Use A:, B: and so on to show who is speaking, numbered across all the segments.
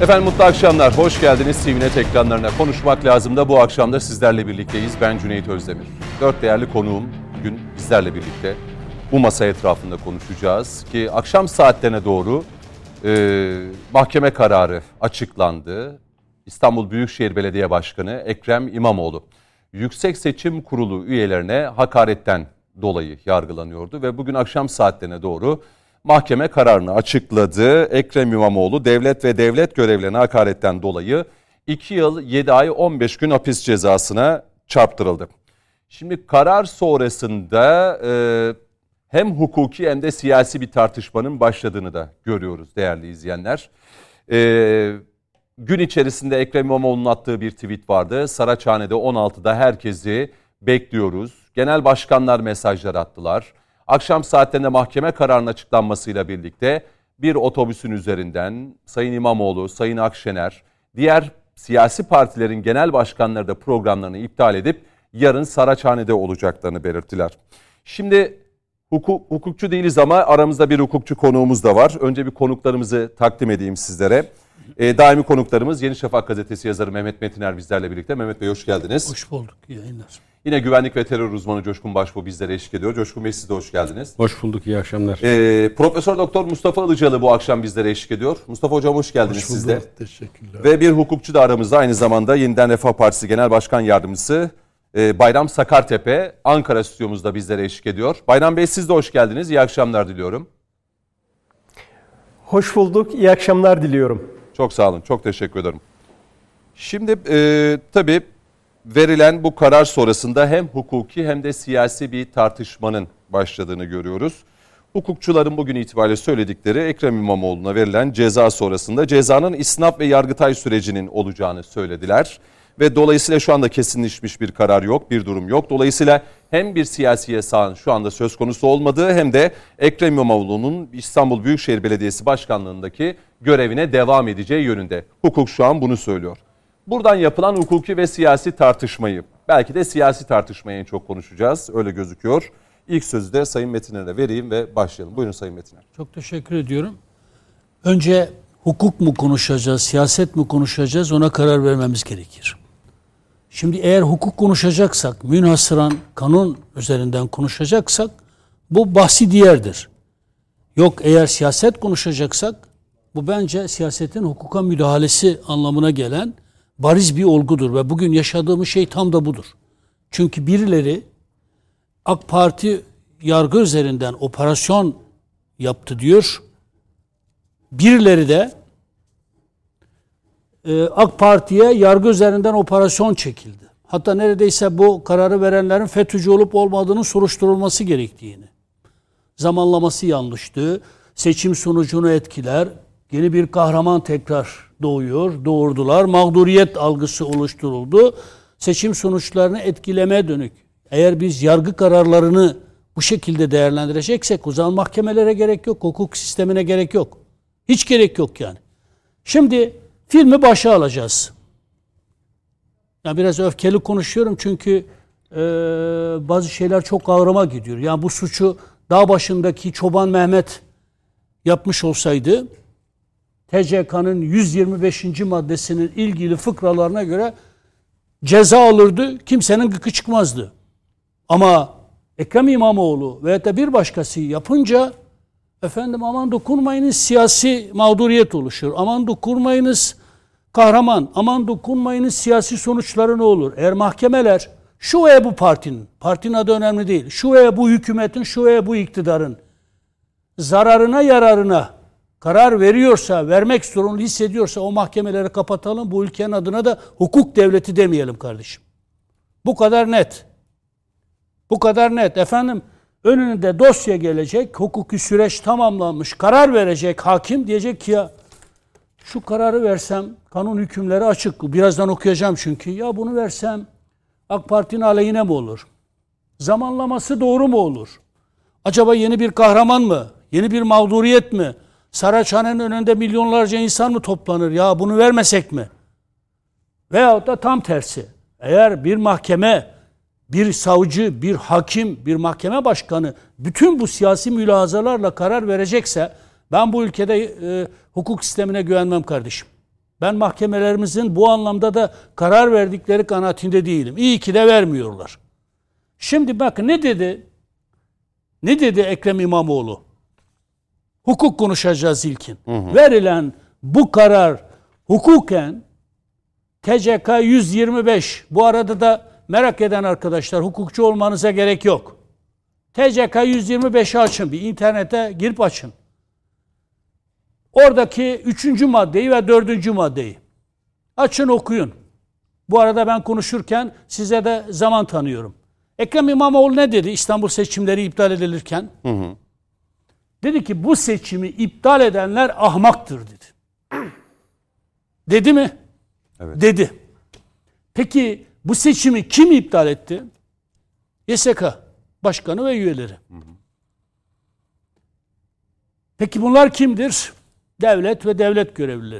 A: Efendim mutlu akşamlar, hoş geldiniz TVNet ekranlarına. Konuşmak lazım da bu akşam da sizlerle birlikteyiz. Ben Cüneyt Özdemir. 4 değerli konuğum bugün bizlerle birlikte bu masa etrafında konuşacağız. Ki akşam saatlerine doğru mahkeme kararı açıklandı. İstanbul Büyükşehir Belediye Başkanı Ekrem İmamoğlu, Yüksek Seçim Kurulu üyelerine hakaretten dolayı yargılanıyordu. Ve bugün akşam saatlerine doğru mahkeme kararını açıkladı. Ekrem İmamoğlu devlet ve devlet görevlilerine hakaretten dolayı 2 yıl 7 ay 15 gün hapis cezasına çarptırıldı. Şimdi karar sonrasında hem hukuki hem de siyasi bir tartışmanın başladığını da görüyoruz değerli izleyenler. Gün içerisinde Ekrem İmamoğlu'nun attığı bir tweet vardı. Saraçhane'de 16'da herkesi bekliyoruz. Genel başkanlar mesajlar attılar. Akşam saatlerinde mahkeme kararının açıklanmasıyla birlikte bir otobüsün üzerinden Sayın İmamoğlu, Sayın Akşener, diğer siyasi partilerin genel başkanları da programlarını iptal edip yarın Saraçhane'de olacaklarını belirttiler. Şimdi hukukçu değiliz ama aramızda bir hukukçu konuğumuz da var. Önce bir konuklarımızı takdim edeyim sizlere. Daimi konuklarımız Yeni Şafak gazetesi yazarı Mehmet Metiner bizlerle birlikte. Mehmet Bey hoş geldiniz.
B: Hoş bulduk. İyi yayınlar.
A: Yine güvenlik ve terör uzmanı Coşkun Başbuğ bizlere eşlik ediyor. Coşkun Bey siz de hoş geldiniz.
C: Hoş bulduk, iyi akşamlar.
A: Profesör Doktor Mustafa Ilıcalı bu akşam bizlere eşlik ediyor. Mustafa Hocam hoş geldiniz siz de.
B: Teşekkürler.
A: Ve bir hukukçu da aramızda, aynı zamanda Yeniden Refah Partisi Genel Başkan Yardımcısı Bayram Sakartepe Ankara stüdyomuzda bizlere eşlik ediyor. Bayram Bey siz de hoş geldiniz. İyi akşamlar diliyorum.
D: Hoş bulduk. İyi akşamlar diliyorum.
A: Çok sağ olun. Çok teşekkür ederim. Şimdi tabii verilen bu karar sonrasında hem hukuki hem de siyasi bir tartışmanın başladığını görüyoruz. Hukukçuların bugün itibariyle söyledikleri Ekrem İmamoğlu'na verilen ceza sonrasında cezanın istinaf ve yargıtay sürecinin olacağını söylediler. Ve dolayısıyla şu anda kesinleşmiş bir karar yok, bir durum yok. Dolayısıyla hem bir siyasi yasağın şu anda söz konusu olmadığı hem de Ekrem İmamoğlu'nun İstanbul Büyükşehir Belediyesi Başkanlığındaki görevine devam edeceği yönünde. Hukuk şu an bunu söylüyor. Buradan yapılan hukuki ve siyasi tartışmayı, belki de siyasi tartışmayı en çok konuşacağız, öyle gözüküyor. İlk sözü de Sayın Metiner'e vereyim ve başlayalım. Buyurun Sayın Metiner.
B: Çok teşekkür ediyorum. Önce hukuk mu konuşacağız, siyaset mi konuşacağız, ona karar vermemiz gerekir. Şimdi eğer hukuk konuşacaksak, münhasıran kanun üzerinden konuşacaksak bu bahsi diğerdir. Yok eğer siyaset konuşacaksak bu bence siyasetin hukuka müdahalesi anlamına gelen bariz bir olgudur ve bugün yaşadığımız şey tam da budur. Çünkü birileri AK Parti yargı üzerinden operasyon yaptı diyor. Birileri de AK Parti'ye yargı üzerinden operasyon çekildi. Hatta neredeyse bu kararı verenlerin FETÖ'cü olup olmadığının soruşturulması gerektiğini. Zamanlaması yanlıştı. Seçim sonucunu etkiler. Yeni bir kahraman tekrar doğurdular. Mağduriyet algısı oluşturuldu. Seçim sonuçlarını etkilemeye dönük. Eğer biz yargı kararlarını bu şekilde değerlendireceksek o zaman mahkemelere gerek yok, hukuk sistemine gerek yok. Hiç gerek yok yani. Şimdi filmi başa alacağız. Yani biraz öfkeli konuşuyorum çünkü bazı şeyler çok ağrıma gidiyor. Yani bu suçu dağ başındaki Çoban Mehmet yapmış olsaydı TCK'nın 125. maddesinin ilgili fıkralarına göre ceza alırdı, kimsenin gıkı çıkmazdı. Ama Ekrem İmamoğlu veyahut da bir başkası yapınca efendim aman dokunmayınız siyasi mağduriyet oluşur. Aman dokunmayınız kahraman. Aman dokunmayınız siyasi sonuçları ne olur? Eğer mahkemeler şu veya bu partinin adı önemli değil. Şu veya bu hükümetin, şu veya bu iktidarın zararına yararına karar veriyorsa, vermek zorunlu hissediyorsa o mahkemeleri kapatalım. Bu ülkenin adına da hukuk devleti demeyelim kardeşim. Bu kadar net. Bu kadar net. Efendim önünde dosya gelecek, hukuki süreç tamamlanmış, karar verecek hakim diyecek ki ya şu kararı versem, kanun hükümleri açık, birazdan okuyacağım çünkü, ya bunu versem AK Parti'nin aleyhine mi olur? Zamanlaması doğru mu olur? Acaba yeni bir kahraman mı? Yeni bir mağduriyet mi? Saraçhane'nin önünde milyonlarca insan mı toplanır? Ya bunu vermesek mi? Veyahut da tam tersi. Eğer bir mahkeme, bir savcı, bir hakim, bir mahkeme başkanı bütün bu siyasi mülahazalarla karar verecekse ben bu ülkede hukuk sistemine güvenmem kardeşim. Ben mahkemelerimizin bu anlamda da karar verdikleri kanaatinde değilim. İyi ki de vermiyorlar. Şimdi bakın ne dedi? Ne dedi Ekrem İmamoğlu? Hukuk konuşacağız ilkin. Verilen bu karar hukuken TCK 125. Bu arada da merak eden arkadaşlar hukukçu olmanıza gerek yok. TCK 125'i açın. Bir internete girip açın. Oradaki 3. maddeyi ve 4. maddeyi açın okuyun. Bu arada ben konuşurken size de zaman tanıyorum. Ekrem İmamoğlu ne dedi İstanbul seçimleri iptal edilirken? Dedi ki bu seçimi iptal edenler ahmaktır dedi. Dedi mi?
A: Evet.
B: Dedi. Peki bu seçimi kim iptal etti? YSK Başkanı ve üyeleri. Peki bunlar kimdir? Devlet ve devlet görevlileri.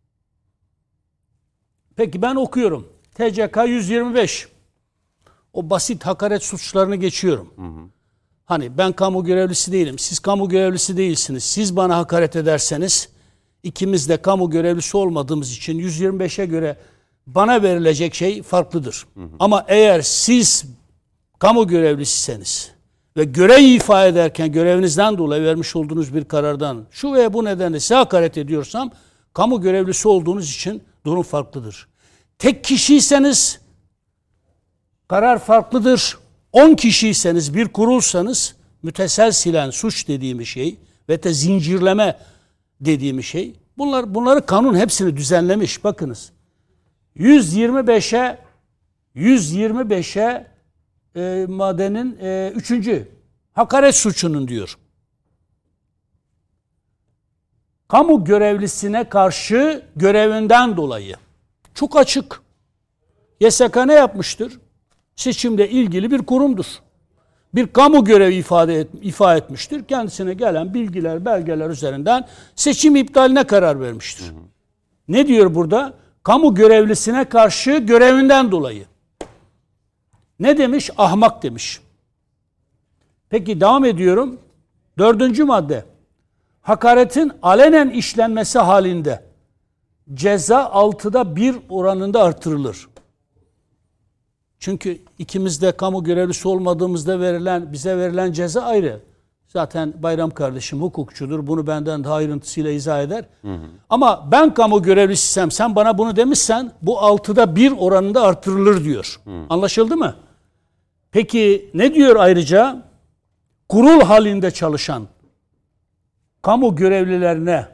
B: Peki ben okuyorum. TCK 125. O basit hakaret suçlarını geçiyorum. Hani ben kamu görevlisi değilim. Siz kamu görevlisi değilsiniz. Siz bana hakaret ederseniz ikimiz de kamu görevlisi olmadığımız için 125'e göre bana verilecek şey farklıdır. Ama eğer siz kamu görevlisiseniz ve görev ifa ederken görevinizden dolayı vermiş olduğunuz bir karardan şu veya bu nedenle size hakaret ediyorsam kamu görevlisi olduğunuz için durum farklıdır. Tek kişiyseniz karar farklıdır. 10 kişiyseniz, bir kurulsanız müteselsilen suç dediğimiz şey ve de zincirleme dediğimiz şey bunları kanun hepsini düzenlemiş. Bakınız. 125'e maddenin 3. hakaret suçunun diyor. Kamu görevlisine karşı görevinden dolayı. Çok açık. YSK ne yapmıştır? Seçimle ilgili bir kurumdur. Bir kamu görevi ifa etmiştir. Kendisine gelen bilgiler, belgeler üzerinden seçim iptaline karar vermiştir. Ne diyor burada? Kamu görevlisine karşı görevinden dolayı. Ne demiş? Ahmak demiş. Peki devam ediyorum. 4. madde. Hakaretin alenen işlenmesi halinde ceza 6'da 1 oranında artırılır. Çünkü ikimiz de kamu görevlisi olmadığımızda bize verilen ceza ayrı. Zaten Bayram kardeşim hukukçudur. Bunu benden daha ayrıntısıyla izah eder. Ama ben kamu görevlisisem sen bana bunu demişsen bu 6'da 1 oranında artırılır diyor. Anlaşıldı mı? Peki ne diyor ayrıca? Kurul halinde çalışan kamu görevlilerine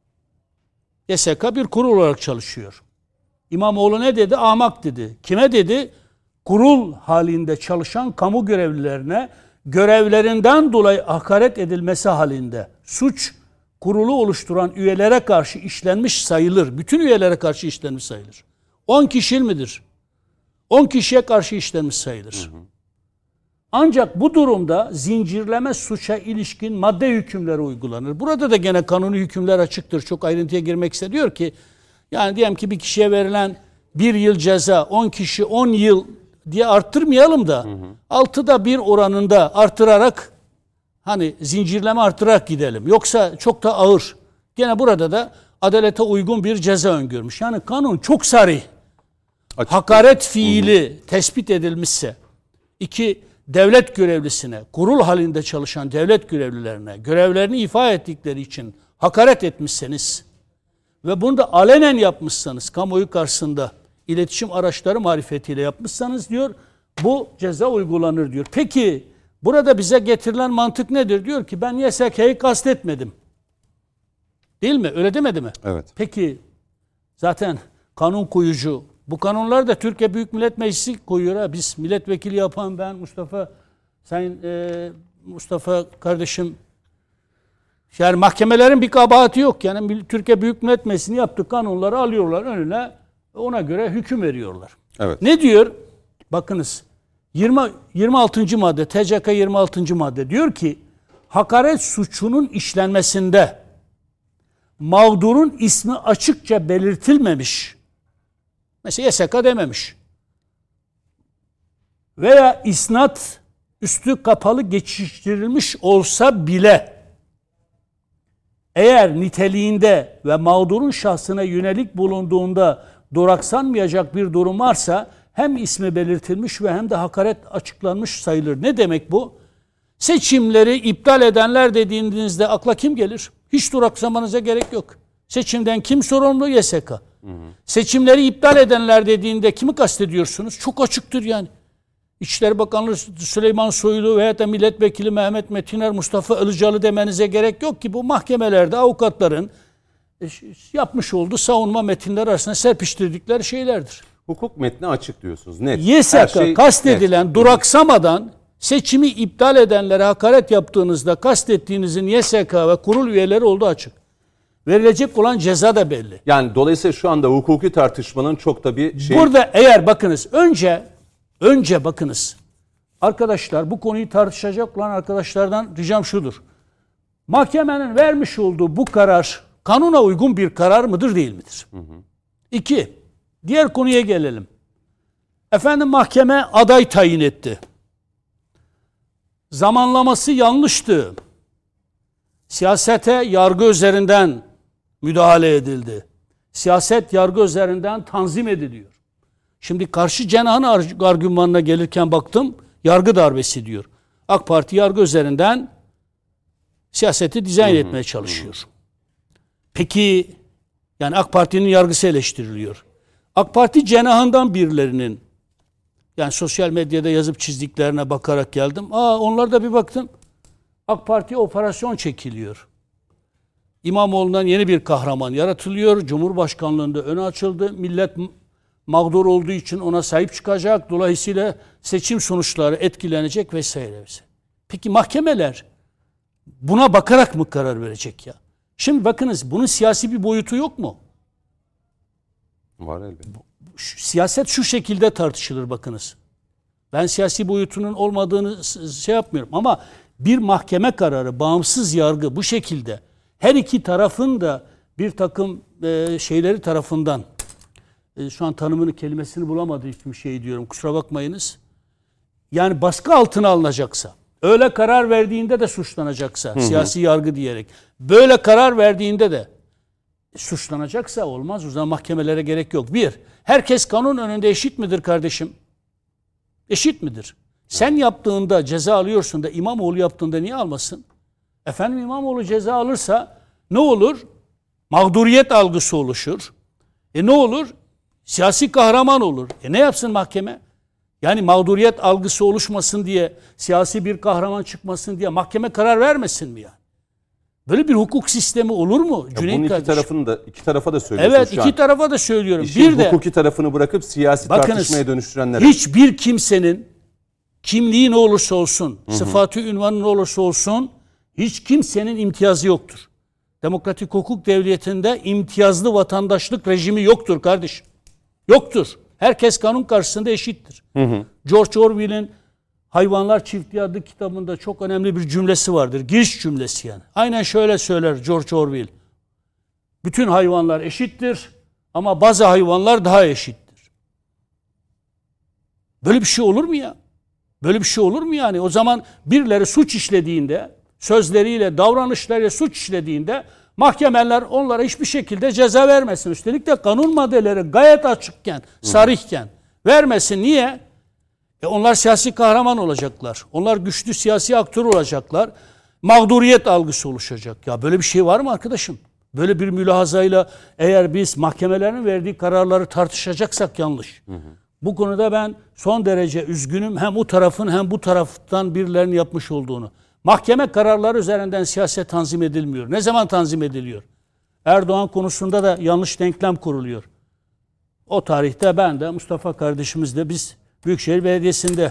B: YSK bir kurul olarak çalışıyor. İmamoğlu ne dedi? Ahmak dedi. Kime dedi? Kurul halinde çalışan kamu görevlilerine görevlerinden dolayı hakaret edilmesi halinde suç kurulu oluşturan üyelere karşı işlenmiş sayılır. Bütün üyelere karşı işlenmiş sayılır. 10 kişi midir? 10 kişiye karşı işlenmiş sayılır. Ancak bu durumda zincirleme suça ilişkin madde hükümleri uygulanır. Burada da gene kanuni hükümler açıktır. Çok ayrıntıya girmek istediyor ki yani diyelim ki bir kişiye verilen 1 yıl ceza 10 kişi 10 yıl diye arttırmayalım da 6'da 1 oranında artırarak hani zincirleme artırarak gidelim. Yoksa çok da ağır. Gene burada da adalete uygun bir ceza öngörmüş. Yani kanun çok sarih. Hakaret fiili tespit edilmişse 2 devlet görevlisine, kurul halinde çalışan devlet görevlilerine görevlerini ifa ettikleri için hakaret etmişseniz ve bunu da alenen yapmışsanız, kamuoyu karşısında iletişim araçları marifetiyle yapmışsanız diyor, bu ceza uygulanır diyor. Peki burada bize getirilen mantık nedir? Diyor ki ben YSK'yı kastetmedim. Değil mi? Öyle demedi mi?
A: Evet.
B: Peki zaten kanun koyucu, bu kanunları da Türkiye Büyük Millet Meclisi koyuyor. Ha. Biz milletvekili yapan ben, Mustafa kardeşim, yani mahkemelerin bir kabahati yok. Yani Türkiye Büyük Millet Meclisi'nin yaptığı kanunları alıyorlar önüne, ona göre hüküm veriyorlar.
A: Evet.
B: Ne diyor? Bakınız 26. madde, TCK 26. madde diyor ki hakaret suçunun işlenmesinde mağdurun ismi açıkça belirtilmemiş. Mesela YSK dememiş. Veya isnat üstü kapalı geçiştirilmiş olsa bile eğer niteliğinde ve mağdurun şahsına yönelik bulunduğunda duraksanmayacak bir durum varsa hem ismi belirtilmiş ve hem de hakaret açıklanmış sayılır. Ne demek bu? Seçimleri iptal edenler dediğinizde akla kim gelir? Hiç duraksamanıza gerek yok. Seçimden kim sorumlu? YSK. Seçimleri iptal edenler dediğinde kimi kastediyorsunuz? Çok açıktır yani. İçişleri Bakanlığı Süleyman Soylu veya da Milletvekili Mehmet Metiner, Mustafa Ilıcalı demenize gerek yok ki bu mahkemelerde avukatların yapmış olduğu savunma metinleri arasında serpiştirdikleri şeylerdir.
A: Hukuk metni açık diyorsunuz. Net.
B: YSK kastedilen net. Duraksamadan seçimi iptal edenlere hakaret yaptığınızda kastettiğinizin YSK ve kurul üyeleri olduğu açık. Verilecek olan ceza da belli.
A: Yani dolayısıyla şu anda hukuki tartışmanın çok da bir şey...
B: Burada eğer bakınız önce bakınız. Arkadaşlar bu konuyu tartışacak olan arkadaşlardan ricam şudur. Mahkemenin vermiş olduğu bu karar kanuna uygun bir karar mıdır değil midir? 2. Diğer konuya gelelim. Efendim mahkeme aday tayin etti. Zamanlaması yanlıştı. Siyasete yargı üzerinden müdahale edildi. Siyaset yargı üzerinden tanzim ediliyor. Şimdi karşı cenahın argümanına gelirken baktım, yargı darbesi diyor. AK Parti yargı üzerinden siyaseti dizayn etmeye çalışıyor. Peki, yani AK Parti'nin yargısı eleştiriliyor. AK Parti cenahından birilerinin, yani sosyal medyada yazıp çizdiklerine bakarak geldim. Onlar da bir baktım. AK Parti operasyon çekiliyor. İmamoğlu'ndan yeni bir kahraman yaratılıyor. Cumhurbaşkanlığında öne açıldı. Millet mağdur olduğu için ona sahip çıkacak. Dolayısıyla seçim sonuçları etkilenecek vesaire. Peki mahkemeler buna bakarak mı karar verecek ya? Şimdi bakınız bunun siyasi bir boyutu yok mu?
A: Var elbette.
B: Siyaset şu şekilde tartışılır bakınız. Ben siyasi boyutunun olmadığını şey yapmıyorum ama bir mahkeme kararı, bağımsız yargı bu şekilde her iki tarafın da bir takım şeyleri tarafından şu an tanımını kelimesini bulamadığı için şey diyorum kusura bakmayınız. Yani baskı altına alınacaksa, öyle karar verdiğinde de suçlanacaksa siyasi yargı diyerek, böyle karar verdiğinde de suçlanacaksa olmaz. O zaman mahkemelere gerek yok. Bir, herkes kanun önünde eşit midir kardeşim? Eşit midir? Sen yaptığında ceza alıyorsun da İmamoğlu yaptığında niye almasın? Efendim İmamoğlu ceza alırsa ne olur? Mağduriyet algısı oluşur. Ne olur? Siyasi kahraman olur. Ne yapsın mahkeme? Yani mağduriyet algısı oluşmasın diye, siyasi bir kahraman çıkmasın diye mahkeme karar vermesin mi yani? Böyle bir hukuk sistemi olur mu? Cüneyt
A: bunun
B: kardeşim.
A: iki tarafa da söylüyorsunuz
B: evet,
A: şu an.
B: iki tarafa da söylüyorum.
A: İşin
B: bir de
A: hukuki tarafını bırakıp siyasi tartışmaya dönüştürenlere.
B: Hiçbir kimsenin kimliği ne olursa olsun, sıfatı ünvanı ne olursa olsun hiç kimsenin imtiyazı yoktur. Demokratik hukuk devletinde imtiyazlı vatandaşlık rejimi yoktur kardeşim. Yoktur. Herkes kanun karşısında eşittir. George Orwell'in Hayvanlar Çiftliği adlı kitabında çok önemli bir cümlesi vardır. Giriş cümlesi yani. Aynen şöyle söyler George Orwell. Bütün hayvanlar eşittir ama bazı hayvanlar daha eşittir. Böyle bir şey olur mu ya? Böyle bir şey olur mu yani? O zaman birileri suç işlediğinde, sözleriyle, davranışlarıyla suç işlediğinde mahkemeler onlara hiçbir şekilde ceza vermesin. Üstelik de kanun maddeleri gayet açıkken, sarihken vermesin. Niye? Onlar siyasi kahraman olacaklar. Onlar güçlü siyasi aktör olacaklar. Mağduriyet algısı oluşacak. Ya böyle bir şey var mı arkadaşım? Böyle bir mülahazayla eğer biz mahkemelerin verdiği kararları tartışacaksak yanlış. Bu konuda ben son derece üzgünüm. Hem o tarafın hem bu taraftan birilerinin yapmış olduğunu. Mahkeme kararları üzerinden siyaset tanzim edilmiyor. Ne zaman tanzim ediliyor? Erdoğan konusunda da yanlış denklem kuruluyor. O tarihte ben de Mustafa kardeşimiz de biz Büyükşehir Belediyesi'nde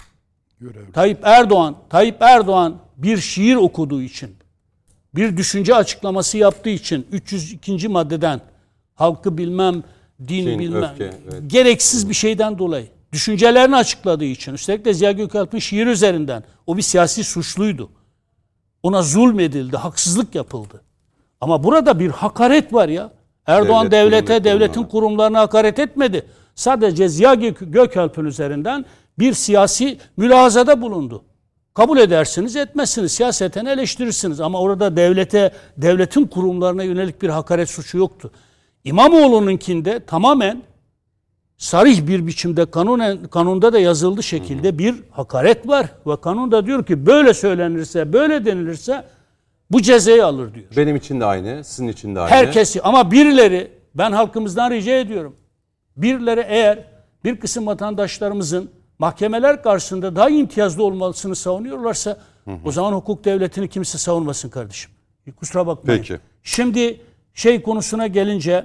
B: Tayyip Erdoğan bir şiir okuduğu için, bir düşünce açıklaması yaptığı için 302. maddeden halkı bilmem, din bilmem, öfke, evet. Gereksiz bir şeyden dolayı düşüncelerini açıkladığı için, üstelik de Ziya Gökalp'in şiir üzerinden, o bir siyasi suçluydu. Ona zulmedildi, haksızlık yapıldı. Ama burada bir hakaret var ya. Erdoğan devletin kurumlarına hakaret etmedi. Sadece Ziya Gökalp'in üzerinden bir siyasi mülahazada bulundu. Kabul edersiniz, etmezsiniz. Siyaseten eleştirirsiniz. Ama orada devletin kurumlarına yönelik bir hakaret suçu yoktu. İmamoğlu'nunkinde tamamen sarih bir biçimde kanunda da yazıldığı şekilde bir hakaret var. Ve kanunda diyor ki böyle söylenirse, böyle denilirse bu cezayı alır diyor.
A: Benim için de aynı, sizin için de aynı.
B: Herkesi, ama birileri, ben halkımızdan rica ediyorum. Birileri eğer bir kısım vatandaşlarımızın mahkemeler karşısında daha imtiyazlı olmasını savunuyorlarsa o zaman hukuk devletini kimse savunmasın kardeşim. Kusura bakmayın.
A: Peki.
B: Şimdi konusuna gelince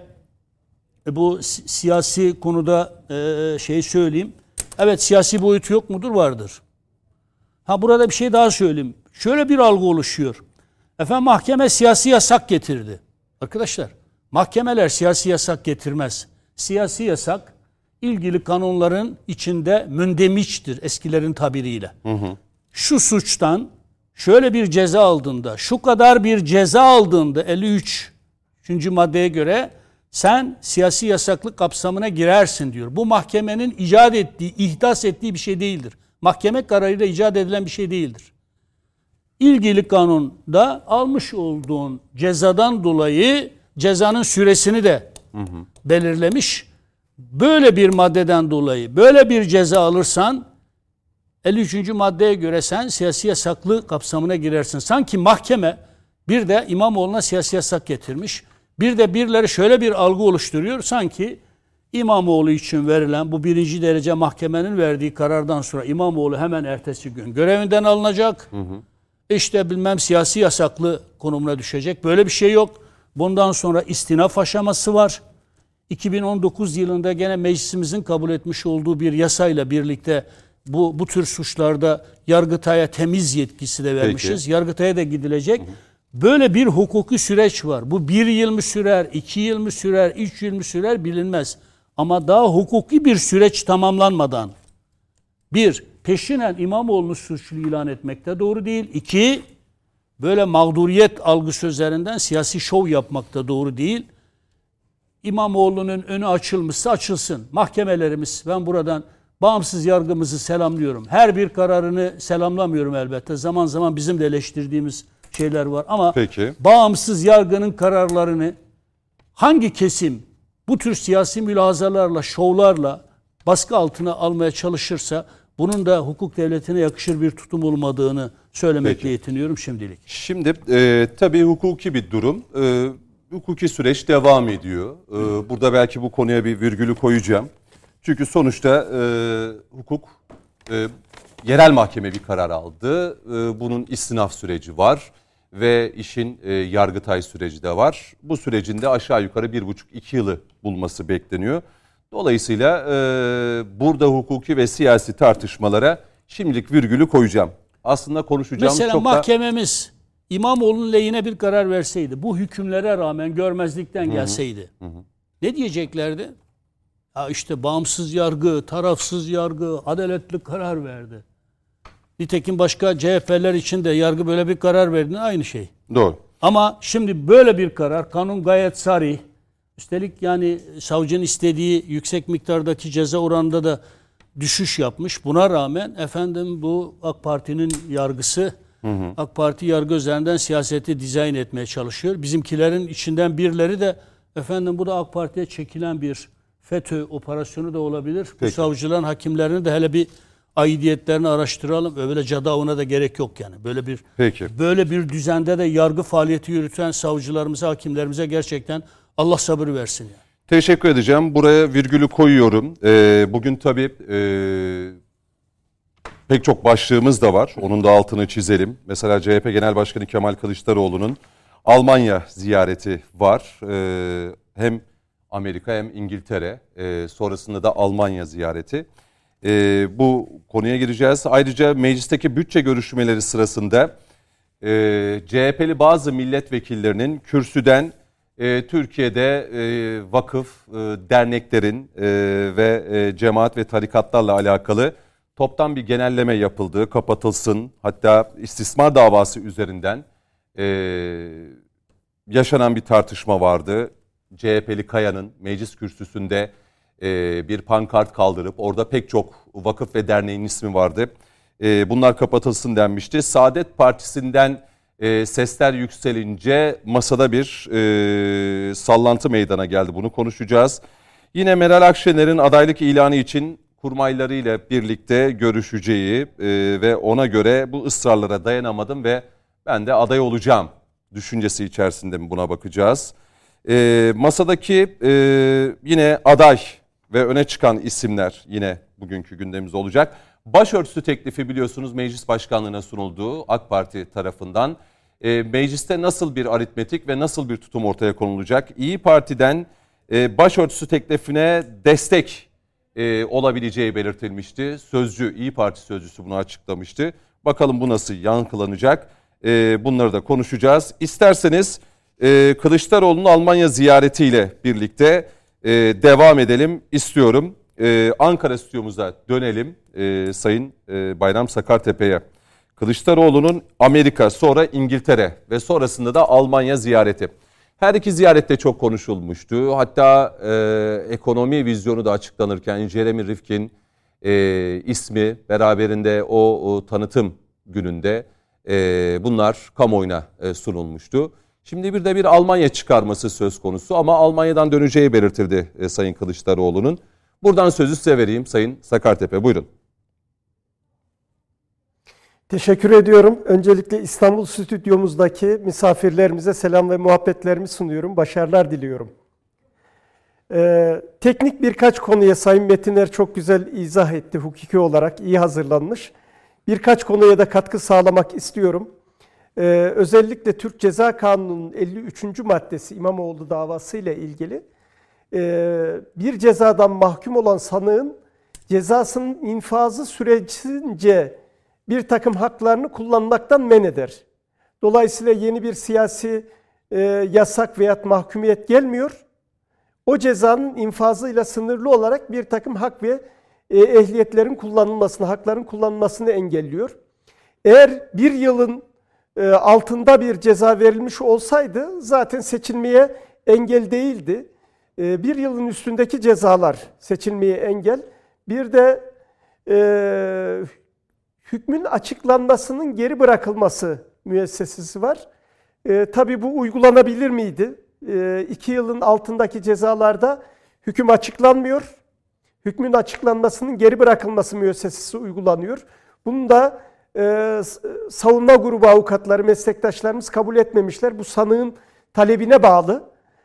B: bu siyasi konuda söyleyeyim. Evet, siyasi boyutu yok mudur? Vardır. Burada bir şey daha söyleyeyim. Şöyle bir algı oluşuyor. Efendim mahkeme siyasi yasak getirdi. Arkadaşlar, mahkemeler siyasi yasak getirmez. Siyasi yasak ilgili kanunların içinde mündemiştir eskilerin tabiriyle. Şu suçtan şöyle bir ceza aldığında, şu kadar bir ceza aldığında 53. maddeye göre sen siyasi yasaklık kapsamına girersin diyor. Bu mahkemenin icat ettiği, ihdas ettiği bir şey değildir. Mahkeme kararıyla icat edilen bir şey değildir. İlgili kanunda almış olduğun cezadan dolayı cezanın süresini de belirlemiş. Böyle bir maddeden dolayı böyle bir ceza alırsan 53. maddeye göre sen siyasi yasaklı kapsamına girersin. Sanki mahkeme bir de İmamoğlu'na siyasi yasak getirmiş. Bir de birileri şöyle bir algı oluşturuyor. Sanki İmamoğlu için verilen bu 1. derece mahkemenin verdiği karardan sonra İmamoğlu hemen ertesi gün görevinden alınacak. İşte bilmem siyasi yasaklı konumuna düşecek. Böyle bir şey yok. Bundan sonra istinaf aşaması var. 2019 yılında gene meclisimizin kabul etmiş olduğu bir yasayla birlikte bu tür suçlarda Yargıtay'a temiz yetkisi de vermişiz. Peki. Yargıtay'a da gidilecek. Böyle bir hukuki süreç var. Bu 1 yıl mı sürer, 2 yıl mı sürer, 3 yıl mı sürer bilinmez. Ama daha hukuki bir süreç tamamlanmadan peşinen İmamoğlu'nu suçlu ilan etmek de doğru değil. 2, böyle mağduriyet algısı üzerinden siyasi şov yapmak da doğru değil. İmamoğlu'nun önü açılmışsa açılsın. Mahkemelerimiz, ben buradan bağımsız yargımızı selamlıyorum. Her bir kararını selamlamıyorum elbette. Zaman zaman bizim de eleştirdiğimiz şeyler var. Ama bağımsız yargının kararlarını hangi kesim bu tür siyasi mülahazalarla, şovlarla baskı altına almaya çalışırsa bunun da hukuk devletine yakışır bir tutum olmadığını söylemekle yetiniyorum şimdilik.
A: Şimdi tabii hukuki bir durum. Hukuki süreç devam ediyor. Burada belki bu konuya bir virgülü koyacağım. Çünkü sonuçta hukuk yerel mahkeme bir karar aldı. Bunun istinaf süreci var ve işin Yargıtay süreci de var. Bu sürecin de aşağı yukarı 1,5-2 yılı bulması bekleniyor. Dolayısıyla burada hukuki ve siyasi tartışmalara şimdilik virgülü koyacağım. Aslında konuşacağım
B: mesela
A: çok
B: mahkememiz İmamoğlu'nun lehine bir karar verseydi, bu hükümlere rağmen görmezlikten gelseydi, ne diyeceklerdi? İşte bağımsız yargı, tarafsız yargı, adaletli karar verdi. Nitekim başka CHP'ler için de yargı böyle bir karar verdiğinde aynı şey.
A: Doğru.
B: Ama şimdi böyle bir karar, kanun gayet sarih. Üstelik yani savcının istediği yüksek miktardaki ceza oranında da düşüş yapmış. Buna rağmen efendim bu AK Parti'nin yargısı, AK Parti yargı üzerinden siyaseti dizayn etmeye çalışıyor. Bizimkilerin içinden birileri de efendim bu da AK Parti'ye çekilen bir FETÖ operasyonu da olabilir. Peki. Bu savcıların, hakimlerini de hele bir aidiyetlerini araştıralım. Böyle cadavına da gerek yok yani. Böyle bir düzende de yargı faaliyeti yürüten savcılarımıza, hakimlerimize gerçekten Allah sabır versin yani.
A: Teşekkür edeceğim. Buraya virgülü koyuyorum. Bugün tabii pek çok başlığımız da var. Onun da altını çizelim. Mesela CHP Genel Başkanı Kemal Kılıçdaroğlu'nun Almanya ziyareti var. Hem Amerika hem İngiltere. Sonrasında da Almanya ziyareti. Bu konuya gireceğiz. Ayrıca meclisteki bütçe görüşmeleri sırasında CHP'li bazı milletvekillerinin kürsüden Türkiye'de vakıf, derneklerin ve cemaat ve tarikatlarla alakalı toptan bir genelleme yapıldığı, kapatılsın, hatta istismar davası üzerinden yaşanan bir tartışma vardı. CHP'li Kaya'nın meclis kürsüsünde bir pankart kaldırıp orada pek çok vakıf ve derneğin ismi vardı. Bunlar kapatılsın denmişti. Saadet Partisi'nden sesler yükselince masada bir sallantı meydana geldi. Bunu konuşacağız. Yine Meral Akşener'in adaylık ilanı için kurmaylarıyla birlikte görüşeceği ve ona göre bu ısrarlara dayanamadım ve ben de aday olacağım düşüncesi içerisinde mi buna bakacağız. Masadaki yine aday ve öne çıkan isimler yine bugünkü gündemimiz olacak. Başörtüsü teklifi biliyorsunuz meclis başkanlığına sunuldu AK Parti tarafından. Mecliste nasıl bir aritmetik ve nasıl bir tutum ortaya konulacak? İyi Parti'den başörtüsü teklifine destek olabileceği belirtilmişti. İyi Parti sözcüsü bunu açıklamıştı. Bakalım bu nasıl yankılanacak? Bunları da konuşacağız. İsterseniz Kılıçdaroğlu'nun Almanya ziyaretiyle birlikte devam edelim istiyorum. Ankara stüdyomuza dönelim Sayın Bayram Sakartepe'ye. Kılıçdaroğlu'nun Amerika, sonra İngiltere ve sonrasında da Almanya ziyareti. Her iki ziyarette çok konuşulmuştu. Hatta ekonomi vizyonu da açıklanırken Jeremy Rifkin ismi beraberinde o tanıtım gününde bunlar kamuoyuna sunulmuştu. Şimdi bir de bir Almanya çıkarması söz konusu ama Almanya'dan döneceği belirtildi Sayın Kılıçdaroğlu'nun. Buradan sözü size vereyim Sayın Sakartepe, buyurun.
D: Teşekkür ediyorum. Öncelikle İstanbul stüdyomuzdaki misafirlerimize selam ve muhabbetlerimi sunuyorum. Başarılar diliyorum. Teknik birkaç konuya Sayın Metiner çok güzel izah etti. Hukuki olarak iyi hazırlanmış. Birkaç konuya da katkı sağlamak istiyorum. Özellikle Türk Ceza Kanunu'nun 53. maddesi İmamoğlu davası ile ilgili bir cezadan mahkum olan sanığın cezasının infazı sürecince bir takım haklarını kullanmaktan men eder. Dolayısıyla yeni bir siyasi yasak veya mahkumiyet gelmiyor. O cezanın infazıyla sınırlı olarak bir takım hak ve ehliyetlerin kullanılmasını, hakların kullanılmasını engelliyor. Eğer bir yılın altında bir ceza verilmiş olsaydı zaten seçilmeye engel değildi. Bir yılın üstündeki cezalar seçilmeye engel. Bir de hükmün açıklanmasının geri bırakılması müessesesi var. Tabii bu uygulanabilir miydi? 2 yılın altındaki cezalarda hüküm açıklanmıyor. Hükmün açıklanmasının geri bırakılması müessesesi uygulanıyor. Bunu da savunma grubu avukatları, meslektaşlarımız kabul etmemişler. Bu sanığın talebine bağlı.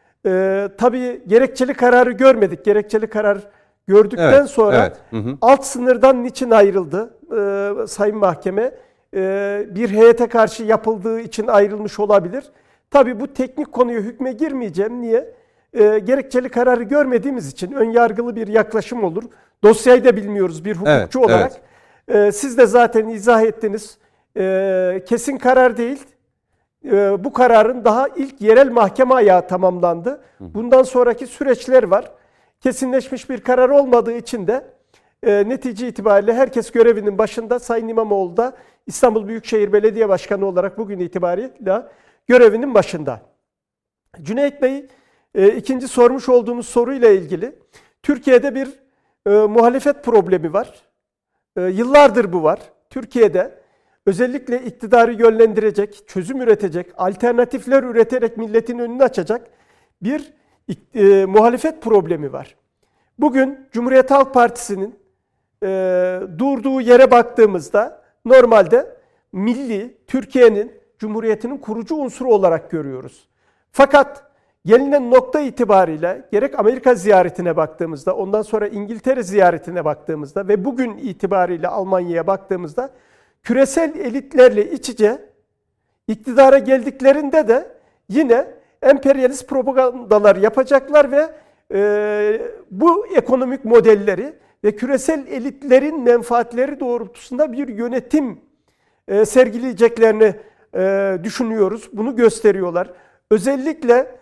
D: Tabii gerekçeli kararı görmedik. Gerekçeli karar gördükten sonra alt sınırdan niçin ayrıldı Sayın Mahkeme? Bir heyete karşı yapıldığı için ayrılmış olabilir. Tabii bu teknik konuya hükme girmeyeceğim. Niye? Gerekçeli kararı görmediğimiz için ön yargılı bir yaklaşım olur. Dosyayı da bilmiyoruz bir hukukçu olarak. Siz de zaten izah ettiniz. Kesin karar değil. Bu kararın daha ilk yerel mahkeme ayağı tamamlandı. Bundan sonraki süreçler var. Kesinleşmiş bir karar olmadığı için de netice itibariyle herkes görevinin başında. Sayın İmamoğlu da İstanbul Büyükşehir Belediye Başkanı olarak bugün itibariyle görevinin başında. Cüneyt Bey, ikinci sormuş olduğumuz soruyla ilgili Türkiye'de bir muhalefet problemi var. Yıllardır bu var. Türkiye'de özellikle iktidarı yönlendirecek, çözüm üretecek, alternatifler üreterek milletin önünü açacak bir muhalefet problemi var. Bugün Cumhuriyet Halk Partisi'nin durduğu yere baktığımızda normalde milli, Türkiye'nin, Cumhuriyet'in kurucu unsuru olarak görüyoruz. Fakat gelinen nokta itibariyle gerek Amerika ziyaretine baktığımızda, ondan sonra İngiltere ziyaretine baktığımızda ve bugün itibariyle Almanya'ya baktığımızda küresel elitlerle iç içe iktidara geldiklerinde de yine emperyalist propagandalar yapacaklar ve bu ekonomik modelleri ve küresel elitlerin menfaatleri doğrultusunda bir yönetim sergileyeceklerini düşünüyoruz. Bunu gösteriyorlar. Özellikle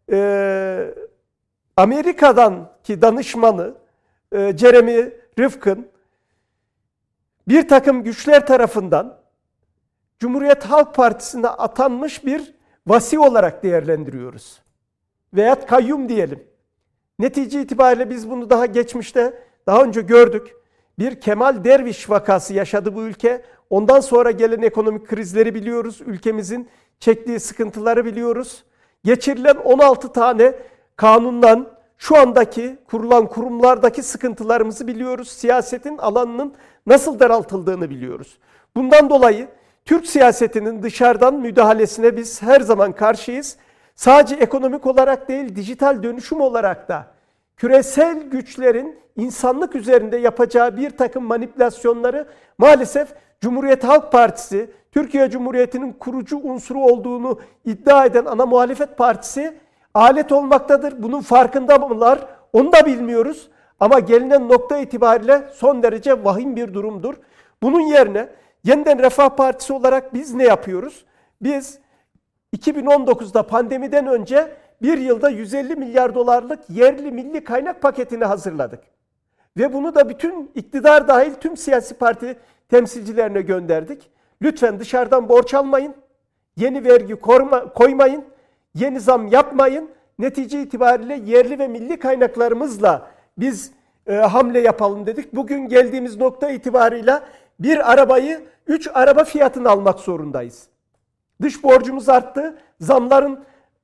D: Amerika'dan ki danışmanı Jeremy Rifkin bir takım güçler tarafından Cumhuriyet Halk Partisi'ne atanmış bir vasi olarak değerlendiriyoruz. Veyahut kayyum diyelim. Netice itibariyle biz bunu daha geçmişte, daha önce gördük. bir Kemal Derviş vakası yaşadı bu ülke. Ondan sonra gelen ekonomik krizleri biliyoruz. Ülkemizin çektiği sıkıntıları biliyoruz. Geçirilen 16 tane kanundan şu andaki kurulan kurumlardaki sıkıntılarımızı biliyoruz. Siyasetin alanının nasıl daraltıldığını biliyoruz. Bundan dolayı Türk siyasetinin dışarıdan müdahalesine biz her zaman karşıyız. Sadece ekonomik olarak değil, dijital dönüşüm olarak da küresel güçlerin insanlık üzerinde yapacağı bir takım manipülasyonları maalesef Cumhuriyet Halk Partisi, Türkiye Cumhuriyeti'nin kurucu unsuru olduğunu iddia eden ana muhalefet partisi alet olmaktadır. Bunun farkında mılar? Onu da bilmiyoruz. Ama gelinen nokta itibariyle son derece vahim bir durumdur. Bunun yerine Yeniden Refah Partisi olarak biz ne yapıyoruz? Biz 2019'da pandemiden önce bir yılda 150 milyar dolarlık yerli milli kaynak paketini hazırladık. Ve bunu da bütün iktidar dahil tüm siyasi parti temsilcilerine gönderdik. Lütfen dışarıdan borç almayın, yeni vergi koymayın, yeni zam yapmayın. Netice itibariyle yerli ve milli kaynaklarımızla biz hamle yapalım dedik. Bugün geldiğimiz nokta itibariyle bir arabayı 3 araba fiyatını almak zorundayız. Dış borcumuz arttı. Zamların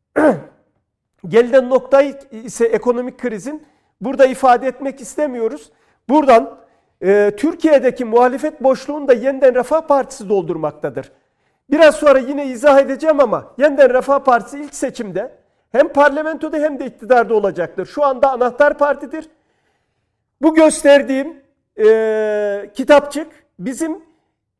D: gelinen nokta ise ekonomik krizin. Burada ifade etmek istemiyoruz. Buradan Türkiye'deki muhalefet boşluğunu da Yeniden Refah Partisi doldurmaktadır. Biraz sonra yine izah edeceğim ama Yeniden Refah Partisi ilk seçimde hem parlamentoda hem de iktidarda olacaktır. Şu anda anahtar partidir. Bu gösterdiğim kitapçık bizim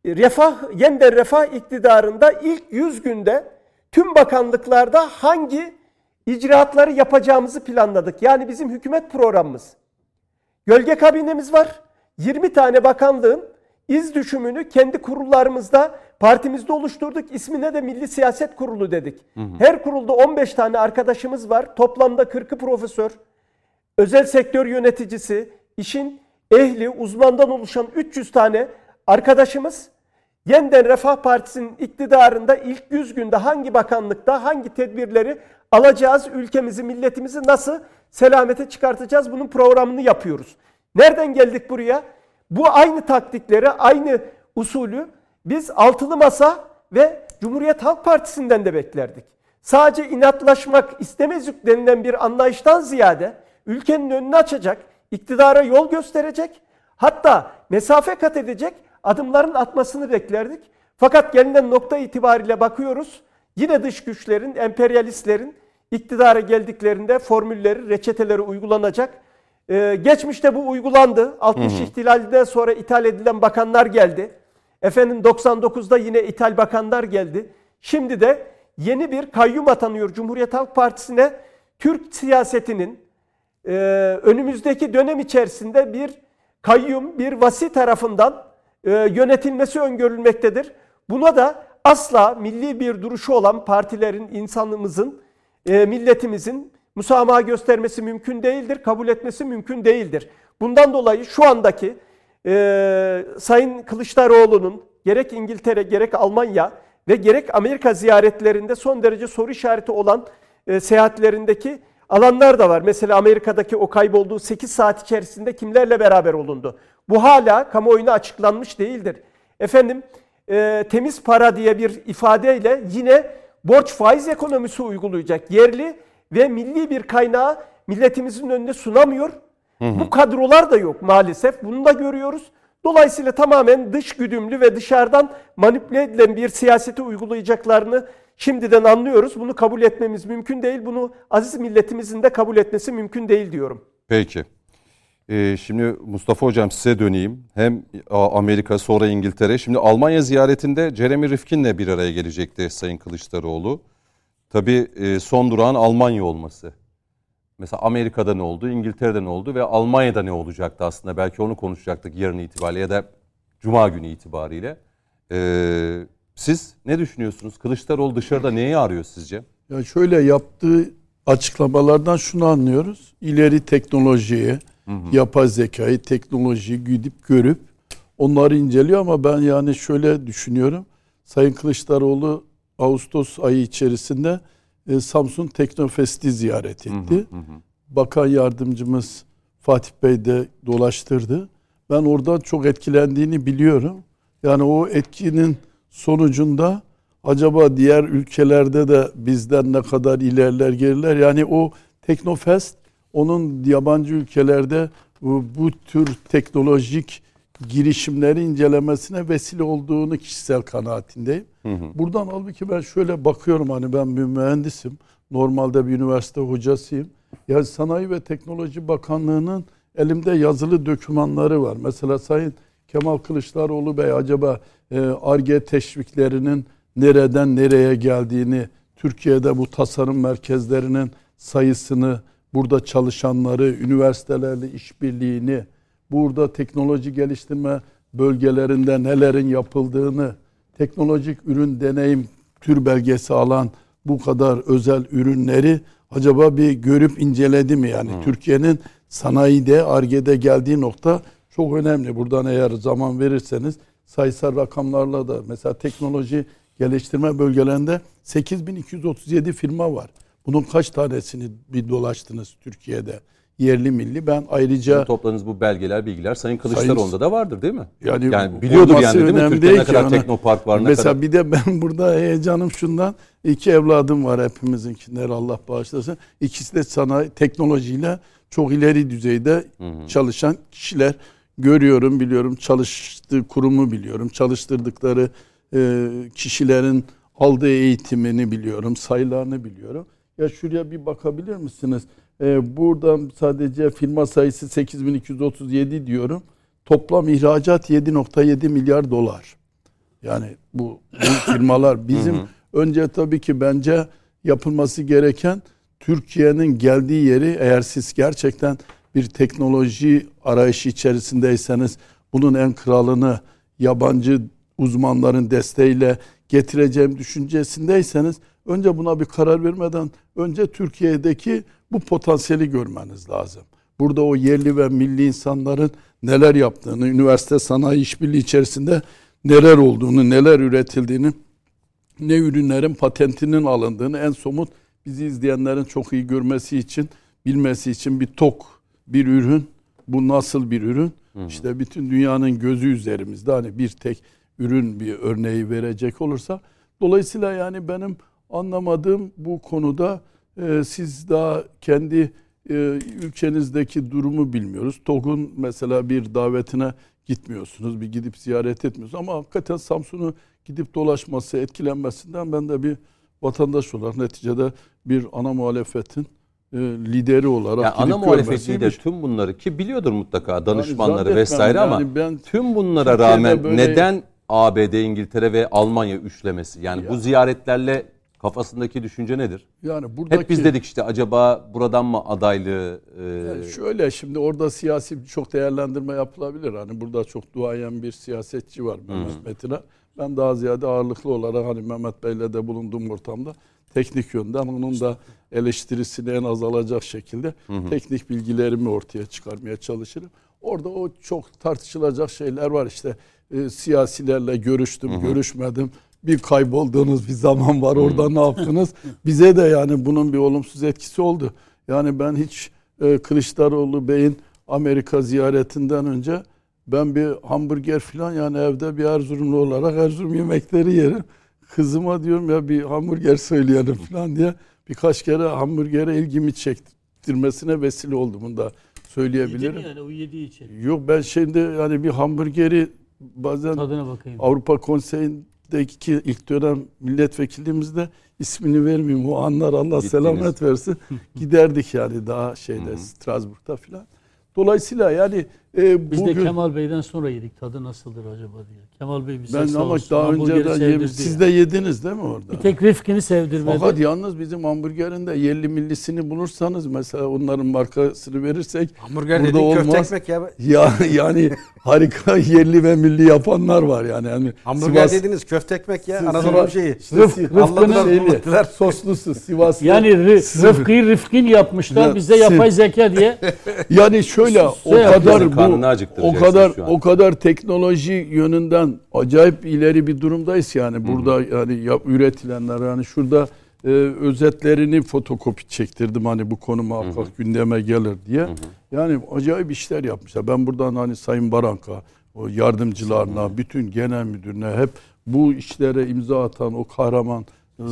D: Yeniden Refah iktidarında ilk 100 günde tüm bakanlıklarda hangi icraatları yapacağımızı planladık. Yani bizim hükümet programımız. Gölge kabinemiz var. 20 tane bakanlığın iz düşümünü kendi kurullarımızda, partimizde oluşturduk. İsmine de Milli Siyaset Kurulu dedik. Her kurulda 15 tane arkadaşımız var. Toplamda 40'ı profesör, özel sektör yöneticisi, işin ehli, uzmandan oluşan 300 tane arkadaşımız Yeniden Refah Partisi'nin iktidarında ilk 100 günde hangi bakanlıkta hangi tedbirleri alacağız, ülkemizi, milletimizi nasıl selamete çıkartacağız, bunun programını yapıyoruz. Nereden geldik buraya? Bu aynı taktikleri, aynı usulü biz Altılı Masa ve Cumhuriyet Halk Partisi'nden de beklerdik. Sadece inatlaşmak istemezlik denilen bir anlayıştan ziyade ülkenin önünü açacak, iktidara yol gösterecek, hatta mesafe kat edecek adımların atmasını beklerdik. Fakat gelinen nokta itibariyle bakıyoruz, yine dış güçlerin, emperyalistlerin iktidara geldiklerinde formülleri, reçeteleri uygulanacak. Geçmişte bu uygulandı. 60 ihtilalinden sonra ithal edilen bakanlar geldi. 99'da yine ithal bakanlar geldi. Şimdi de yeni bir kayyum atanıyor Cumhuriyet Halk Partisi'ne. Türk siyasetinin önümüzdeki dönem içerisinde bir kayyum, bir vasi tarafından yönetilmesi öngörülmektedir. Buna da asla milli bir duruşu olan partilerin, insanımızın, milletimizin müsamaha göstermesi mümkün değildir, kabul etmesi mümkün değildir. Bundan dolayı şu andaki Sayın Kılıçdaroğlu'nun gerek İngiltere, gerek Almanya ve gerek Amerika ziyaretlerinde son derece soru işareti olan seyahatlerindeki alanlar da var. Mesela Amerika'daki o kaybolduğu 8 saat içerisinde kimlerle beraber olundu? Bu hala kamuoyuna açıklanmış değildir. Efendim, temiz para diye bir ifadeyle yine borç faiz ekonomisi uygulayacak. Yerli ve milli bir kaynağı milletimizin önüne sunamıyor. Bu kadrolar da yok maalesef. Bunu da görüyoruz. Dolayısıyla tamamen dış güdümlü ve dışarıdan manipüle edilen bir siyaseti uygulayacaklarını şimdiden anlıyoruz. Bunu kabul etmemiz mümkün değil. Bunu aziz milletimizin de kabul etmesi mümkün değil diyorum.
A: Peki. Şimdi Mustafa Hocam size döneyim. Hem Amerika sonra İngiltere. Şimdi Almanya ziyaretinde Jeremy Rifkin'le bir araya gelecekti Sayın Kılıçdaroğlu. Tabii son durağın Almanya olması. Mesela Amerika'da ne oldu, İngiltere'de ne oldu ve Almanya'da ne olacaktı aslında? Belki onu konuşacaktık yarın itibariyle ya da Cuma günü itibariyle. Siz ne düşünüyorsunuz? Kılıçdaroğlu dışarıda neyi arıyor sizce?
C: Ya şöyle yaptığı açıklamalardan şunu anlıyoruz. İleri teknolojiye, yapay zekayı, teknolojiyi gidip görüp onları inceliyor ama ben yani şöyle düşünüyorum. Sayın Kılıçdaroğlu Ağustos ayı içerisinde Samsun Teknofest'i ziyaret etti. Bakan yardımcımız Fatih Bey de dolaştırdı. Ben oradan çok etkilendiğini biliyorum. Yani o etkinin sonucunda acaba diğer ülkelerde de bizden ne kadar ilerler geriler? Yani o Teknofest onun yabancı ülkelerde bu tür teknolojik girişimleri incelemesine vesile olduğunu kişisel kanaatindeyim. Buradan halbuki ben şöyle bakıyorum, hani ben bir mühendisim. Normalde bir üniversite hocasıyım. Yani Sanayi ve Teknoloji Bakanlığı'nın elimde yazılı dokümanları var. Mesela Sayın Kemal Kılıçdaroğlu Bey acaba Ar-Ge teşviklerinin nereden nereye geldiğini, Türkiye'de bu tasarım merkezlerinin sayısını, burada çalışanları, üniversitelerle işbirliğini, burada teknoloji geliştirme bölgelerinde nelerin yapıldığını, teknolojik ürün deneyim tür belgesi alan bu kadar özel ürünleri acaba bir görüp inceledi mi? Yani Türkiye'nin sanayide, Ar-Ge'de geldiği nokta çok önemli. Buradan eğer zaman verirseniz sayısal rakamlarla da, mesela teknoloji geliştirme bölgelerinde 8237 firma var. Bunun kaç tanesini bir dolaştınız Türkiye'de? Yerli milli. Ben ayrıca
A: topladığınız bu belgeler, bilgiler Sayın Kılıçdaroğlu'nda da vardır değil mi?
C: Yani
A: biliyordur yani değil mi? Türkiye'de ne kadar
C: yani,
A: teknopark var,
C: mesela
A: kadar.
C: bir de ben burada heyecanım şundan, 2 evladım var hepimizinkiler, Allah bağışlasın. İkisi de sanayi, teknolojiyle çok ileri düzeyde çalışan kişiler. Görüyorum, biliyorum, çalıştığı kurumu biliyorum, çalıştırdıkları kişilerin aldığı eğitimini biliyorum, sayılarını biliyorum. Ya şuraya bir bakabilir misiniz? Buradan sadece firma sayısı 8237 diyorum. Toplam ihracat 7.7 milyar dolar. Yani bu firmalar bizim önce tabii ki bence yapılması gereken, Türkiye'nin geldiği yeri, eğer siz gerçekten bir teknoloji arayışı içerisindeyseniz, bunun en kralını yabancı uzmanların desteğiyle getireceğim düşüncesindeyseniz, önce buna bir karar vermeden önce Türkiye'deki bu potansiyeli görmeniz lazım. Burada o yerli ve milli insanların neler yaptığını, üniversite sanayi işbirliği içerisinde neler olduğunu, neler üretildiğini, ne ürünlerin patentinin alındığını en somut bizi izleyenlerin çok iyi görmesi için, bilmesi için bir TOK, bir ürün, bu nasıl bir ürün? İşte bütün dünyanın gözü üzerimizde, hani bir tek ürün bir örneği verecek olursa. Dolayısıyla yani benim anlamadığım bu konuda, siz daha kendi ülkenizdeki durumu bilmiyoruz. TOG'un mesela bir davetine gitmiyorsunuz, bir gidip ziyaret etmiyorsunuz. Ama hakikaten Samsun'u gidip dolaşması, etkilenmesinden ben de bir vatandaş olarak, neticede bir ana muhalefetin lideri olarak
A: yani ana muhalefeti de tüm bunları, ki biliyordur mutlaka danışmanları yani vesaire, ama tüm bunlara Türkiye'de rağmen böyle, neden ABD, İngiltere ve Almanya üçlemesi? Yani bu ziyaretlerle kafasındaki düşünce nedir?
C: Yani buradaki,
A: hep biz dedik işte acaba buradan mı adaylığı?
C: Yani şöyle, şimdi orada siyasi çok değerlendirme yapılabilir. Hani burada çok duayen bir siyasetçi var, Mehmet Metiner. Ben daha ziyade ağırlıklı olarak hani Mehmet Bey'le de bulunduğum ortamda teknik yönden onun da eleştirisini en az alacak şekilde teknik bilgilerimi ortaya çıkarmaya çalışırım. Orada o çok tartışılacak şeyler var. İşte siyasilerle görüştüm, görüşmedim. Bir kaybolduğunuz bir zaman var. Orada ne yaptınız? Bize de yani bunun bir olumsuz etkisi oldu. Yani ben hiç Kılıçdaroğlu Bey'in Amerika ziyaretinden önce ben bir hamburger falan, yani evde bir Erzurumlu olarak Erzurum yemekleri yerim. Kızıma diyorum ya bir hamburger söyleyelim falan diye birkaç kere hamburgere ilgimi çektirmesine vesile oldu. Bunu da söyleyebilirim.
B: Yedin yani, o yediği için.
C: Yok, ben şimdi yani bir hamburgeri bazen Avrupa Konseyi'ndeki ilk dönem milletvekilliğimizde, ismini vermeyeyim, o anlar Allah gittiniz, selamet versin. Giderdik yani daha şeyde Strasbourg'da falan. Dolayısıyla yani
B: biz
C: bugün,
B: de Kemal Bey'den sonra yedik. Tadı nasıldır acaba diye. Kemal Bey bize
C: sağ olsun. Daha önceden yemiş. Siz de yediniz değil mi orada?
B: Bir tek Rifkin'i sevdirmedi.
C: Fakat yalnız bizim hamburgerin de yerli millisini bulursanız, mesela onların markasını verirsek,
E: hamburger dediğin köfte ekmek
C: ya. Yani harika yerli ve milli yapanlar var yani
E: hamburger Sivas, dediniz köfte ekmek ya. Anadolu'nun şeyi.
B: Rıfkı'nın
C: soslusu Sivaslı.
B: Yani Rıfkı'yı Rifkin yapmışlar bize yapay zeka diye.
C: Yani şöyle o kadar teknoloji yönünden acayip ileri bir durumdayız yani. Burada yani üretilenler, yani şurada özetlerini fotokopi çektirdim hani bu konu muhakkak gündeme gelir diye. Yani acayip işler yapmışlar. Ben buradan hani Sayın Barank'a, o yardımcılarına, bütün genel müdürüne, hep bu işlere imza atan o kahraman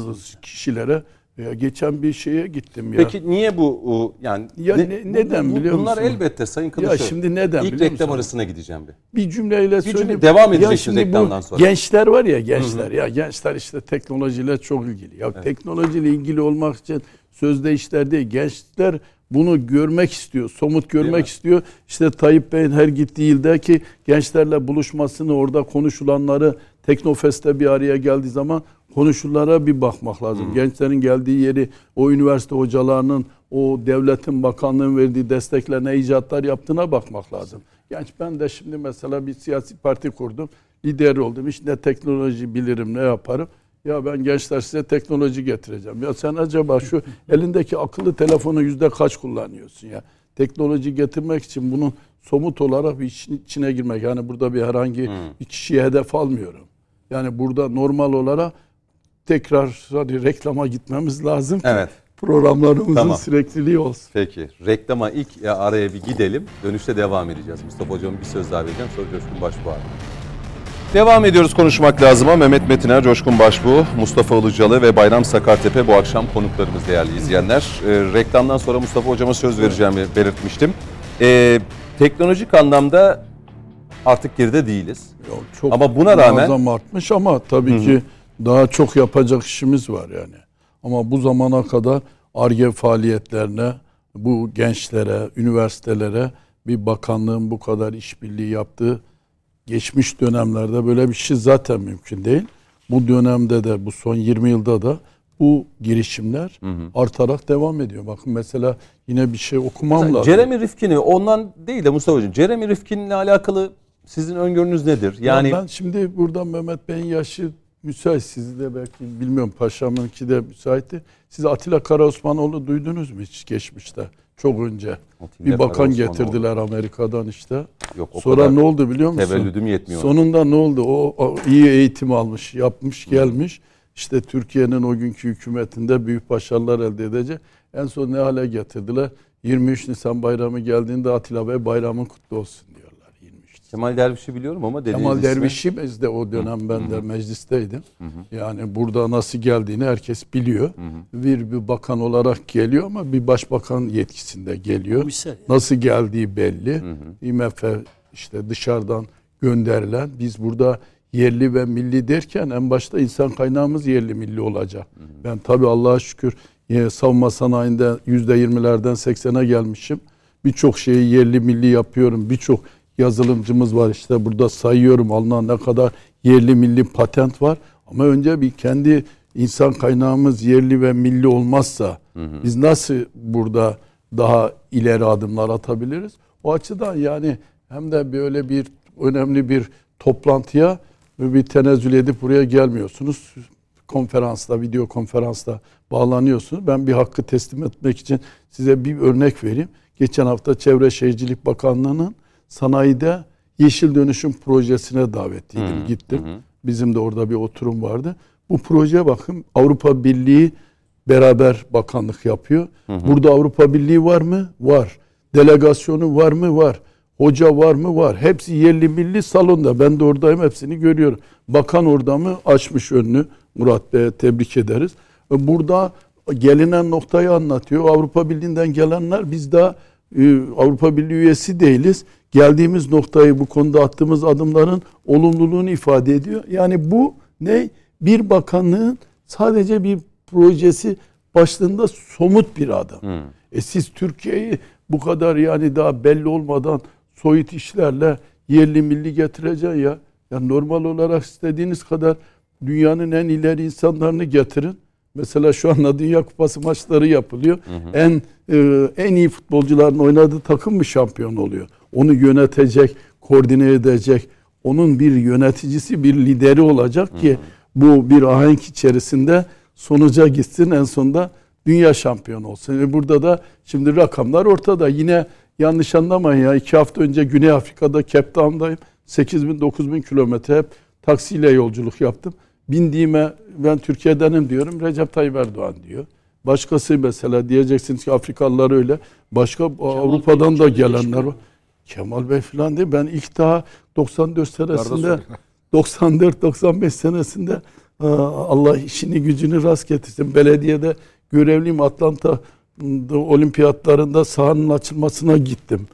C: kişilere geçen bir şeye gittim ya.
A: Peki niye bu yani
C: neden biliyor musun?
A: Bunlar elbette Sayın Kılıçdaroğlu.
C: Ya şimdi neden
A: İlk
C: biliyor
A: reklam
C: musun?
A: arasına gideceğim bir.
C: Bir cümleyle söyleyeyim.
A: Devam edeceksiniz reklamdan sonra.
C: Gençler var ya gençler. Ya gençler işte teknolojiyle çok ilgili. Ya teknolojiyle ilgili olmak için sözde işler değil. Gençler bunu görmek istiyor. Somut görmek istiyor. İşte Tayyip Bey'in her gittiği ildeki gençlerle buluşmasını, orada konuşulanları, Teknofest'te bir araya geldiği zaman konuşulara bir bakmak lazım. Gençlerin geldiği yeri, o üniversite hocalarının, o devletin, bakanlığın verdiği destekle ne icatlar yaptığına bakmak lazım. Genç, ben de şimdi mesela bir siyasi parti kurdum. Lider oldum. Hiç ne teknoloji bilirim, ne yaparım. Ya ben gençler size teknoloji getireceğim. Ya sen acaba şu elindeki akıllı telefonu yüzde kaç kullanıyorsun ya? Teknoloji getirmek için bunun somut olarak bir işin içine girmek. Yani burada bir herhangi bir kişiye hedef almıyorum. Yani burada normal olarak tekrar hadi reklama gitmemiz lazım ki programlarımızın sürekliliği olsun.
A: Peki. Reklama ilk araya bir gidelim. Dönüşte devam edeceğiz. Mustafa Hocam'a bir söz daha vereceğim. Sonra Coşkun Başbuğ abi. Devam ediyoruz konuşmak lazım ama Mehmet Metiner, Coşkun Başbuğ, Mustafa Ilıcalı ve Bayram Sakartepe bu akşam konuklarımız değerli izleyenler. Reklamdan sonra Mustafa Hocam'a söz vereceğimi belirtmiştim. Teknolojik anlamda artık geride değiliz.
C: Yok, çok
A: ama buna rağmen
C: artmış ama tabii ki daha çok yapacak işimiz var yani. Ama bu zamana kadar Ar-Ge faaliyetlerine, bu gençlere, üniversitelere bir bakanlığın bu kadar işbirliği yaptığı geçmiş dönemlerde böyle bir şey zaten mümkün değil. Bu dönemde de, bu son 20 yılda da bu girişimler artarak devam ediyor. Bakın mesela yine bir şey okumam lazım.
A: Jeremy Rifkin'i ondan değil de Mustafa Hocam, Jeremy Rifkin'le alakalı sizin öngörünüz nedir? Yani
C: ben şimdi buradan Mehmet Bey'in yaşı müsait. Sizi de belki bilmiyorum, Paşam'ınki de müsaitti. Siz Atilla Karaosmanoğlu duydunuz mu hiç geçmişte? Çok önce.
A: Atilla
C: bir bakan getirdiler Amerika'dan işte.
A: Yok,
C: sonra ne oldu biliyor musun?
A: Tevellüdüm yetmiyor.
C: Sonunda ne oldu? O iyi eğitim almış, yapmış, gelmiş. İşte Türkiye'nin o günkü hükümetinde büyük başarılar elde edecek. En son ne hale getirdiler? 23 Nisan bayramı geldiğinde Atilla Bey bayramın kutlu olsun diyorlar. 23
A: Kemal Derviş'i biliyorum ama
C: Kemal Derviş'i de o dönem ben de meclisteydim. Yani burada nasıl geldiğini herkes biliyor. Bir bakan olarak geliyor ama bir başbakan yetkisinde geliyor. Nasıl geldiği belli. IMF işte dışarıdan gönderilen, biz burada yerli ve milli derken en başta insan kaynağımız yerli milli olacak. Ben tabii Allah'a şükür savunma sanayinde %20'lerden 80'e gelmişim. Birçok şeyi yerli milli yapıyorum. Birçok yazılımcımız var, işte burada sayıyorum, alınan ne kadar yerli milli patent var. Ama önce bir kendi insan kaynağımız yerli ve milli olmazsa biz nasıl burada daha ileri adımlar atabiliriz? O açıdan yani hem de böyle bir önemli bir toplantıya bir tenezzül edip buraya gelmiyorsunuz. Konferansta, video konferansta bağlanıyorsunuz. Ben bir hakkı teslim etmek için size bir örnek vereyim. Geçen hafta Çevre Şehircilik Bakanlığı'nın sanayide yeşil dönüşüm projesine davetliydim. Gittim. Bizim de orada bir oturum vardı. Bu projeye bakın, Avrupa Birliği beraber bakanlık yapıyor. Burada Avrupa Birliği var mı? Var. Delegasyonu var mı? Var. Hoca var mı? Var. Hepsi yerli milli salonda. Ben de oradayım, hepsini görüyorum. Bakan orada mı? Açmış önünü. Murat Bey'e tebrik ederiz. Burada gelinen noktayı anlatıyor. Avrupa Birliği'nden gelenler, biz daha Avrupa Birliği üyesi değiliz. Geldiğimiz noktayı, bu konuda attığımız adımların olumluluğunu ifade ediyor. Yani bu ne? Bir bakanlığın sadece bir projesi başlığında somut bir adım. Siz Türkiye'yi bu kadar yani daha belli olmadan soyut işlerle yerli milli getireceksin ya. Ya normal olarak istediğiniz kadar dünyanın en ileri insanlarını getirin. Mesela şu anda Dünya Kupası maçları yapılıyor. En iyi futbolcuların oynadığı takım mı şampiyon oluyor? Onu yönetecek, koordine edecek, onun bir yöneticisi, bir lideri olacak ki bu bir ahenk içerisinde sonuca gitsin, en sonunda dünya şampiyonu olsun. Burada da şimdi rakamlar ortada. Yine yanlış anlamayın ya, 2 hafta önce Güney Afrika'da Cape Town'dayım. 8.000-9.000 kilometre hep taksiyle yolculuk yaptım. bindiğime ben Türkiye'denim diyorum. Recep Tayyip Erdoğan diyor. Başkası mesela diyeceksiniz ki Afrikalılar öyle. Başka Avrupa'dan da gelenler var. Kemal Bey falan değil. Ben ilk daha 94 senesinde 94-95 senesinde Allah işini gücünü rast getirsin. Belediyede görevliyim. Atlanta olimpiyatlarında sahanın açılmasına gittim.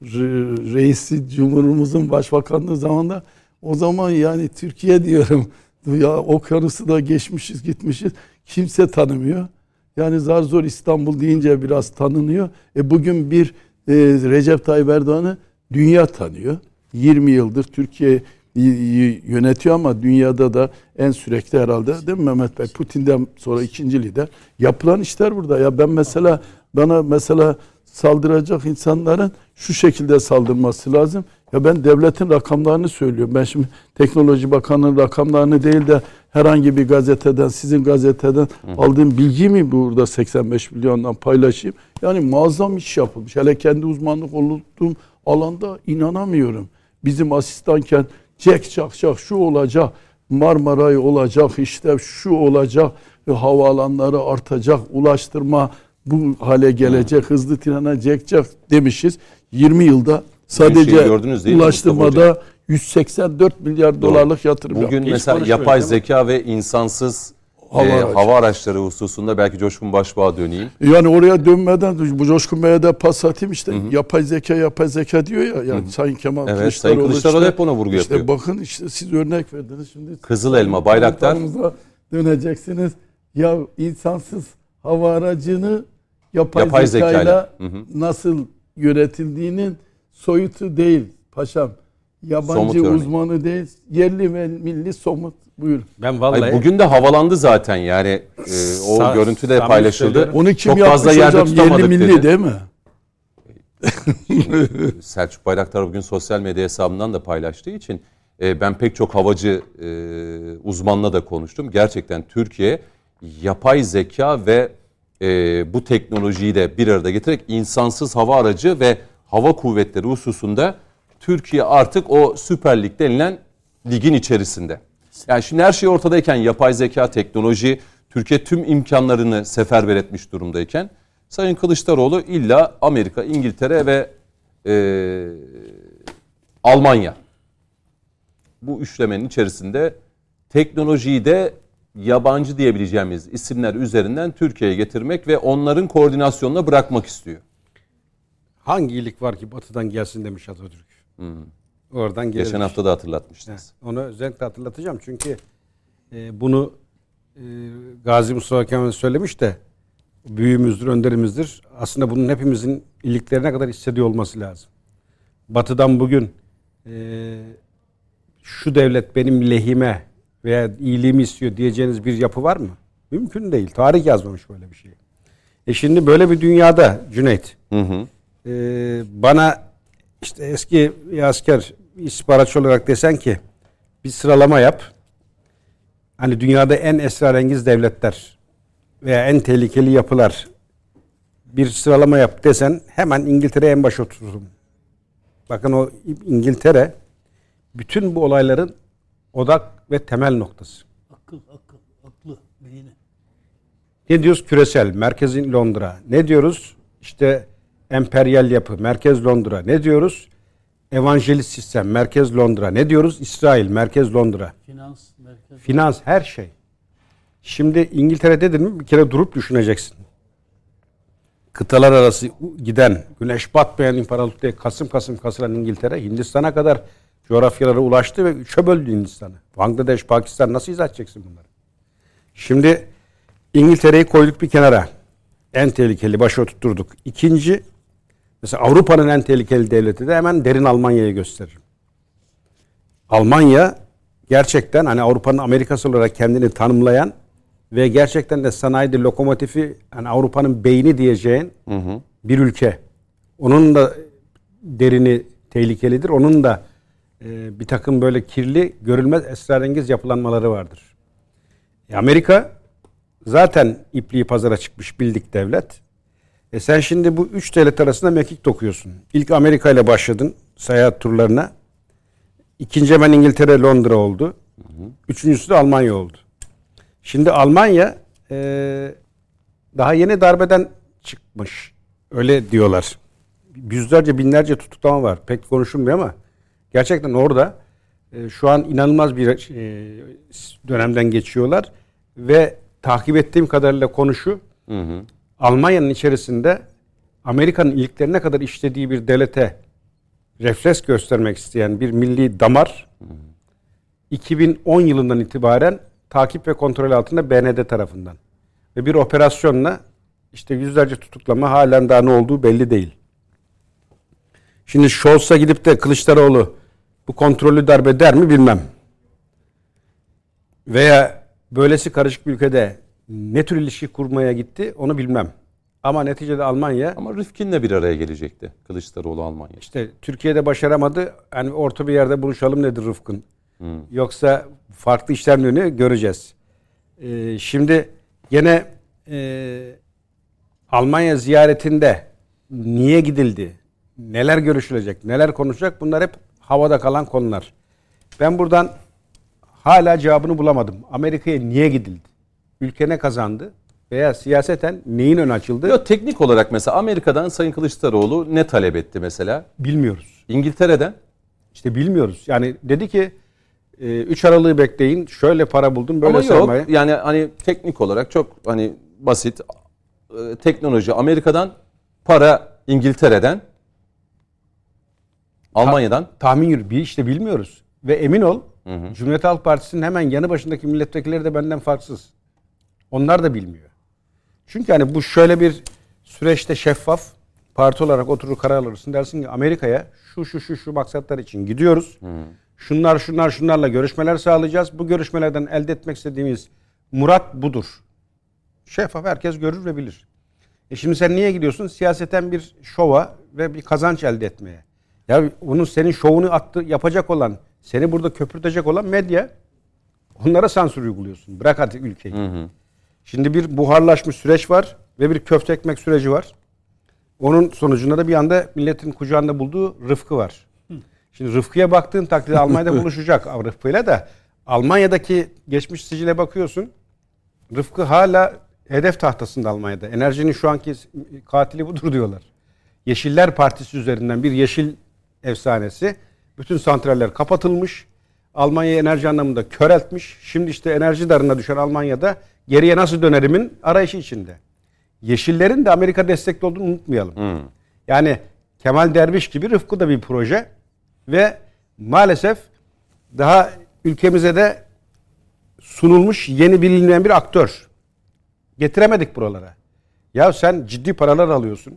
C: Reisi Cumhurumuzun başbakanlığı zamanında o zaman yani Türkiye diyorum ya okyanusu da geçmişiz gitmişiz. Kimse tanımıyor. Yani zar zor İstanbul deyince biraz tanınıyor. Bugün bir Recep Tayyip Erdoğan'ı dünya tanıyor. 20 yıldır Türkiye yönetiyor ama dünyada da en sürekli herhalde değil mi Mehmet Bey? Putin'den sonra ikinci lider. Yapılan işler burada. Ya ben mesela bana mesela saldıracak insanların şu şekilde saldırması lazım. Ya ben devletin rakamlarını söylüyorum. Ben şimdi Teknoloji Bakanı'nın rakamlarını değil de herhangi bir gazeteden, sizin gazeteden aldığım bilgiyi mi burada 85 milyondan paylaşayım? Yani muazzam iş yapılmış. Hele kendi uzmanlık olduğum alanda inanamıyorum. Bizim asistanken çak şu olacak, Marmaray olacak, işte şu olacak, havaalanları artacak, ulaştırma bu hale gelecek, hızlı trene çekecek demişiz. 20 yılda sadece ulaştırmada 184 milyar dolarlık yatırım
A: Bugün
C: yaptı.
A: mesela yapay zeka ve insansız hava araçları hususunda belki Coşkun Başbuğ'a döneyim.
C: Yani oraya dönmeden bu Coşkun Bey'e de pas atayım işte yapay zeka diyor ya. Yani Sayın Kemal Kılıçdaroğlu.
A: Sayın Kılıçdaroğlu hep ona vurgu yapıyor.
C: Bakın işte siz örnek verdiniz şimdi.
A: Kızıl Elma, Bayraktar.
C: Döneceksiniz. Ya insansız hava aracını yapay zekayla nasıl yönetildiğinin soyutu değil paşam. Yabancı uzmanı değil, yerli ve milli somut. Buyur.
E: Ben vallahi
A: bugün de havalandı zaten yani o görüntü de paylaşıldı.
C: Onu kim
A: çok
C: yapmış
A: fazla yerde
C: hocam? Yerli milli dedi. Değil mi?
A: Selçuk Bayraktar bugün sosyal medya hesabından da paylaştığı için ben pek çok havacı uzmanla da konuştum. Gerçekten Türkiye yapay zeka ve bu teknolojiyi de bir arada getirerek insansız hava aracı ve hava kuvvetleri hususunda Türkiye artık o Süper Lig denilen ligin içerisinde. Yani şimdi her şey ortadayken yapay zeka, teknoloji, Türkiye tüm imkanlarını seferber etmiş durumdayken Sayın Kılıçdaroğlu illa Amerika, İngiltere ve Almanya bu üçlemenin içerisinde teknolojiyi de yabancı diyebileceğimiz isimler üzerinden Türkiye'ye getirmek ve onların koordinasyonuna bırakmak istiyor.
E: Hangi iyilik var ki batıdan gelsin demiş Atatürk. Oradan gelmiş.
A: Geçen hafta da hatırlatmıştınız.
E: Onu özellikle hatırlatacağım çünkü bunu Gazi Mustafa Kemal söylemiş de büyüğümüzdür, önderimizdir. Aslında bunun hepimizin iyiliklerine kadar hissediyor olması lazım. Batı'dan bugün şu devlet benim lehime veya iyiliğimi istiyor diyeceğiniz bir yapı var mı? Mümkün değil. Tarih yazmamış böyle bir şey. Şimdi böyle bir dünyada Cüneyt bana işte eski bir asker istihbaratçı olarak desen ki bir sıralama yap. Hani dünyada en esrarengiz devletler veya en tehlikeli yapılar bir sıralama yap desen hemen İngiltere'ye en başa otururum. Bakın o İngiltere bütün bu olayların odak ve temel noktası.
B: Aklı, beyni.
E: Ne diyoruz? Küresel, merkezin Londra. Ne diyoruz? İşte emperyal yapı, merkez Londra. Ne diyoruz? Evangelist sistem, merkez Londra. Ne diyoruz? İsrail, merkez Londra.
B: Finans, merkez.
E: Finans, her şey. Şimdi İngiltere dedin mi bir kere durup düşüneceksin. Kıtalar arası giden, güneş batmayan imparatorluk diye kasım kasılan İngiltere Hindistan'a kadar coğrafyalara ulaştı ve üçe böldü Hindistan'ı. Bangladeş, Pakistan nasıl izah edeceksin bunları? Şimdi İngiltere'yi koyduk bir kenara. En tehlikeli başa oturtturduk. İkinci, mesela Avrupa'nın en tehlikeli devleti de hemen derin Almanya'yı gösteririm. Almanya gerçekten hani Avrupa'nın Amerikası olarak kendini tanımlayan ve gerçekten de sanayide lokomotifi hani Avrupa'nın beyni diyeceğin bir ülke. Onun da derini tehlikelidir. Onun da bir takım böyle kirli, görülmez esrarengiz yapılanmaları vardır. Amerika zaten ipliği pazara çıkmış bildik devlet. Sen şimdi bu üç devlet arasında mekik dokuyorsun. İlk Amerika ile başladın seyahat turlarına. İkinci hemen İngiltere, Londra oldu. Üçüncüsü de Almanya oldu. Şimdi Almanya daha yeni darbeden çıkmış. Öyle diyorlar. Yüzlerce binlerce tutuklama var. Pek konuşulmuyor ama gerçekten orada şu an inanılmaz bir dönemden geçiyorlar. Ve takip ettiğim kadarıyla konu şu. Almanya'nın içerisinde Amerika'nın iliklerine kadar işlediği bir devlete refleks göstermek isteyen bir milli damar 2010 yılından itibaren takip ve kontrol altında BND tarafından. Ve bir operasyonla işte yüzlerce tutuklama halen daha ne olduğu belli değil. Şimdi Scholz'a gidip de Kılıçdaroğlu bu kontrollü darbe der mi bilmem. Veya böylesi karışık bir ülkede ne tür ilişki kurmaya gitti onu bilmem. Ama neticede Almanya...
A: Ama Rifkin'le bir araya gelecekti Kılıçdaroğlu Almanya.
E: İşte Türkiye'de başaramadı. Yani orta bir yerde buluşalım nedir Rıfkın? Yoksa farklı işler mi dönüyor göreceğiz. Şimdi gene Almanya ziyaretinde niye gidildi? Neler görüşülecek? Neler konuşacak? Bunlar hep havada kalan konular. Ben buradan hala cevabını bulamadım. Amerika'ya niye gidildi? Ülke ne kazandı? Veya siyaseten neyin ön açıldı?
A: Yok, teknik olarak mesela Amerika'dan Sayın Kılıçdaroğlu ne talep etti mesela?
E: Bilmiyoruz.
A: İngiltere'den?
E: İşte bilmiyoruz. Yani dedi ki 3 Aralık'ı bekleyin. Şöyle para buldum. Böyle
A: Ama yok
E: sermaye.
A: yani hani teknik olarak çok hani basit teknoloji Amerika'dan, para İngiltere'den, Almanya'dan.
E: Tahmin yürü. İşte bilmiyoruz. Ve emin ol Cumhuriyet Halk Partisi'nin hemen yanı başındaki milletvekilleri de benden farksız. Onlar da bilmiyor. Çünkü hani bu şöyle bir süreçte şeffaf parti olarak oturur karar alırsın. Dersin ki Amerika'ya şu maksatlar için gidiyoruz. Şunlarla görüşmeler sağlayacağız. Bu görüşmelerden elde etmek istediğimiz murat budur. Şeffaf, herkes görür ve bilir. Şimdi sen niye gidiyorsun? Siyaseten bir şova ve bir kazanç elde etmeye. Ya onun senin şovunu yapacak olan, seni burada köpürtecek olan medya. Onlara sansür uyguluyorsun. Bırak hadi ülkeyi. Şimdi bir buharlaşmış süreç var ve bir köfte ekmek süreci var. Onun sonucunda da bir anda milletin kucağında bulduğu Rıfkı var. Şimdi Rıfkı'ya baktığın takdirde Almanya'da buluşacak Rıfkı'yla da Almanya'daki geçmiş sicile bakıyorsun. Rıfkı hala hedef tahtasında Almanya'da. Enerjinin şu anki katili budur diyorlar. Yeşiller Partisi üzerinden bir yeşil efsanesi. Bütün santraller kapatılmış. Almanya'yı enerji anlamında köreltmiş. Şimdi işte enerji darına düşen Almanya'da geriye nasıl dönerimin arayışı içinde. Yeşillerin de Amerika destekli olduğunu unutmayalım. Yani Kemal Derviş gibi Rıfkı da bir proje ve maalesef daha ülkemize de sunulmuş yeni bilinmeyen bir aktör. Getiremedik buralara. Ya sen ciddi paralar alıyorsun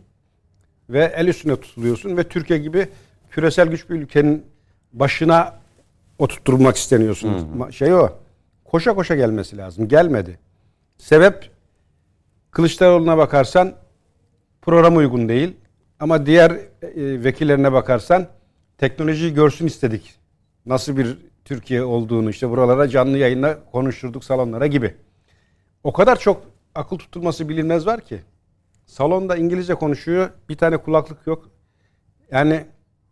E: ve el üstüne tutuluyorsun ve Türkiye gibi küresel güç bir ülkenin başına oturtturmak isteniyorsun. Şey o. Koşa koşa gelmesi lazım. Gelmedi. Sebep Kılıçdaroğlu'na bakarsan program uygun değil. Ama diğer vekillerine bakarsan teknolojiyi görsün istedik. Nasıl bir Türkiye olduğunu işte buralara canlı yayınla konuşturduk salonlara gibi. O kadar çok akıl tutulması bilinmez var ki. Salonda İngilizce konuşuyor. Bir tane kulaklık yok. Yani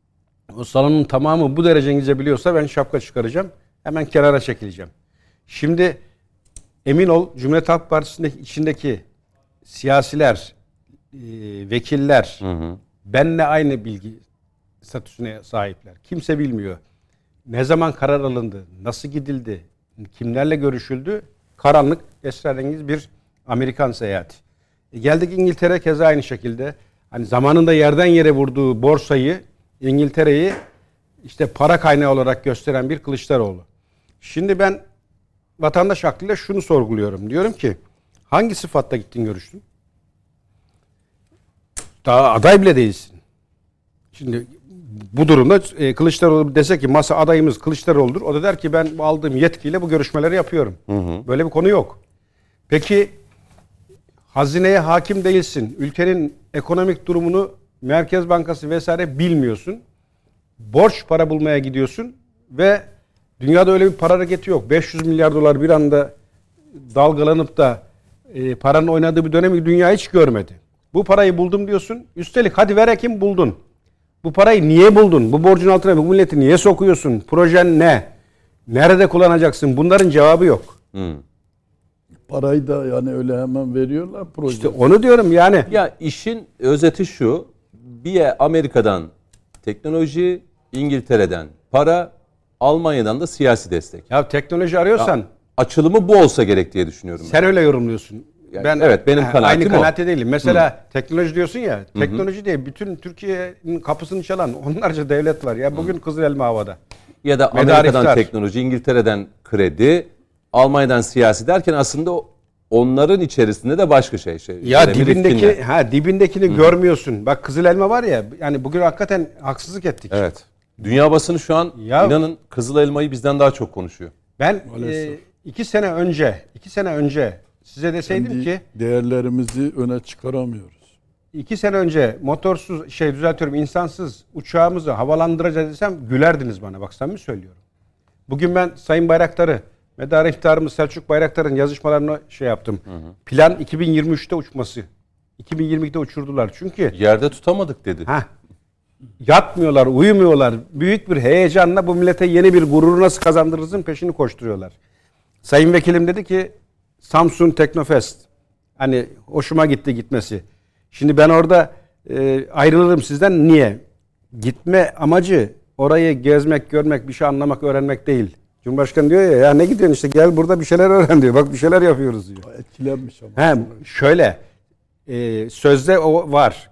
E: o salonun tamamı bu derece İngilizce biliyorsa ben şapka çıkaracağım. Hemen kenara çekileceğim. Şimdi emin ol Cumhuriyet Halk Partisi'ndeki içindeki siyasiler, vekiller benle aynı bilgi statüsüne sahipler. Kimse bilmiyor. Ne zaman karar alındı, nasıl gidildi, kimlerle görüşüldü? Karanlık, esrarengiz bir Amerikan seyahati. Geldik İngiltere keza aynı şekilde. Hani zamanında yerden yere vurduğu borsayı, İngiltere'yi işte para kaynağı olarak gösteren bir Kılıçdaroğlu. Şimdi ben vatandaş aklıyla şunu sorguluyorum. Diyorum ki hangi sıfatla gittin görüştün? Daha aday bile değilsin. Şimdi bu durumda Kılıçdaroğlu dese ki masa adayımız Kılıçdaroğlu'dur. O da der ki ben aldığım yetkiyle bu görüşmeleri yapıyorum. Böyle bir konu yok. Peki hazineye hakim değilsin. Ülkenin ekonomik durumunu Merkez Bankası vesaire bilmiyorsun. Borç para bulmaya gidiyorsun ve dünyada öyle bir para hareketi yok. 500 milyar dolar bir anda dalgalanıp da paranın oynadığı bir dönemi dünya hiç görmedi. Bu parayı buldum diyorsun. Üstelik hadi ver kim buldun. Bu parayı niye buldun? Bu borcun altına bu milleti niye sokuyorsun? Projen ne? Nerede kullanacaksın? Bunların cevabı yok.
C: Parayı da yani öyle hemen veriyorlar proje.
E: İşte onu diyorum yani.
A: Ya işin özeti şu. Bir Amerika'dan teknoloji, İngiltere'den para, Almanya'dan da siyasi destek.
E: Ya teknoloji arıyorsan
A: Açılımı bu olsa gerek diye düşünüyorum.
E: sen öyle yorumluyorsun.
A: Yani evet, benim kanaatim
E: aynı
A: o.
E: kanaatte değilim. Mesela teknoloji diyorsun ya. Teknoloji diye bütün Türkiye'nin kapısını çalan onlarca devlet var. Ya bugün Kızılelma havada.
A: Ya da
E: Medariftar.
A: Amerika'dan teknoloji, İngiltere'den kredi, Almanya'dan siyasi derken aslında onların içerisinde de başka şey.
E: Ya
A: Önemli
E: dibindeki
A: riskler.
E: dibindekini görmüyorsun. Bak Kızılelma var ya. Yani bugün hakikaten haksızlık ettik.
A: Evet. Dünya basını şu an
E: Ya-
A: inanın Kızıl Elma'yı bizden daha çok konuşuyor.
E: Ben 2 sene önce size deseydim
C: Kendi
E: ki
C: değerlerimizi öne çıkaramıyoruz.
E: 2 sene önce motorsuz düzeltiyorum insansız uçağımızı havalandıracağız desem gülerdiniz bana. Bak samimi söylüyorum. Bugün ben Sayın Bayraktar'ı, Medar iftarımız Selçuk Bayraktar'ın yazışmalarını yaptım. Plan 2023'te uçması. 2022'de uçurdular. Çünkü
A: Yerde tutamadık dedi.
E: yatmıyorlar, uyumuyorlar. Büyük bir heyecanla bu millete yeni bir gururu nasıl kazandırırsın peşini koşturuyorlar. Sayın Vekilim dedi ki Samsun Teknofest. Hani hoşuma gitti gitmesi. Şimdi ben orada ayrılırım sizden. Niye? Gitme amacı orayı gezmek, görmek, bir şey anlamak, öğrenmek değil. Cumhurbaşkanı diyor ya ne gidiyorsun işte gel burada bir şeyler öğren diyor. Bak bir şeyler yapıyoruz diyor.
C: Etkilenmiş ama.
E: Şöyle sözde o var.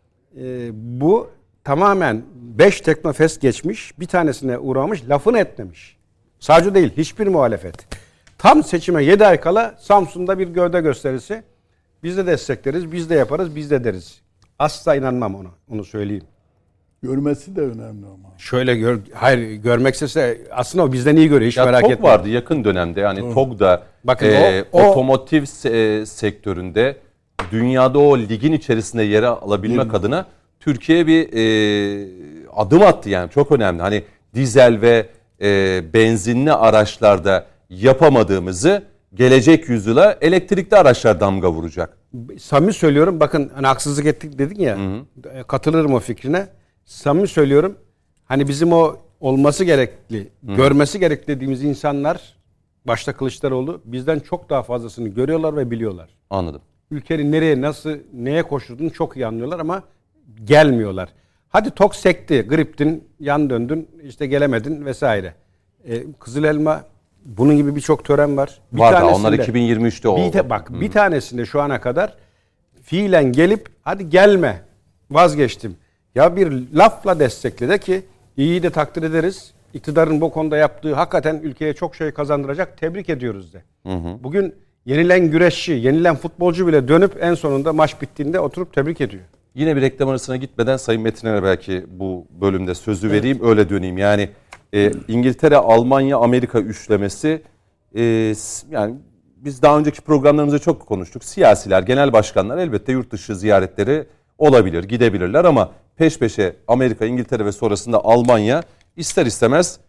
E: Bu tamamen 5 Teknofest geçmiş. Bir tanesine uğramış, lafını etmemiş. Sadece değil, hiçbir muhalefet. Tam seçime 7 ay kala Samsun'da bir gövde gösterisi. Biz de destekleriz, biz de yaparız, biz de deriz. Asla inanmam onu söyleyeyim.
C: Görmesi de önemli ama.
E: Şöyle hayır görmekse aslında o bizden iyi görüyor hiç
A: Ya
E: merak
A: TOG
E: etme.
A: vardı yakın dönemde. Yani TOG da
E: Bakın
A: otomotiv sektöründe dünyada o ligin içerisinde yer alabilmek adına Türkiye bir adım attı yani çok önemli. Hani dizel ve benzinli araçlarda yapamadığımızı gelecek yüzyıla elektrikli araçlar damga vuracak.
E: Samimi söylüyorum bakın hani haksızlık ettik dedik ya katılırım o fikrine. Samimi söylüyorum hani bizim o olması gerekli, görmesi gerekli dediğimiz insanlar başta Kılıçdaroğlu bizden çok daha fazlasını görüyorlar ve biliyorlar.
A: Anladım.
E: Ülkenin nereye nasıl neye koşturduğunu çok iyi anlıyorlar ama gelmiyorlar. Hadi tok sekti, griptin, yan döndün, işte gelemedin vesaire. Kızılelma bunun gibi birçok tören var.
A: Var da onlar 2023'te oldu.
E: Bir tanesinde şu ana kadar fiilen gelip hadi gelme vazgeçtim. Ya bir lafla destekle de ki iyi de takdir ederiz. İktidarın bu konuda yaptığı hakikaten ülkeye çok şey kazandıracak. Tebrik ediyoruz de. Bugün yenilen güreşçi, yenilen futbolcu bile dönüp en sonunda maç bittiğinde oturup tebrik ediyor.
A: Yine bir reklam arasına gitmeden Sayın Metin'e belki bu bölümde sözü vereyim öyle döneyim. Yani İngiltere, Almanya, Amerika üçlemesi yani biz daha önceki programlarımızda çok konuştuk. Siyasiler, genel başkanlar elbette yurt dışı ziyaretleri olabilir, gidebilirler ama peş peşe Amerika, İngiltere ve sonrasında Almanya ister istemez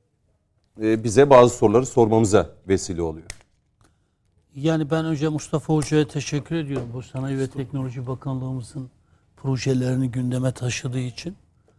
A: bize bazı soruları sormamıza vesile oluyor.
B: Yani ben önce Mustafa Hoca'ya teşekkür ediyorum. Bu Sanayi ve Teknoloji Bakanlığımızın projelerini gündeme taşıdığı için.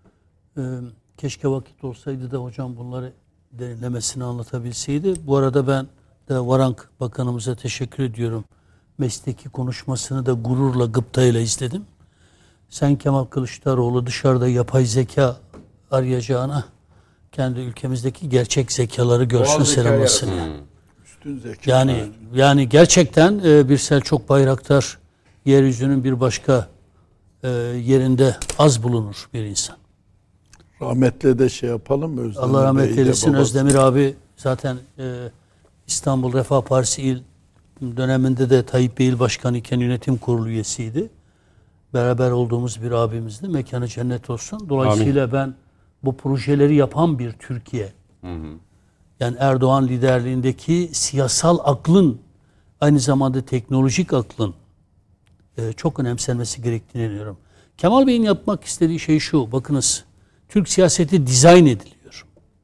B: Keşke vakit olsaydı da hocam bunları derinlemesine anlatabilseydi. Bu arada ben de Varank Bakanımıza teşekkür ediyorum. Mesleki konuşmasını da gururla, gıptayla izledim. Sen Kemal Kılıçdaroğlu dışarıda yapay zeka arayacağına kendi ülkemizdeki gerçek zekaları görsün selamlasın.
C: Üstün zeka.
B: Yani gerçekten bir Selçuk Bayraktar yeryüzünün bir başka yerinde az bulunur bir insan.
C: Rahmetle de şey yapalım mı? Özdemir
B: Allah rahmet
C: Bey'i de
B: eylesin.
C: babası.
B: Özdemir abi zaten İstanbul Refah Partisi il döneminde de Tayyip Bey il başkanı iken yönetim kurulu üyesiydi. Beraber olduğumuz bir abimizdi. Mekanı cennet olsun. Dolayısıyla ben bu projeleri yapan bir Türkiye, yani Erdoğan liderliğindeki siyasal aklın aynı zamanda teknolojik aklın çok önemsenmesi gerektiğini inanıyorum. Kemal Bey'in yapmak istediği şey şu. Bakınız, Türk siyaseti dizayn ediliyor.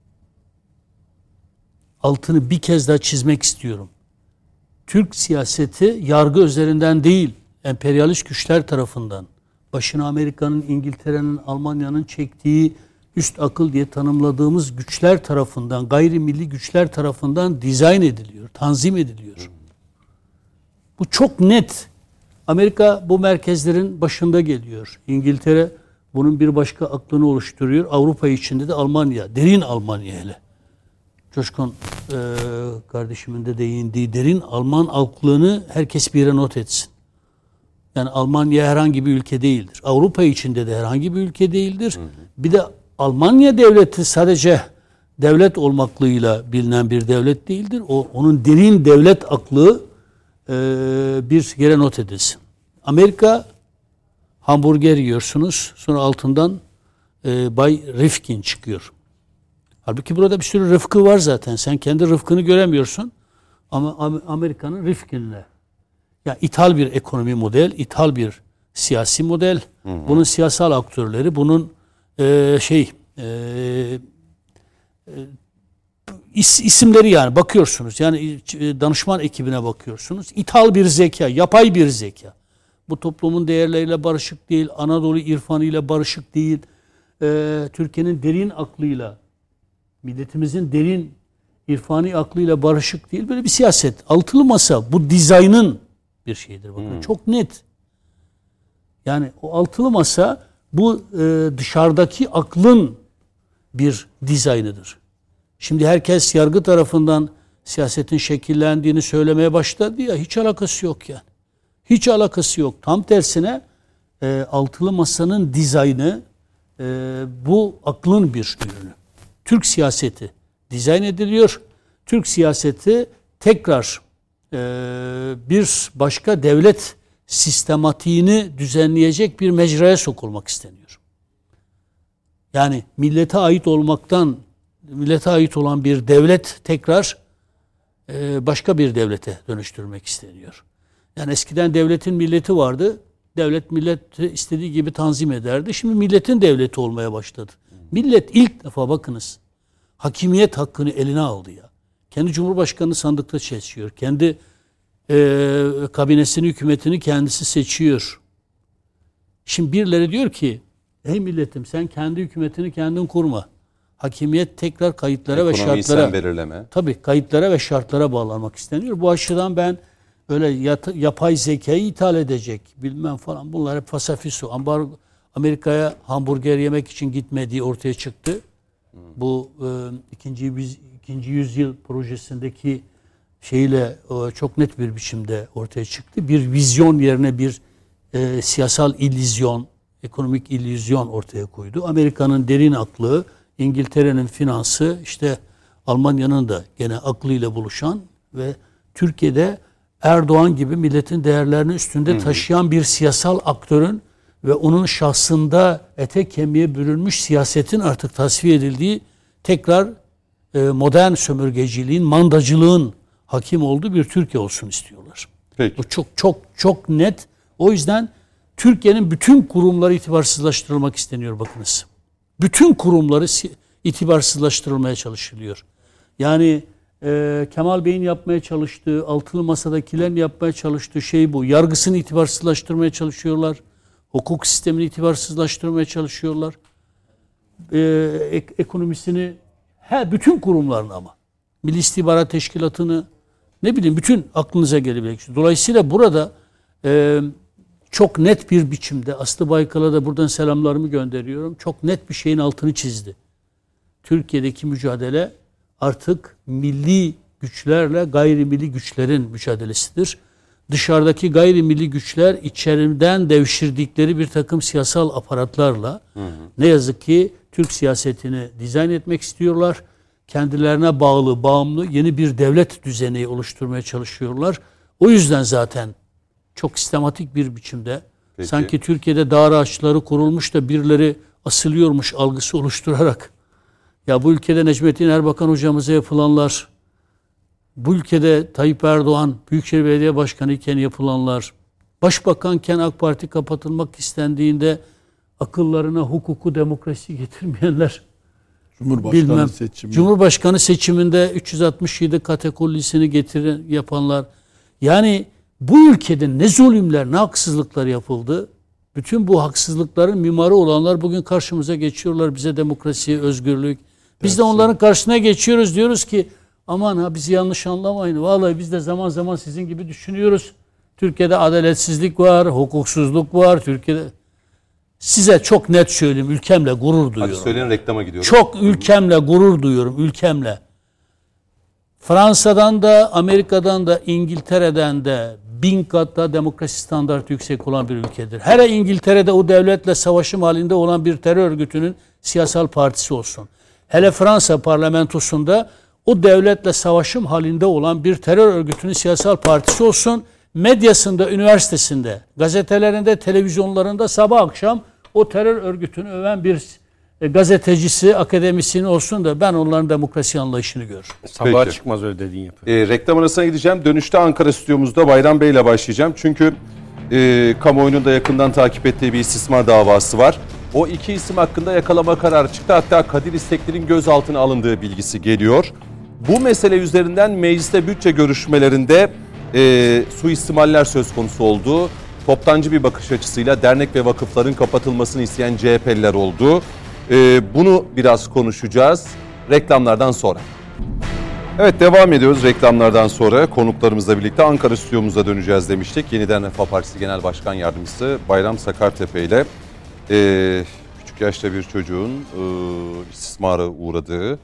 B: Altını bir kez daha çizmek istiyorum. Türk siyaseti yargı üzerinden değil, emperyalist güçler tarafından, başına Amerika'nın, İngiltere'nin, Almanya'nın çektiği üst akıl diye tanımladığımız güçler tarafından, gayrimilli güçler tarafından dizayn ediliyor, tanzim ediliyor. Bu çok net. Amerika bu merkezlerin başında geliyor. İngiltere bunun bir başka aklını oluşturuyor. Avrupa içinde de Almanya, derin Almanya hele. Coşkun kardeşimin de değindiği derin Alman aklını herkes bir yere not etsin. Yani Almanya herhangi bir ülke değildir. Avrupa içinde de herhangi bir ülke değildir. Bir de Almanya devleti sadece devlet olmaklığıyla bilinen bir devlet değildir. Onun derin devlet aklı bir yere not edilsin. Amerika hamburger yiyorsunuz. Sonra altından Bay Rifkin çıkıyor. Halbuki burada bir sürü rıfkı var zaten. Sen kendi rıfkını göremiyorsun. Ama Amerika'nın Rifkin'le. Yani ithal bir ekonomi model, ithal bir siyasi model. Bunun siyasal aktörleri, bunun isimleri yani bakıyorsunuz. Yani danışman ekibine bakıyorsunuz. İthal bir zeka, yapay bir zeka. Bu toplumun değerleriyle barışık değil, Anadolu irfanıyla barışık değil. Türkiye'nin derin aklıyla, milletimizin derin irfani aklıyla barışık değil. Böyle bir siyaset. Altılı masa bu dizaynın bir şeyidir. Bakın çok net. Yani o altılı masa bu dışarıdaki aklın bir dizaynıdır. Şimdi herkes yargı tarafından siyasetin şekillendiğini söylemeye başladı ya, hiç alakası yok yani. Hiç alakası yok. Tam tersine altılı masanın dizaynı bu aklın bir ürünü. Türk siyaseti dizayn ediliyor. Türk siyaseti tekrar bir başka devlet sistematiğini düzenleyecek bir mecraya sokulmak isteniyor. Yani millete ait olan bir devlet tekrar başka bir devlete dönüştürmek isteniyor. Yani eskiden devletin milleti vardı. Devlet milleti istediği gibi tanzim ederdi. Şimdi milletin devleti olmaya başladı. Millet ilk defa bakınız hakimiyet hakkını eline aldı ya. Kendi cumhurbaşkanını sandıkta seçiyor. Kendi kabinesini, hükümetini kendisi seçiyor. Şimdi birileri diyor ki, ey milletim sen kendi hükümetini kendin kurma. Hakimiyet tekrar kayıtlara
A: ekonomiyi
B: ve şartlara,
A: sen belirleme.
B: Tabii kayıtlara ve şartlara bağlanmak isteniyor. Bu açıdan ben öyle yapay zekayı ithal edecek bilmem falan, bunlar hep fasafiso. Amerika'ya hamburger yemek için gitmediği ortaya çıktı. Bu ikinci yüzyıl projesindeki şeyle çok net bir biçimde ortaya çıktı. Bir vizyon yerine bir siyasal illüzyon, ekonomik illüzyon ortaya koydu. Amerika'nın derin aklı, İngiltere'nin finansı, işte Almanya'nın da gene aklıyla buluşan ve Türkiye'de Erdoğan gibi milletin değerlerini üstünde taşıyan bir siyasal aktörün ve onun şahsında ete kemiğe bürünmüş siyasetin artık tasfiye edildiği, tekrar modern sömürgeciliğin, mandacılığın hakim olduğu bir Türkiye olsun istiyorlar.
A: Peki.
B: Bu çok net. O yüzden Türkiye'nin bütün kurumları itibarsızlaştırılmak isteniyor bakınız. Bütün kurumları itibarsızlaştırılmaya çalışılıyor. Yani Kemal Bey'in yapmaya çalıştığı, altılı masadakilerin yapmaya çalıştığı şey bu. Yargısını itibarsızlaştırmaya çalışıyorlar. Hukuk sistemini itibarsızlaştırmaya çalışıyorlar. Ekonomisini, bütün kurumlarını ama. Milli İstihbarat Teşkilatı'nı, ne bileyim, bütün aklınıza gelebilecek. Dolayısıyla burada çok net bir biçimde, Aslı Baykal'a da buradan selamlarımı gönderiyorum. Çok net bir şeyin altını çizdi. Türkiye'deki mücadele artık milli güçlerle gayrimilli güçlerin mücadelesidir. Dışarıdaki gayrimilli güçler içeriden devşirdikleri bir takım siyasal aparatlarla ne yazık ki Türk siyasetini dizayn etmek istiyorlar. Kendilerine bağımlı yeni bir devlet düzeni oluşturmaya çalışıyorlar. O yüzden zaten çok sistematik bir biçimde sanki Türkiye'de dağ ağaçları kurulmuş da birileri asılıyormuş algısı oluşturarak, ya bu ülkede Necmettin Erbakan hocamıza yapılanlar, bu ülkede Tayyip Erdoğan Büyükşehir Belediye Başkanı iken yapılanlar, Başbakanken AK Parti kapatılmak istendiğinde akıllarına hukuku, demokrasi getirmeyenler, Cumhurbaşkanı seçiminde 367 kategorisini yapanlar, yani bu ülkede ne zulümler, ne haksızlıklar yapıldı, Bütün bu haksızlıkların mimarı olanlar bugün karşımıza geçiyorlar. Bize demokrasi, özgürlük. Biz de onların karşısına geçiyoruz. Diyoruz ki aman ha bizi yanlış anlamayın. Vallahi biz de zaman zaman sizin gibi düşünüyoruz. Türkiye'de adaletsizlik var, hukuksuzluk var. Türkiye'de size çok net söyleyeyim, ülkemle gurur duyuyorum.
A: Hadi söyleyin, reklama gidiyorum.
B: Çok ülkemle gurur duyuyorum, ülkemle. Fransa'dan da, Amerika'dan da, İngiltere'den de 1000 kat daha demokrasi standartı yüksek olan bir ülkedir. Hele İngiltere'de o devletle savaşım halinde olan bir terör örgütünün siyasal partisi olsun. Hele Fransa parlamentosunda o devletle savaşım halinde olan bir terör örgütünün siyasal partisi olsun. Medyasında, üniversitesinde, gazetelerinde, televizyonlarında sabah akşam o terör örgütünü öven bir gazetecisi, akademisyeni olsun da ben onların demokrasi anlayışını görürüm.
E: Sabaha
A: Peki.
E: çıkmaz öyle dediğin yapı.
A: Reklam arasına gideceğim. Dönüşte Ankara stüdyomuzda Bayram Bey ile başlayacağım. Çünkü kamuoyunun da yakından takip ettiği bir istismar davası var. O iki isim hakkında yakalama kararı çıktı. Hatta Kadir İstekli'nin gözaltına alındığı bilgisi geliyor. Bu mesele üzerinden mecliste bütçe görüşmelerinde suistimaller söz konusu oldu. Toptancı bir bakış açısıyla dernek ve vakıfların kapatılmasını isteyen CHP'liler oldu. Bunu biraz konuşacağız reklamlardan sonra. Evet, devam ediyoruz reklamlardan sonra. Konuklarımızla birlikte Ankara stüdyomuza döneceğiz demiştik. Yeniden Refah Partisi Genel Başkan Yardımcısı Bayram Sakartepe ile küçük yaşta bir çocuğun istismara uğradığı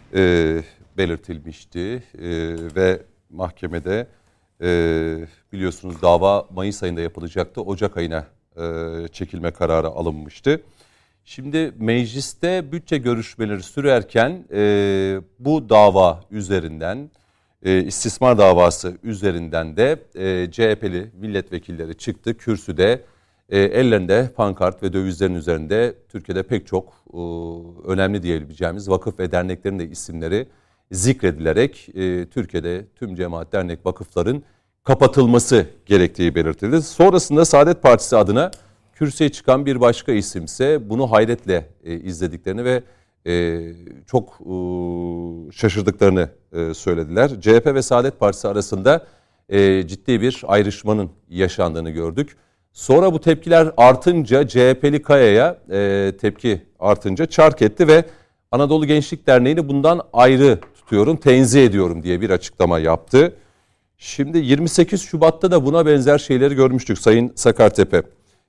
A: belirtilmişti. Ve mahkemede biliyorsunuz dava Mayıs ayında yapılacaktı. Ocak ayına çekilme kararı alınmıştı. Şimdi mecliste bütçe görüşmeleri sürerken bu dava üzerinden, istismar davası üzerinden de CHP'li milletvekilleri çıktı. Kürsüde ellerinde pankart ve dövizlerin üzerinde Türkiye'de pek çok önemli diyebileceğimiz vakıf ve derneklerin de isimleri zikredilerek Türkiye'de tüm cemaat, dernek, vakıfların kapatılması gerektiği belirtildi. Sonrasında Saadet Partisi adına kürsüye çıkan bir başka isimse bunu hayretle izlediklerini ve çok şaşırdıklarını söylediler. CHP ve Saadet Partisi arasında ciddi bir ayrışmanın yaşandığını gördük. Sonra bu tepkiler artınca CHP'li Kaya'ya tepki artınca çark etti ve Anadolu Gençlik Derneği'ni bundan ayrı tutuyorum, tenzih ediyorum diye bir açıklama yaptı. Şimdi 28 Şubat'ta da buna benzer şeyleri görmüştük Sayın Sakartepe.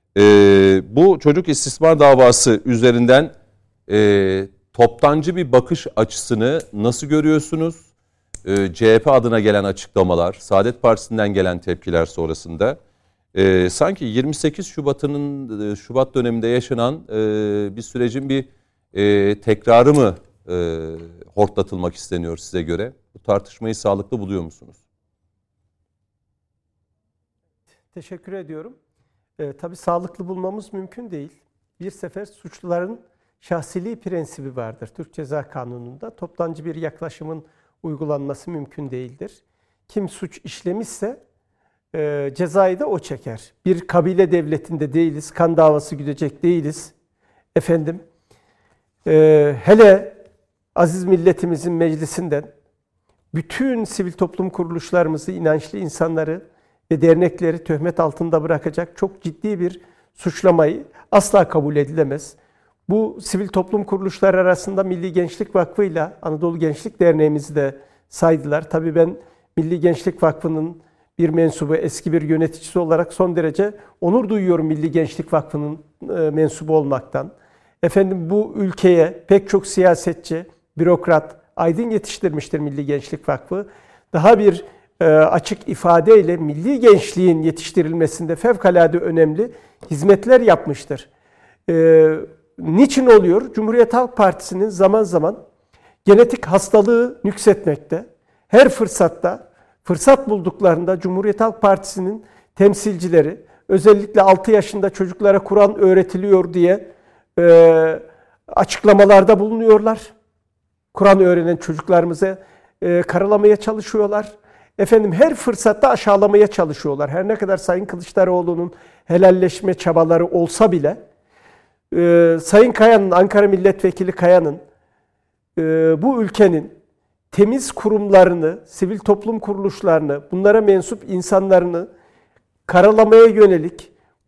A: Bu çocuk istismar davası üzerinden toptancı bir bakış açısını nasıl görüyorsunuz? CHP adına gelen açıklamalar, Saadet Partisi'nden gelen tepkiler sonrasında sanki 28 Şubat döneminde yaşanan bir sürecin bir tekrarı mı hortlatılmak isteniyor size göre? Bu tartışmayı sağlıklı buluyor musunuz?
D: Teşekkür ediyorum. Tabii sağlıklı bulmamız mümkün değil. Bir sefer suçluların şahsiliği prensibi vardır. Türk Ceza Kanunu'nda toptancı bir yaklaşımın uygulanması mümkün değildir. Kim suç işlemişse cezayı da o çeker. Bir kabile devletinde değiliz, kan davası güdecek değiliz. Efendim, hele aziz milletimizin meclisinden bütün sivil toplum kuruluşlarımızı, inançlı insanları ve dernekleri töhmet altında bırakacak çok ciddi bir suçlamayı asla kabul edilemez. Bu sivil toplum kuruluşları arasında Milli Gençlik Vakfı ile Anadolu Gençlik Derneğimizi de saydılar. Tabii ben Milli Gençlik Vakfı'nın bir mensubu, eski bir yöneticisi olarak son derece onur duyuyorum Milli Gençlik Vakfı'nın mensubu olmaktan. Efendim, bu ülkeye pek çok siyasetçi, bürokrat, aydın yetiştirmiştir Milli Gençlik Vakfı. Daha bir açık ifadeyle milli gençliğin yetiştirilmesinde fevkalade önemli hizmetler yapmıştır. Niçin oluyor? Cumhuriyet Halk Partisi'nin zaman zaman genetik hastalığı nüksetmekte. Her fırsatta, fırsat bulduklarında Cumhuriyet Halk Partisi'nin temsilcileri özellikle 6 yaşında çocuklara Kur'an öğretiliyor diye açıklamalarda bulunuyorlar. Kur'an öğrenen çocuklarımızı karalamaya çalışıyorlar. Efendim, her fırsatta aşağılamaya çalışıyorlar. Her ne kadar Sayın Kılıçdaroğlu'nun helalleşme çabaları olsa bile Sayın Kaya'nın, Ankara Milletvekili Kaya'nın bu ülkenin temiz kurumlarını, sivil toplum kuruluşlarını, bunlara mensup insanlarını karalamaya yönelik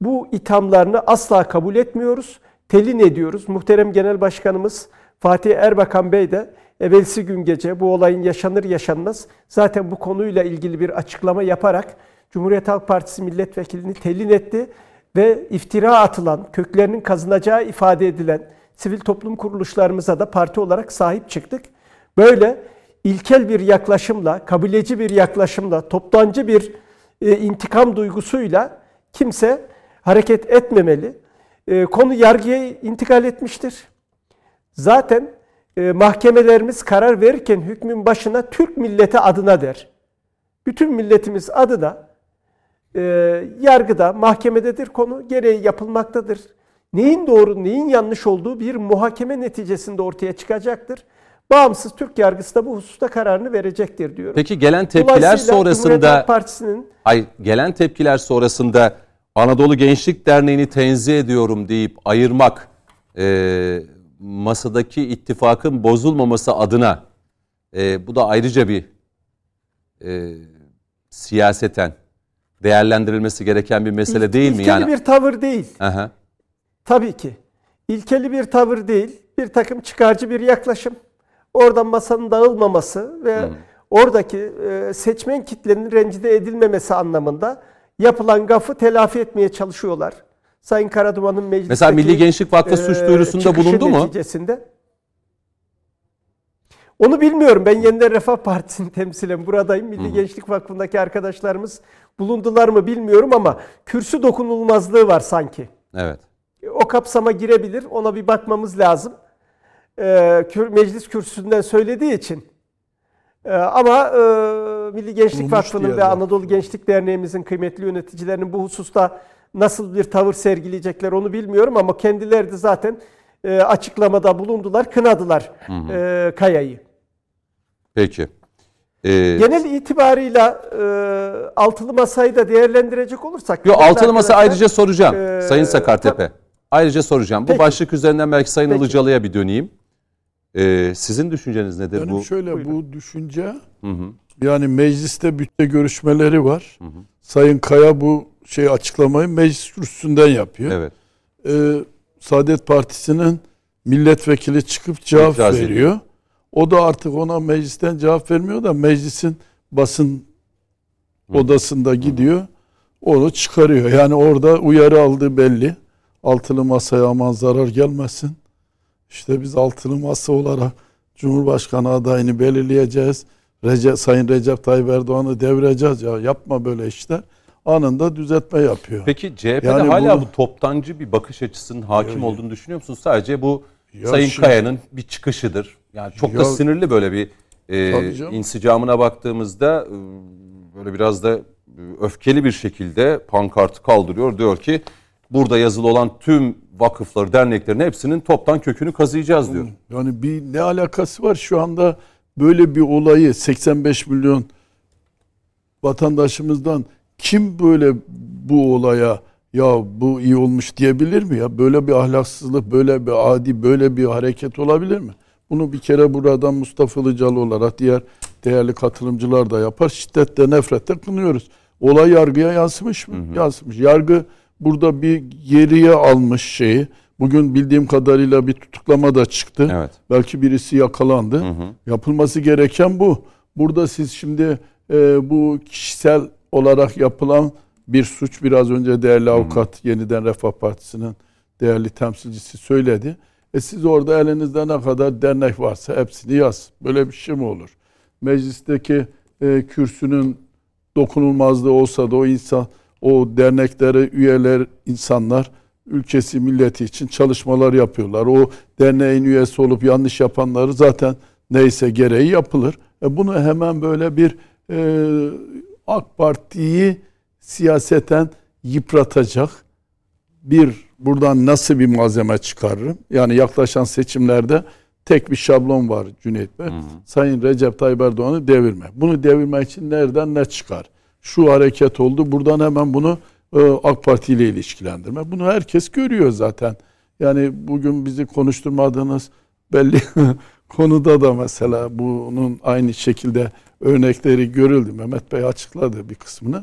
D: Bu ithamlarını asla kabul etmiyoruz. Telin ediyoruz. Muhterem Genel Başkanımız Fatih Erbakan Bey de evvelsi gün gece bu olayın yaşanır yaşanmaz zaten bu konuyla ilgili bir açıklama yaparak Cumhuriyet Halk Partisi milletvekilini telin etti ve iftira atılan, köklerinin kazınacağı ifade edilen sivil toplum kuruluşlarımıza da parti olarak sahip çıktık. Böyle ilkel bir yaklaşımla, kabileci bir yaklaşımla, toptancı bir intikam duygusuyla kimse hareket etmemeli. Konu yargıya intikal etmiştir. Zaten mahkemelerimiz karar verirken hükmün başına Türk milleti adına der. Bütün milletimiz adına yargıda, mahkemededir konu, gereği yapılmaktadır. Neyin doğru, neyin yanlış olduğu bir muhakeme neticesinde ortaya çıkacaktır. Bağımsız Türk yargısı da bu hususta kararını verecektir diyorum.
A: Peki gelen tepkiler sonrasında gelen tepkiler sonrasında Anadolu Gençlik Derneği'ni tenzih ediyorum deyip ayırmak masadaki ittifakın bozulmaması adına bu da ayrıca bir siyaseten değerlendirilmesi gereken bir mesele değil mi?
D: İlkeli bir tavır değil.
A: Aha.
D: Tabii ki. İlkeli bir tavır değil. Bir takım çıkarcı bir yaklaşım. Oradan masanın dağılmaması ve oradaki seçmen kitlenin rencide edilmemesi anlamında yapılan gafı telafi etmeye çalışıyorlar. Sayın Karaduman'ın meclisteki
A: mesela Milli Gençlik Vakfı suç duyurusunda bulundu mu?
D: Neticesinde. Onu bilmiyorum. Ben Yeniden Refah Partisi'ni temsilen buradayım. Milli Gençlik Vakfı'ndaki arkadaşlarımız bulundular mı bilmiyorum ama kürsü dokunulmazlığı var sanki.
A: Evet.
D: O kapsama girebilir. Ona bir bakmamız lazım. Meclis kürsüsünden söylediği için. Ama Milli Gençlik Vakfı'nın ve Anadolu Gençlik Derneğimizin kıymetli yöneticilerinin bu hususta nasıl bir tavır sergileyecekler onu bilmiyorum ama kendileri de zaten açıklamada bulundular, kınadılar Kaya'yı.
A: Peki.
D: Genel itibarıyla altılı masayı da değerlendirecek olursak.
A: Yo, altılı masa ayrıca soracağım Sayın Sakartepe. Ayrıca soracağım.
D: Peki.
A: Bu başlık üzerinden belki Sayın
D: Peki.
A: Ilıcalı'ya bir döneyim. Sizin düşünceniz nedir?
C: Benim
A: bu?
C: şöyle bu düşünce yani mecliste bütçe görüşmeleri var. Sayın Kaya bu açıklamayı meclis kürsüsünden yapıyor.
A: Evet.
C: Saadet Partisi'nin milletvekili çıkıp cevap veriyor. O da artık ona meclisten cevap vermiyor da meclisin basın odasında gidiyor. Onu çıkarıyor. Yani orada uyarı aldığı belli. Altılı masaya aman zarar gelmesin. İşte biz altılı masa olarak Cumhurbaşkanı adayını belirleyeceğiz. Sayın Recep Tayyip Erdoğan'ı devireceğiz. Ya yapma böyle işler. Anında düzeltme yapıyor.
A: Peki CHP'de
C: Yani
A: hala bu toptancı bir bakış açısının hakim olduğunu düşünüyor musunuz? Sadece bu Sayın Kaya'nın bir çıkışıdır. Yani çok da sinirli böyle bir insicamına baktığımızda böyle biraz da öfkeli bir şekilde pankartı kaldırıyor. Diyor ki burada yazılı olan tüm vakıfları, derneklerin hepsinin toptan kökünü kazıyacağız diyor.
C: Yani ne alakası var şu anda böyle bir olayı 85 milyon vatandaşımızdan kim böyle bu olaya ya bu iyi olmuş diyebilir mi ya? Böyle bir ahlaksızlık, böyle bir adi, böyle bir hareket olabilir mi? Bunu bir kere buradan Mustafa Ilıcalı olarak diğer değerli katılımcılar da yapar. Şiddetle, nefretle kınıyoruz. Olay yargıya yansımış mı? Yansımış. Yargı burada bir geriye almış şeyi. Bugün bildiğim kadarıyla bir tutuklama da çıktı.
A: Evet.
C: Belki birisi yakalandı. Yapılması gereken bu. Burada siz şimdi bu kişisel olarak yapılan bir suç, biraz önce değerli avukat Yeniden Refah Partisi'nin değerli temsilcisi söyledi. Siz orada elinizde ne kadar dernek varsa hepsini yaz. Böyle bir şey mi olur? Meclisteki kürsünün dokunulmazlığı olsa da o insan, o derneklere üyeler, insanlar ülkesi, milleti için çalışmalar yapıyorlar. O derneğin üyesi olup yanlış yapanları zaten neyse gereği yapılır. Bunu hemen böyle bir AK Parti'yi siyaseten yıpratacak buradan nasıl bir malzeme çıkarırım? Yani yaklaşan seçimlerde tek bir şablon var Cüneyt Bey. Sayın Recep Tayyip Erdoğan'ı devirme. Bunu devirmek için nereden ne çıkar? Şu hareket oldu. Buradan hemen bunu AK Parti ile ilişkilendirme. Bunu herkes görüyor zaten. Yani bugün bizi konuşturmadığınız belli konuda da mesela bunun aynı şekilde örnekleri görüldü. Mehmet Bey açıkladı bir kısmını.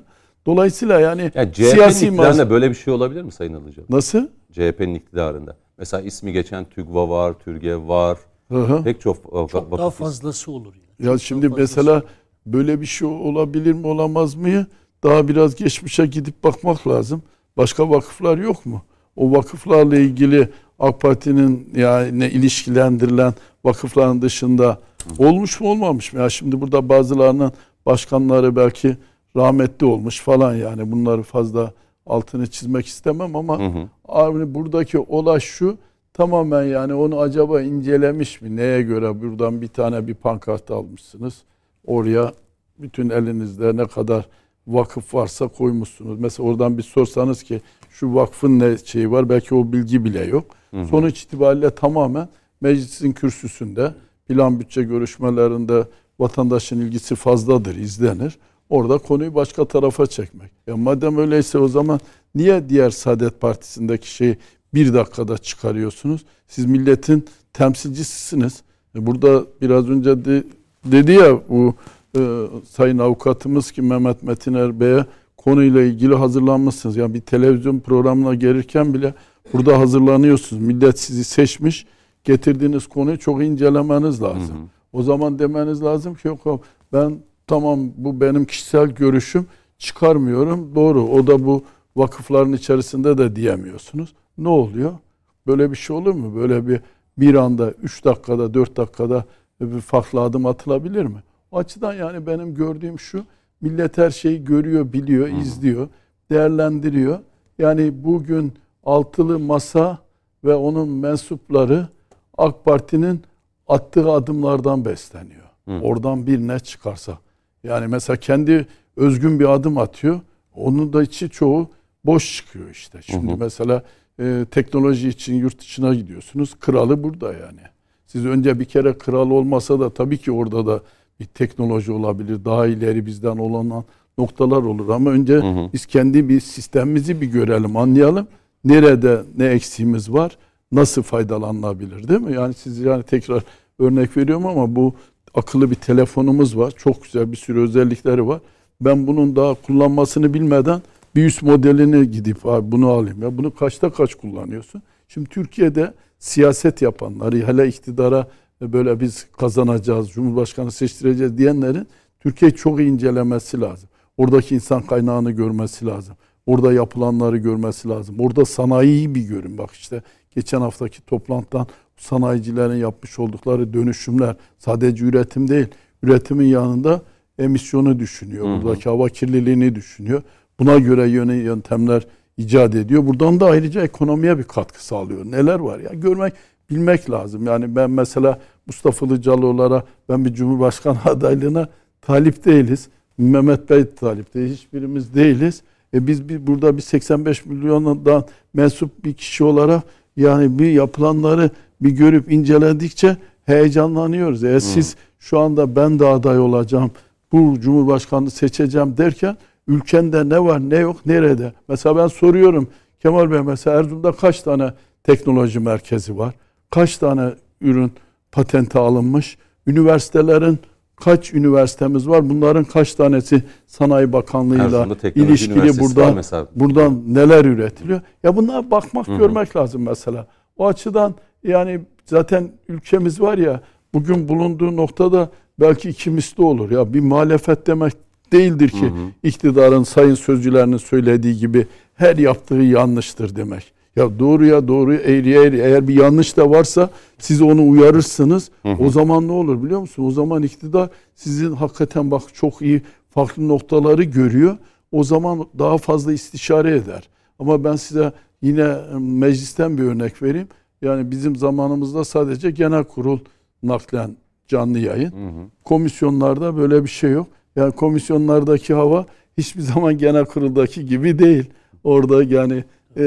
C: Dolayısıyla yani
A: CHP'nin
C: siyasi
A: iktidarında böyle bir şey olabilir mi Sayın Ilıcalı?
C: Nasıl?
A: CHP'nin iktidarında. Mesela ismi geçen TÜGVA var, TÜRGEV var.
C: Hı.
A: Pek çok
B: Çok daha
A: vakıf.
B: fazlası olur. Yani.
C: Ya
B: Çok
C: şimdi
B: daha fazlası
C: mesela
B: olur.
C: böyle bir şey olabilir mi olamaz mı? Daha biraz geçmişe gidip bakmak lazım. Başka vakıflar yok mu? O vakıflarla ilgili AK Parti'nin yani ilişkilendirilen vakıfların dışında olmuş mu olmamış mı? Ya şimdi burada bazılarının başkanları belki rahmetli olmuş falan yani bunları fazla altını çizmek istemem ama abi buradaki olay şu tamamen yani onu acaba incelemiş mi? Neye göre buradan bir pankart almışsınız. Oraya bütün elinizde ne kadar vakıf varsa koymuşsunuz. Mesela oradan bir sorsanız ki şu vakfın ne şeyi var belki o bilgi bile yok. Sonuç itibariyle tamamen meclisin kürsüsünde plan bütçe görüşmelerinde vatandaşın ilgisi fazladır, izlenir. Orada konuyu başka tarafa çekmek. Ya madem öyleyse o zaman niye diğer Saadet Partisi'ndeki şeyi bir dakikada çıkarıyorsunuz? Siz milletin temsilcisisiniz. Burada biraz önce dedi ya bu sayın avukatımız ki Mehmet Metiner Bey'e konuyla ilgili hazırlanmışsınız. Yani bir televizyon programına gelirken bile burada hazırlanıyorsunuz. Millet sizi seçmiş. Getirdiğiniz konuyu çok incelemeniz lazım. O zaman demeniz lazım ki yok ben tamam bu benim kişisel görüşüm çıkarmıyorum. Doğru o da bu vakıfların içerisinde de diyemiyorsunuz. Ne oluyor? Böyle bir şey olur mu? Böyle bir anda 3 dakikada 4 dakikada bir farklı adım atılabilir mi? O açıdan yani benim gördüğüm şu millet her şeyi görüyor, biliyor, izliyor, değerlendiriyor. Yani bugün altılı masa ve onun mensupları AK Parti'nin attığı adımlardan besleniyor. Oradan bir ne çıkarsa. Yani mesela kendi özgün bir adım atıyor. Onun da içi çoğu boş çıkıyor işte. Şimdi mesela teknoloji için yurt dışına gidiyorsunuz. Kralı burada yani. Siz önce bir kere kral olmasa da tabii ki orada da bir teknoloji olabilir. Daha ileri bizden olan noktalar olur. Ama önce biz kendi bir sistemimizi bir görelim, anlayalım. Nerede ne eksiğimiz var, nasıl faydalanılabilir değil mi? Yani siz yani tekrar örnek veriyorum ama bu akıllı bir telefonumuz var. Çok güzel bir sürü özellikleri var. Ben bunun daha kullanmasını bilmeden bir üst modelini gidip abi bunu alayım. Ya bunu kaçta kaç kullanıyorsun? Şimdi Türkiye'de siyaset yapanları hele iktidara böyle biz kazanacağız, Cumhurbaşkanı seçtireceğiz diyenlerin Türkiye'yi çok iyi incelemesi lazım. Oradaki insan kaynağını görmesi lazım. Orada yapılanları görmesi lazım. Orada sanayiyi bir görün. Bak işte geçen haftaki toplantıdan sanayicilerin yapmış oldukları dönüşümler sadece üretim değil. Üretimin yanında emisyonu düşünüyor. Buradaki hava kirliliğini düşünüyor. Buna göre yöntemler icat ediyor. Buradan da ayrıca ekonomiye bir katkı sağlıyor. Neler var ya görmek, bilmek lazım. Yani ben mesela Mustafa Ilıcalıoğlu'na ben bir Cumhurbaşkanı adaylığına talip değiliz. Mehmet Bey talip değil. Hiçbirimiz değiliz. Biz burada bir 85 milyondan mensup bir kişi olarak yani bir yapılanları bir görüp inceledikçe heyecanlanıyoruz. Eğer siz şu anda ben de aday olacağım, bu Cumhurbaşkanlığı seçeceğim derken ülkende ne var ne yok nerede? Mesela ben soruyorum Kemal Bey mesela Erzurum'da kaç tane teknoloji merkezi var? Kaç tane ürün patente alınmış? Üniversitelerin kaç üniversitemiz var? Bunların kaç tanesi Sanayi Bakanlığı'yla ilişkili buradan neler üretiliyor? Ya bunlara bakmak, görmek lazım mesela. O açıdan yani zaten ülkemiz var ya bugün bulunduğu noktada belki iki misli olur. Ya bir muhalefet demek değildir ki iktidarın sayın sözcülerinin söylediği gibi her yaptığı yanlıştır demek. Ya doğruya doğru, eğriye eğri. Eğer bir yanlış da varsa siz onu uyarırsınız. O zaman ne olur biliyor musun? O zaman iktidar sizin hakikaten bak çok iyi farklı noktaları görüyor. O zaman daha fazla istişare eder. Ama ben size yine meclisten bir örnek vereyim. Yani bizim zamanımızda sadece genel kurul naklen canlı yayın. Komisyonlarda böyle bir şey yok. Yani komisyonlardaki hava hiçbir zaman genel kuruldaki gibi değil. Orada yani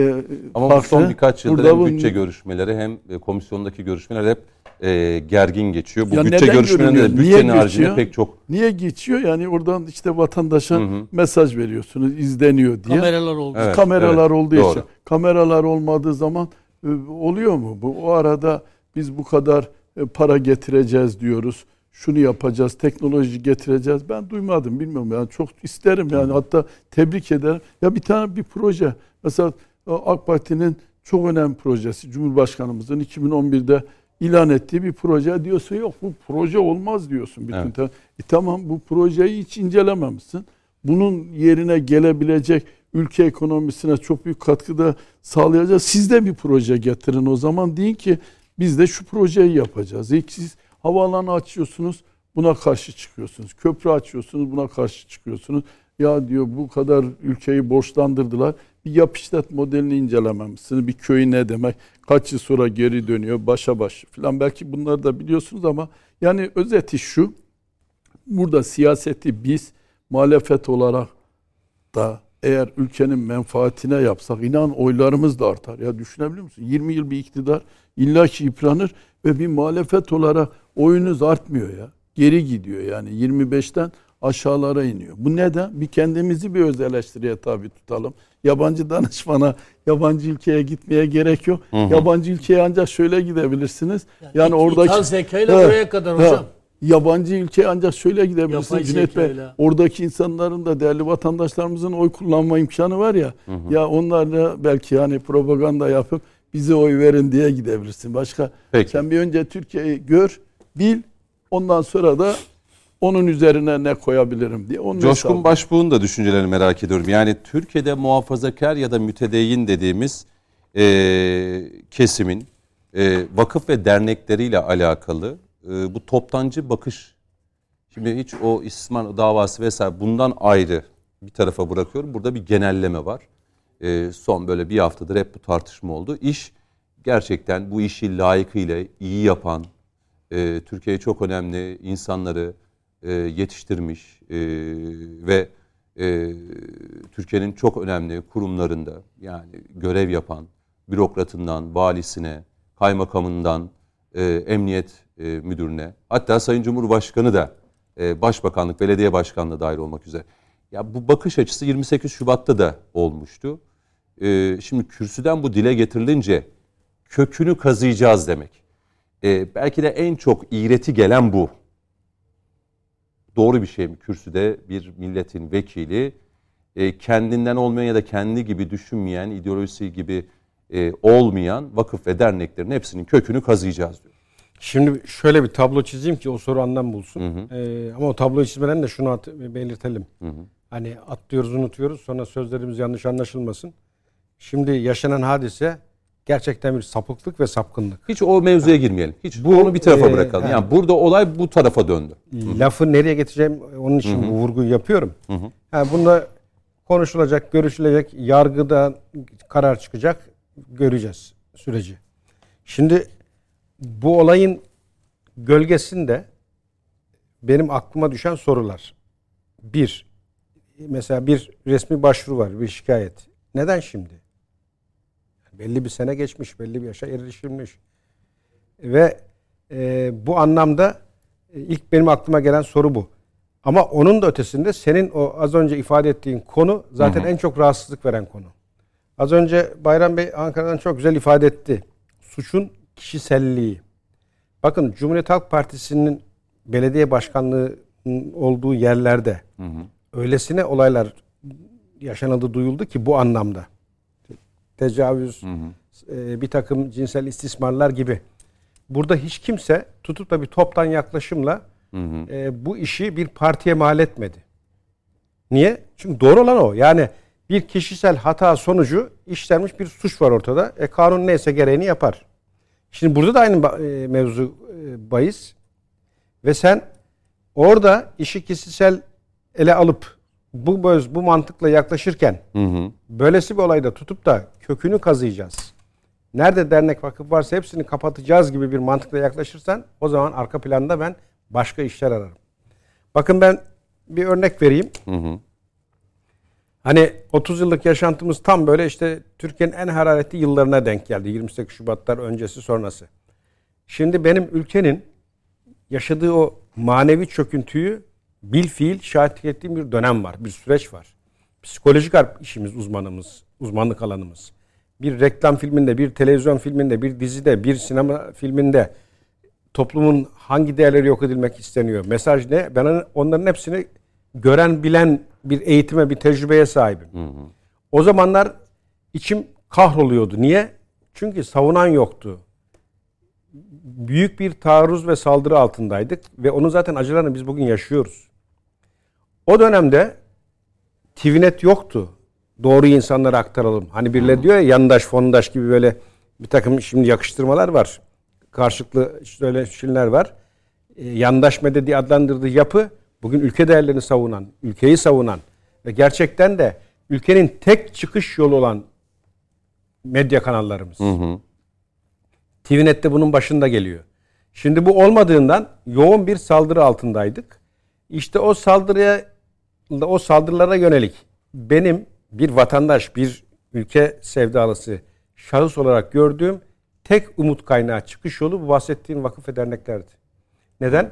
A: ama bu son birkaç yıldır hem bütçe görüşmeleri hem komisyondaki görüşmeler hep gergin geçiyor. Bu bütçe görüşmelerinde de bütçenin haricinde pek çok...
C: Niye geçiyor? Yani oradan işte vatandaşa mesaj veriyorsunuz, izleniyor diye.
B: Kameralar oldu.
C: Evet, kameralar olduğu için. Kameralar olmadığı zaman oluyor mu bu? O arada biz bu kadar para getireceğiz diyoruz. şunu yapacağız, teknoloji getireceğiz. Ben duymadım, bilmiyorum. Yani çok isterim yani, hatta tebrik ederim. Ya bir proje. Mesela AK Parti'nin çok önemli projesi, Cumhurbaşkanımızın 2011'de ilan ettiği bir proje, diyorsun yok bu proje olmaz diyorsun. Evet. Tamam, bu projeyi hiç incelememişsin. Bunun yerine gelebilecek, ülke ekonomisine çok büyük katkıda sağlayacağız. Siz de bir proje getirin o zaman, deyin ki biz de şu projeyi yapacağız. Siz havaalanı açıyorsunuz, buna karşı çıkıyorsunuz. Köprü açıyorsunuz, buna karşı çıkıyorsunuz. Ya diyor, bu kadar ülkeyi borçlandırdılar. Bir yap işlet modelini incelememişsiniz. Bir köy ne demek? Kaç yıl sonra geri dönüyor? Başa baş falan. Belki bunları da biliyorsunuz ama yani özeti şu. Burada siyaseti biz muhalefet olarak da eğer ülkenin menfaatine yapsak, inan oylarımız da artar. Ya düşünebiliyor musun? 20 yıl bir iktidar illaki yıpranır ve bir muhalefet olarak oyunuz artmıyor ya. Geri gidiyor yani, 25'ten aşağılara iniyor. Bu neden? Bir kendimizi bir öz eleştiriye tabi tutalım. Yabancı danışmana, yabancı ülkeye gitmeye gerek yok. Yabancı ülkeye ancak şöyle gidebilirsiniz. Yani oradaki
B: ithal zekayla oraya kadar hocam.
C: Yabancı ülkeye ancak şöyle gidebilirsiniz Cüneyt Bey. Oradaki insanların da, değerli vatandaşlarımızın oy kullanma imkanı var ya. Ya onlarla belki yani propaganda yapıp bize oy verin diye gidebilirsin. Başka sen bir önce Türkiye'yi gör, bil, ondan sonra da onun üzerine ne koyabilirim diye.
A: Coşkun Başbuğ'un da düşüncelerini merak ediyorum. Yani Türkiye'de muhafazakar ya da mütedeyyin dediğimiz kesimin vakıf ve dernekleriyle alakalı bu toptancı bakış. Şimdi hiç o istismar davası vesaire bundan ayrı bir tarafa bırakıyorum. Burada bir genelleme var. Son böyle bir haftadır hep bu tartışma oldu. İş gerçekten bu işi layıkıyla iyi yapan, Türkiye'ye çok önemli insanları yetiştirmiş ve Türkiye'nin çok önemli kurumlarında yani görev yapan bürokratından, valisine, kaymakamından, emniyet müdürüne, hatta Sayın Cumhurbaşkanı da Başbakanlık, Belediye Başkanlığı dahil olmak üzere. Ya bu bakış açısı 28 Şubat'ta da olmuştu. Şimdi kürsüden bu dile getirilince kökünü kazıyacağız demek. Belki de en çok iğreti gelen bu. Doğru bir şey mi? Kürsüde bir milletin vekili kendinden olmayan ya da kendi gibi düşünmeyen, ideolojisi gibi olmayan vakıf ve derneklerin hepsinin kökünü kazıyacağız diyor.
E: Şimdi şöyle bir tablo çizeyim ki o soru anlam bulsun. Ama o tabloyu çizmeden de şunu belirtelim. Hani atlıyoruz, unutuyoruz, sonra sözlerimiz yanlış anlaşılmasın. Şimdi yaşanan hadise gerçekten bir sapıklık ve sapkınlık.
A: Hiç o mevzuya girmeyelim. Hiç onu bir tarafa bırakalım. Yani burada olay bu tarafa döndü.
E: Lafı nereye getireceğim onun için bu vurguyu yapıyorum. Bunda konuşulacak, görüşülecek, yargıda karar çıkacak, göreceğiz süreci. Şimdi bu olayın gölgesinde benim aklıma düşen sorular. Mesela bir resmi başvuru var, bir şikayet. Neden şimdi? Belli bir sene geçmiş, belli bir yaşa erişilmiş. Ve bu anlamda ilk benim aklıma gelen soru bu. Ama onun da ötesinde senin o az önce ifade ettiğin konu zaten en çok rahatsızlık veren konu. Az önce Bayram Bey Ankara'dan çok güzel ifade etti. Suçun kişiselliği. Bakın Cumhuriyet Halk Partisi'nin belediye başkanlığı olduğu yerlerde öylesine olaylar yaşanıldı, duyuldu ki bu anlamda. Tecavüz, bir takım cinsel istismarlar gibi. Burada hiç kimse tutup da bir toptan yaklaşımla bu işi bir partiye mal etmedi. Niye? Çünkü doğru olan o. Yani bir kişisel hata sonucu işlenmiş bir suç var ortada. Kanun neyse gereğini yapar. Şimdi burada da aynı mevzu bahis. Ve sen orada işi kişisel ele alıp bu mantıkla yaklaşırken böylesi bir olayda tutup da kökünü kazıyacağız. Nerede dernek vakıf varsa hepsini kapatacağız gibi bir mantıkla yaklaşırsan o zaman arka planda ben başka işler ararım. Bakın ben bir örnek vereyim. Hani 30 yıllık yaşantımız tam böyle işte Türkiye'nin en hararetli yıllarına denk geldi. 28 Şubatlar öncesi sonrası. Şimdi benim ülkenin yaşadığı o manevi çöküntüyü bilfiil şahitlik ettiğim bir dönem var. Bir süreç var. Psikolojik işimiz uzmanlık alanımız. Bir reklam filminde, bir televizyon filminde, bir dizide, bir sinema filminde toplumun hangi değerleri yok edilmek isteniyor? Mesaj ne? Ben onların hepsini gören, bilen bir eğitime, bir tecrübeye sahibim. O zamanlar içim kahroluyordu. Niye? Çünkü savunan yoktu. Büyük bir taarruz ve saldırı altındaydık ve onun zaten acılarını biz bugün yaşıyoruz. O dönemde TVNet yoktu. Doğru insanlara aktaralım. Hani birileri diyor ya yandaş, fondaş gibi böyle bir takım şimdi yakıştırmalar var. Karşılıklı söyleşiler var. Yandaş medya diye adlandırdığı yapı bugün ülke değerlerini savunan, ülkeyi savunan ve gerçekten de ülkenin tek çıkış yolu olan medya kanallarımız. TVNet de bunun başında geliyor. Şimdi bu olmadığından yoğun bir saldırı altındaydık. İşte o saldırılara yönelik benim bir vatandaş, bir ülke sevdalısı şahıs olarak gördüğüm tek umut kaynağı, çıkış yolu bu bahsettiğim vakıf ve derneklerdi. Neden?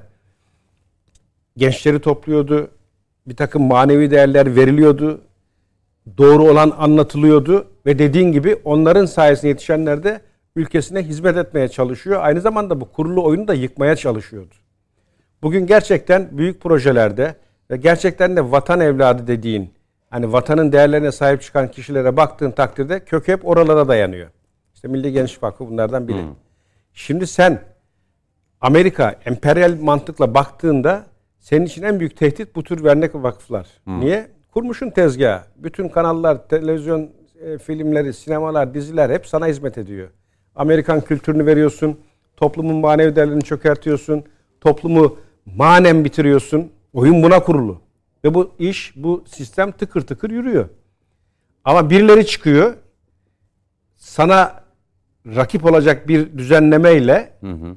E: Gençleri topluyordu, bir takım manevi değerler veriliyordu, doğru olan anlatılıyordu ve dediğin gibi onların sayesinde yetişenler de ülkesine hizmet etmeye çalışıyor. Aynı zamanda bu kurulu oyunu da yıkmaya çalışıyordu. Bugün gerçekten büyük projelerde ve gerçekten de vatan evladı dediğin, hani vatanın değerlerine sahip çıkan kişilere baktığın takdirde kök hep oralara dayanıyor. İşte Milli Gençlik Vakfı bunlardan biri. Şimdi sen Amerika emperyal mantıkla baktığında senin için en büyük tehdit bu tür dernek ve vakıflar. Niye? Kurmuşun tezgahı. Bütün kanallar, televizyon filmleri, sinemalar, diziler hep sana hizmet ediyor. Amerikan kültürünü veriyorsun. Toplumun manevi değerlerini çökertiyorsun. Toplumu manen bitiriyorsun. Oyun buna kurulu. Ve bu iş, bu sistem tıkır tıkır yürüyor. Ama birileri çıkıyor. Sana rakip olacak bir düzenlemeyle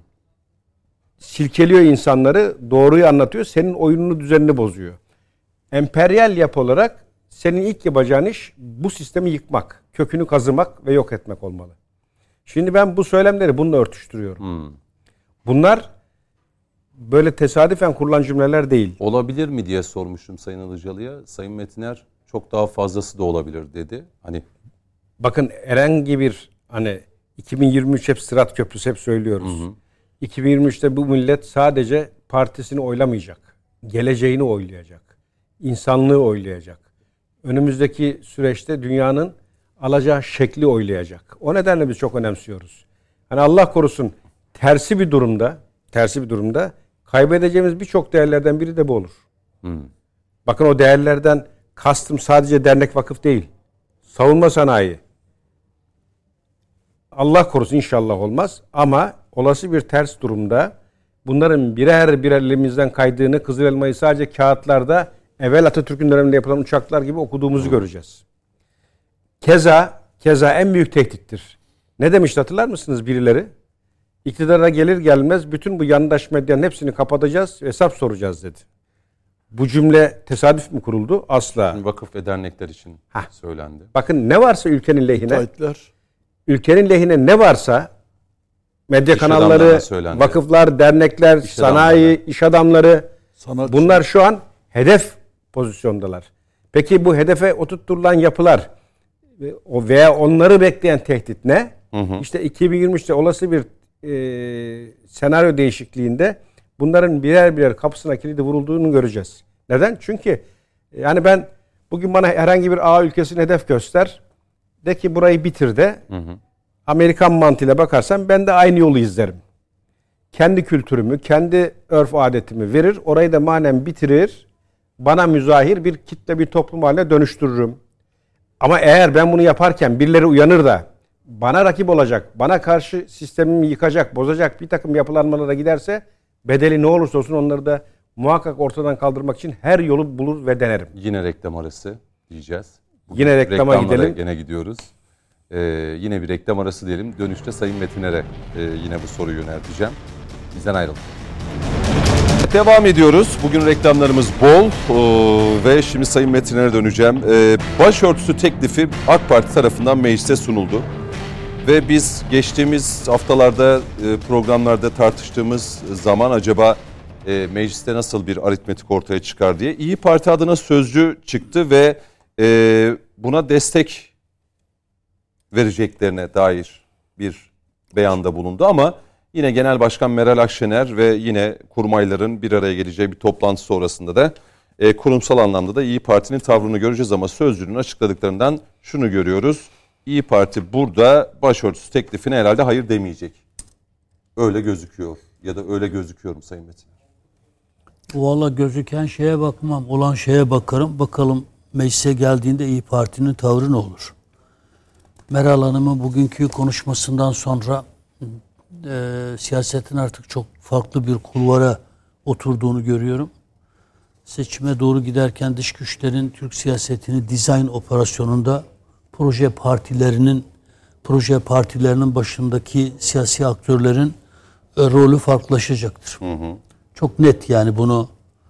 E: silkeliyor insanları, doğruyu anlatıyor. Senin oyununu, düzenini bozuyor. Emperyal yapı olarak senin ilk yapacağın iş bu sistemi yıkmak, kökünü kazımak ve yok etmek olmalı. Şimdi ben bu söylemleri bununla örtüştürüyorum. Bunlar böyle tesadüfen kurulan cümleler değil.
A: Olabilir mi diye sormuştum Sayın Ilıcalı'ya. Sayın Metiner çok daha fazlası da olabilir dedi. Hani
E: bakın herhangi bir 2023 hep Sırat Köprüsü hep söylüyoruz. 2023'te bu millet sadece partisini oylamayacak. Geleceğini oylayacak. İnsanlığı oylayacak. Önümüzdeki süreçte dünyanın alacağı şekli oylayacak. O nedenle biz çok önemsiyoruz. Hani Allah korusun tersi bir durumda kaybedeceğimiz birçok değerlerden biri de bu olur. Bakın o değerlerden kastım sadece dernek vakıf değil. Savunma sanayi. Allah korusun inşallah olmaz ama olası bir ters durumda bunların birer birer elimizden kaydığını, Kızıl Elma'yı sadece kağıtlarda evvel Atatürk'ün döneminde yapılan uçaklar gibi okuduğumuzu göreceğiz. Keza en büyük tehdittir. Ne demişti hatırlar mısınız birileri? İktidara gelir gelmez bütün bu yandaş medyanın hepsini kapatacağız, hesap soracağız dedi. Bu cümle tesadüf mü kuruldu? Asla.
A: vakıf ve dernekler için söylendi.
E: Bakın ne varsa ülkenin lehine,
C: Müteahhitler.
E: ülkenin lehine ne varsa medya
A: İş
E: kanalları,
A: adamlarına söylendi.
E: vakıflar, dernekler, sanayi, iş adamları
C: Sanatçı.
E: bunlar şu an hedef pozisyondalar. Peki bu hedefe oturtturulan yapılar veya onları bekleyen tehdit ne? İşte 2023'te olası bir senaryo değişikliğinde bunların birer birer kapısına kilidi vurulduğunu göreceğiz. Neden? Çünkü yani ben bugün bana herhangi bir A ülkesini hedef göster. De ki burayı bitir de. Amerikan mantığıyla bakarsam ben de aynı yolu izlerim. Kendi kültürümü, kendi örf adetimi verir. Orayı da manen bitirir. Bana müzahir bir kitle, bir toplum haline dönüştürürüm. Ama eğer ben bunu yaparken birileri uyanır da bana rakip olacak, bana karşı sistemimi yıkacak, bozacak bir takım yapılanmalara giderse bedeli ne olursa olsun onları da muhakkak ortadan kaldırmak için her yolu bulur ve denerim.
A: Yine reklam arası diyeceğiz.
E: Yine reklama
A: reklamlara
E: gidelim.
A: Gene gidiyoruz. Yine bir reklam arası diyelim. Dönüşte Sayın Metiner'e yine bu soruyu yönelteceğim. Bizden ayrılın. Devam ediyoruz. Bugün reklamlarımız bol ve şimdi Sayın Metiner'e döneceğim. Başörtüsü teklifi AK Parti tarafından meclise sunuldu. Ve biz geçtiğimiz haftalarda programlarda tartıştığımız zaman acaba mecliste nasıl bir aritmetik ortaya çıkar diye İYİ Parti adına sözcü çıktı ve buna destek vereceklerine dair bir beyanda bulundu ama Yine Genel Başkan Meral Akşener ve yine kurmayların bir araya geleceği bir toplantı sonrasında da kurumsal anlamda da İyi Parti'nin tavrını göreceğiz ama Sözcü'nün açıkladıklarından şunu görüyoruz. İyi Parti burada başörtüsü teklifine herhalde hayır demeyecek. Öyle gözüküyor ya da öyle gözüküyorum Sayın Metin.
B: Valla gözüken şeye bakmam, olan şeye bakarım. Bakalım meclise geldiğinde İyi Parti'nin tavrı ne olur? Meral Hanım'ın bugünkü konuşmasından sonra siyasetin artık çok farklı bir kulvara oturduğunu görüyorum. Seçime doğru giderken dış güçlerin Türk siyasetini dizayn operasyonunda proje partilerinin başındaki siyasi aktörlerin rolü farklılaşacaktır. Çok net yani bunu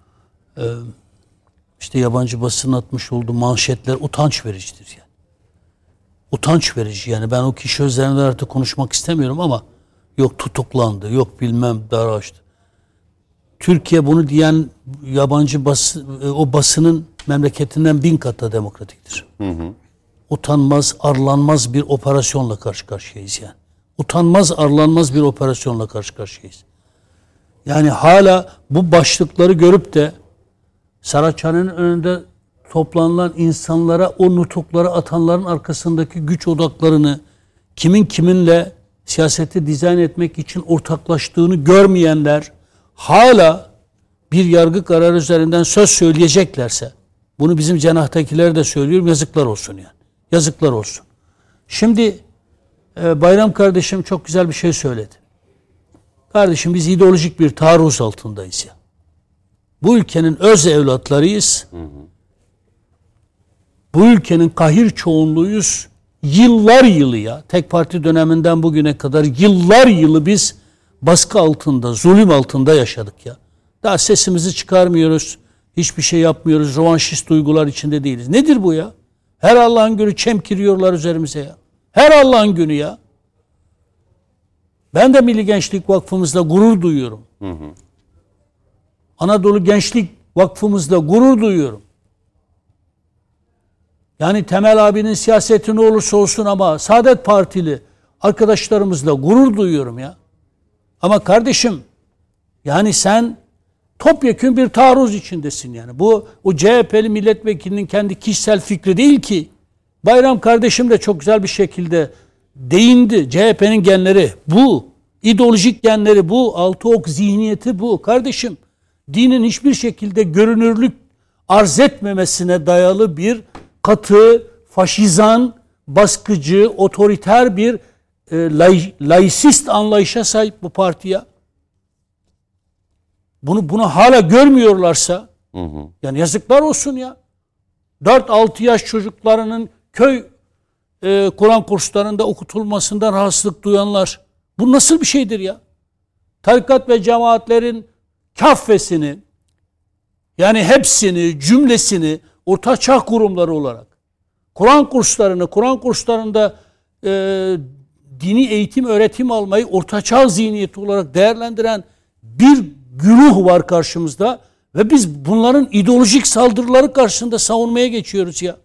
B: işte yabancı basının atmış olduğu manşetler utanç vericidir yani. Utanç verici yani ben o kişi üzerinden artık konuşmak istemiyorum ama yok tutuklandı, yok bilmem dar açtı. Türkiye bunu diyen yabancı o basının memleketinden 1000 kat da demokratiktir. Utanmaz, arlanmaz bir operasyonla karşı karşıyayız yani. Utanmaz, arlanmaz bir operasyonla karşı karşıyayız. Yani hala bu başlıkları görüp de Saraçhane'nin önünde toplanılan insanlara o nutukları atanların arkasındaki güç odaklarını kimin kiminle siyaseti dizayn etmek için ortaklaştığını görmeyenler hala bir yargı kararı üzerinden söz söyleyeceklerse bunu bizim cenahtakiler de söylüyorum yazıklar olsun yani. Yazıklar olsun. Şimdi Bayram kardeşim çok güzel bir şey söyledi. Kardeşim biz ideolojik bir taarruz altındayız ya. Bu ülkenin öz evlatlarıyız. Bu ülkenin kahir çoğunluğuyuz. Yıllar yılı ya. Tek parti döneminden bugüne kadar yıllar yılı biz baskı altında, zulüm altında yaşadık ya. Daha sesimizi çıkarmıyoruz. Hiçbir şey yapmıyoruz. Rövanşist duygular içinde değiliz. Nedir bu ya? Her Allah'ın günü çemkiriyorlar üzerimize ya. Her Allah'ın günü ya. Ben de Milli Gençlik Vakfımızla gurur duyuyorum. Anadolu Gençlik Vakfımızla gurur duyuyorum. Yani Temel abinin siyaseti ne olursa olsun ama Saadet Partili arkadaşlarımızla gurur duyuyorum ya. Ama kardeşim yani sen topyekün bir taarruz içindesin yani. Bu o CHP'li milletvekilinin kendi kişisel fikri değil ki. Bayram kardeşim de çok güzel bir şekilde değindi. CHP'nin genleri bu. İdeolojik genleri bu. Altı ok zihniyeti bu. Kardeşim dinin hiçbir şekilde görünürlük arz etmemesine dayalı bir katı, faşizan, baskıcı, otoriter bir laisist anlayışa sahip bu partiye. Bunu hala görmüyorlarsa yani yazıklar olsun ya. 4-6 yaş çocuklarının köy Kur'an kurslarında okutulmasından rahatsızlık duyanlar. Bu nasıl bir şeydir ya? Tarikat ve cemaatlerin kaffesini yani hepsini, cümlesini ortaçağ kurumları olarak Kur'an kurslarında dini eğitim, öğretim almayı ortaçağ zihniyeti olarak değerlendiren bir güruh var karşımızda ve biz bunların ideolojik saldırıları karşısında savunmaya geçiyoruz ya.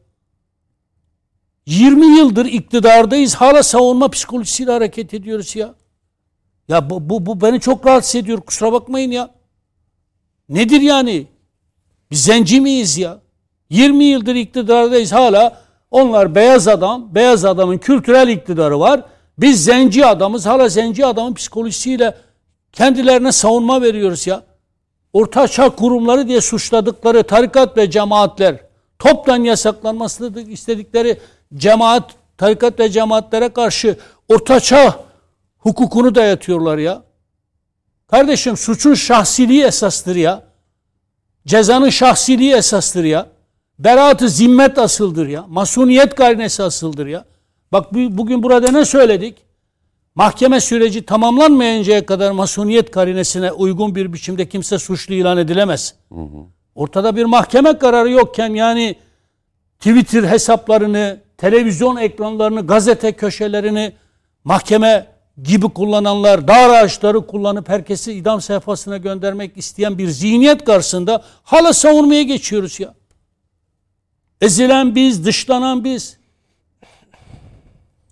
B: 20 yıldır iktidardayız, hala savunma psikolojisiyle hareket ediyoruz ya. Ya bu beni çok rahatsız ediyor, kusura bakmayın ya. Nedir yani? Biz zenci miyiz ya? 20 yıldır iktidardayız, hala onlar beyaz adamın kültürel iktidarı var. Biz zenci adamız, hala zenci adamın psikolojisiyle kendilerine savunma veriyoruz ya. Ortaçağ kurumları diye suçladıkları tarikat ve cemaatler, toptan yasaklanmasını istedikleri tarikat ve cemaatlere karşı ortaçağ hukukunu dayatıyorlar ya. Kardeşim suçun şahsiliği esastır ya. Cezanın şahsiliği esastır ya. Beraat-ı zimmet asıldır ya. Masuniyet karinesi asıldır ya. Bak bugün burada ne söyledik? Mahkeme süreci tamamlanmayıncaya kadar masuniyet karinesine uygun bir biçimde kimse suçlu ilan edilemez. Ortada bir mahkeme kararı yokken yani Twitter hesaplarını, televizyon ekranlarını, gazete köşelerini mahkeme gibi kullananlar, dar ağaçları kullanıp herkesi idam sehpasına göndermek isteyen bir zihniyet karşısında hala savunmaya geçiyoruz ya. Ezilen biz, dışlanan biz.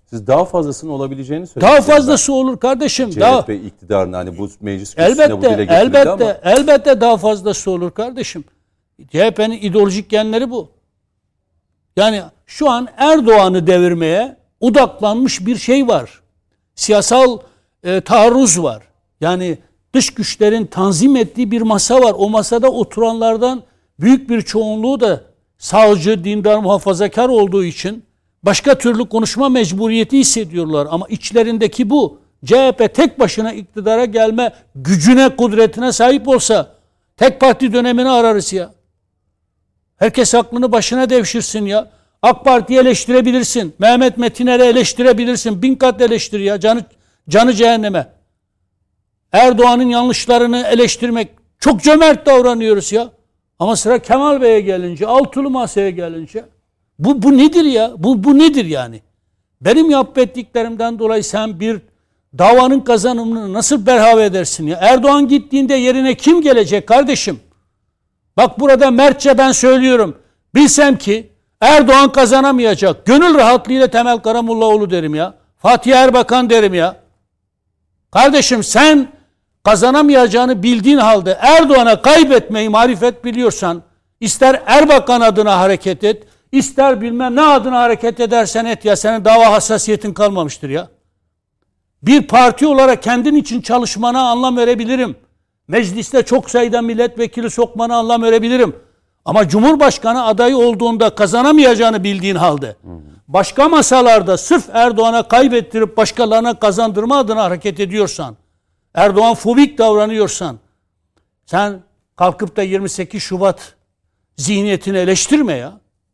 A: Siz daha fazlasının olabileceğini söylediniz.
B: Daha fazlası olur kardeşim.
A: CHP iktidarına hani bu meclis kürsüsüne bu dile getirildi ama.
B: Elbette daha fazlası olur kardeşim. CHP'nin ideolojik genleri bu. Yani şu an Erdoğan'ı devirmeye odaklanmış bir şey var. Siyasal taarruz var. Yani dış güçlerin tanzim ettiği bir masa var. O masada oturanlardan büyük bir çoğunluğu da sağcı, dindar, muhafazakar olduğu için başka türlü konuşma mecburiyeti hissediyorlar. Ama içlerindeki bu. CHP tek başına iktidara gelme gücüne, kudretine sahip olsa tek parti dönemini ararız ya. Herkes aklını başına devşirsin ya. AK Parti'yi eleştirebilirsin. Mehmet Metiner'i eleştirebilirsin. 1000 kat eleştir ya. Canı cehenneme. Erdoğan'ın yanlışlarını eleştirmek çok cömert davranıyoruz ya. Ama sıra Kemal Bey'e gelince, altılı masaya gelince bu nedir ya? Bu nedir yani? Benim yapıp ettiklerimden dolayı sen bir davanın kazanımını nasıl berhava edersin ya? Erdoğan gittiğinde yerine kim gelecek kardeşim? Bak burada mertçe ben söylüyorum. Bilsem ki Erdoğan kazanamayacak. Gönül rahatlığıyla Temel Karamollaoğlu derim ya. Fatih Erbakan derim ya. Kardeşim sen kazanamayacağını bildiğin halde Erdoğan'a kaybetmeyi marifet biliyorsan ister Erbakan adına hareket et, ister bilmem ne adına hareket edersen et ya, senin dava hassasiyetin kalmamıştır ya. Bir parti olarak kendin için çalışmana anlam verebilirim. Mecliste çok sayıda milletvekili sokmana anlam verebilirim. Ama Cumhurbaşkanı adayı olduğunda kazanamayacağını bildiğin halde başka masalarda sırf Erdoğan'a kaybettirip başkalarına kazandırma adına hareket ediyorsan, Erdoğan fobik davranıyorsan, sen kalkıp da 28 Şubat zihniyetini eleştirme ya.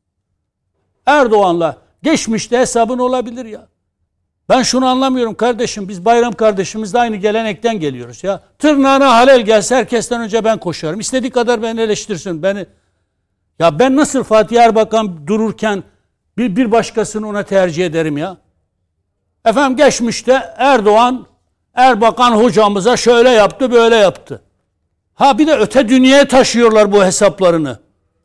B: Erdoğan'la geçmişte hesabın olabilir ya. Ben şunu anlamıyorum kardeşim, biz Bayram kardeşimizle aynı gelenekten geliyoruz ya. Tırnağına halel gelse herkesten önce ben koşarım. İstediği kadar beni eleştirsin. Ya ben nasıl Fatih Erbakan dururken bir başkasını ona tercih ederim ya. Efendim geçmişte Erbakan hocamıza şöyle yaptı, böyle yaptı. Ha bir de öte dünyaya taşıyorlar bu hesaplarını.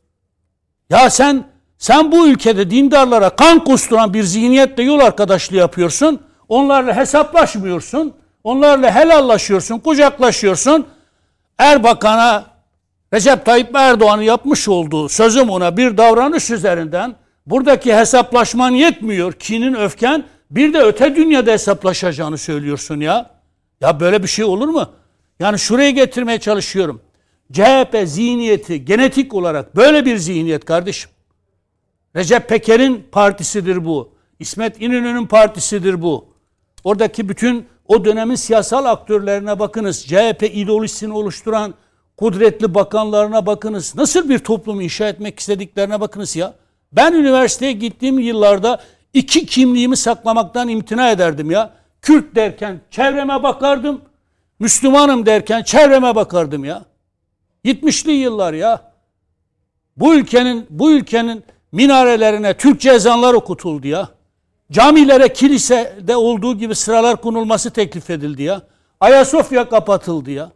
B: Ya sen bu ülkede dindarlara kan kusturan bir zihniyetle yol arkadaşlığı yapıyorsun. Onlarla hesaplaşmıyorsun. Onlarla helallaşıyorsun, kucaklaşıyorsun. Erbakan'a Recep Tayyip Erdoğan'ın yapmış olduğu sözüm ona bir davranış üzerinden buradaki hesaplaşman yetmiyor. Kinin, öfken, bir de öte dünyada hesaplaşacağını söylüyorsun ya. Ya böyle bir şey olur mu? Yani şuraya getirmeye çalışıyorum. CHP zihniyeti genetik olarak böyle bir zihniyet kardeşim. Recep Peker'in partisidir bu. İsmet İnönü'nün partisidir bu. Oradaki bütün o dönemin siyasal aktörlerine bakınız. CHP ideolojisini oluşturan kudretli bakanlarına bakınız. Nasıl bir toplum inşa etmek istediklerine bakınız ya. Ben üniversiteye gittiğim yıllarda 2 kimliğimi saklamaktan imtina ederdim ya. Kürt derken çevreme bakardım. Müslümanım derken çevreme bakardım ya. 70'li yıllar ya. Bu ülkenin minarelerine Türkçe ezanlar okutuldu ya. Camilere, kilisede olduğu gibi sıralar konulması teklif edildi ya. Ayasofya kapatıldı ya.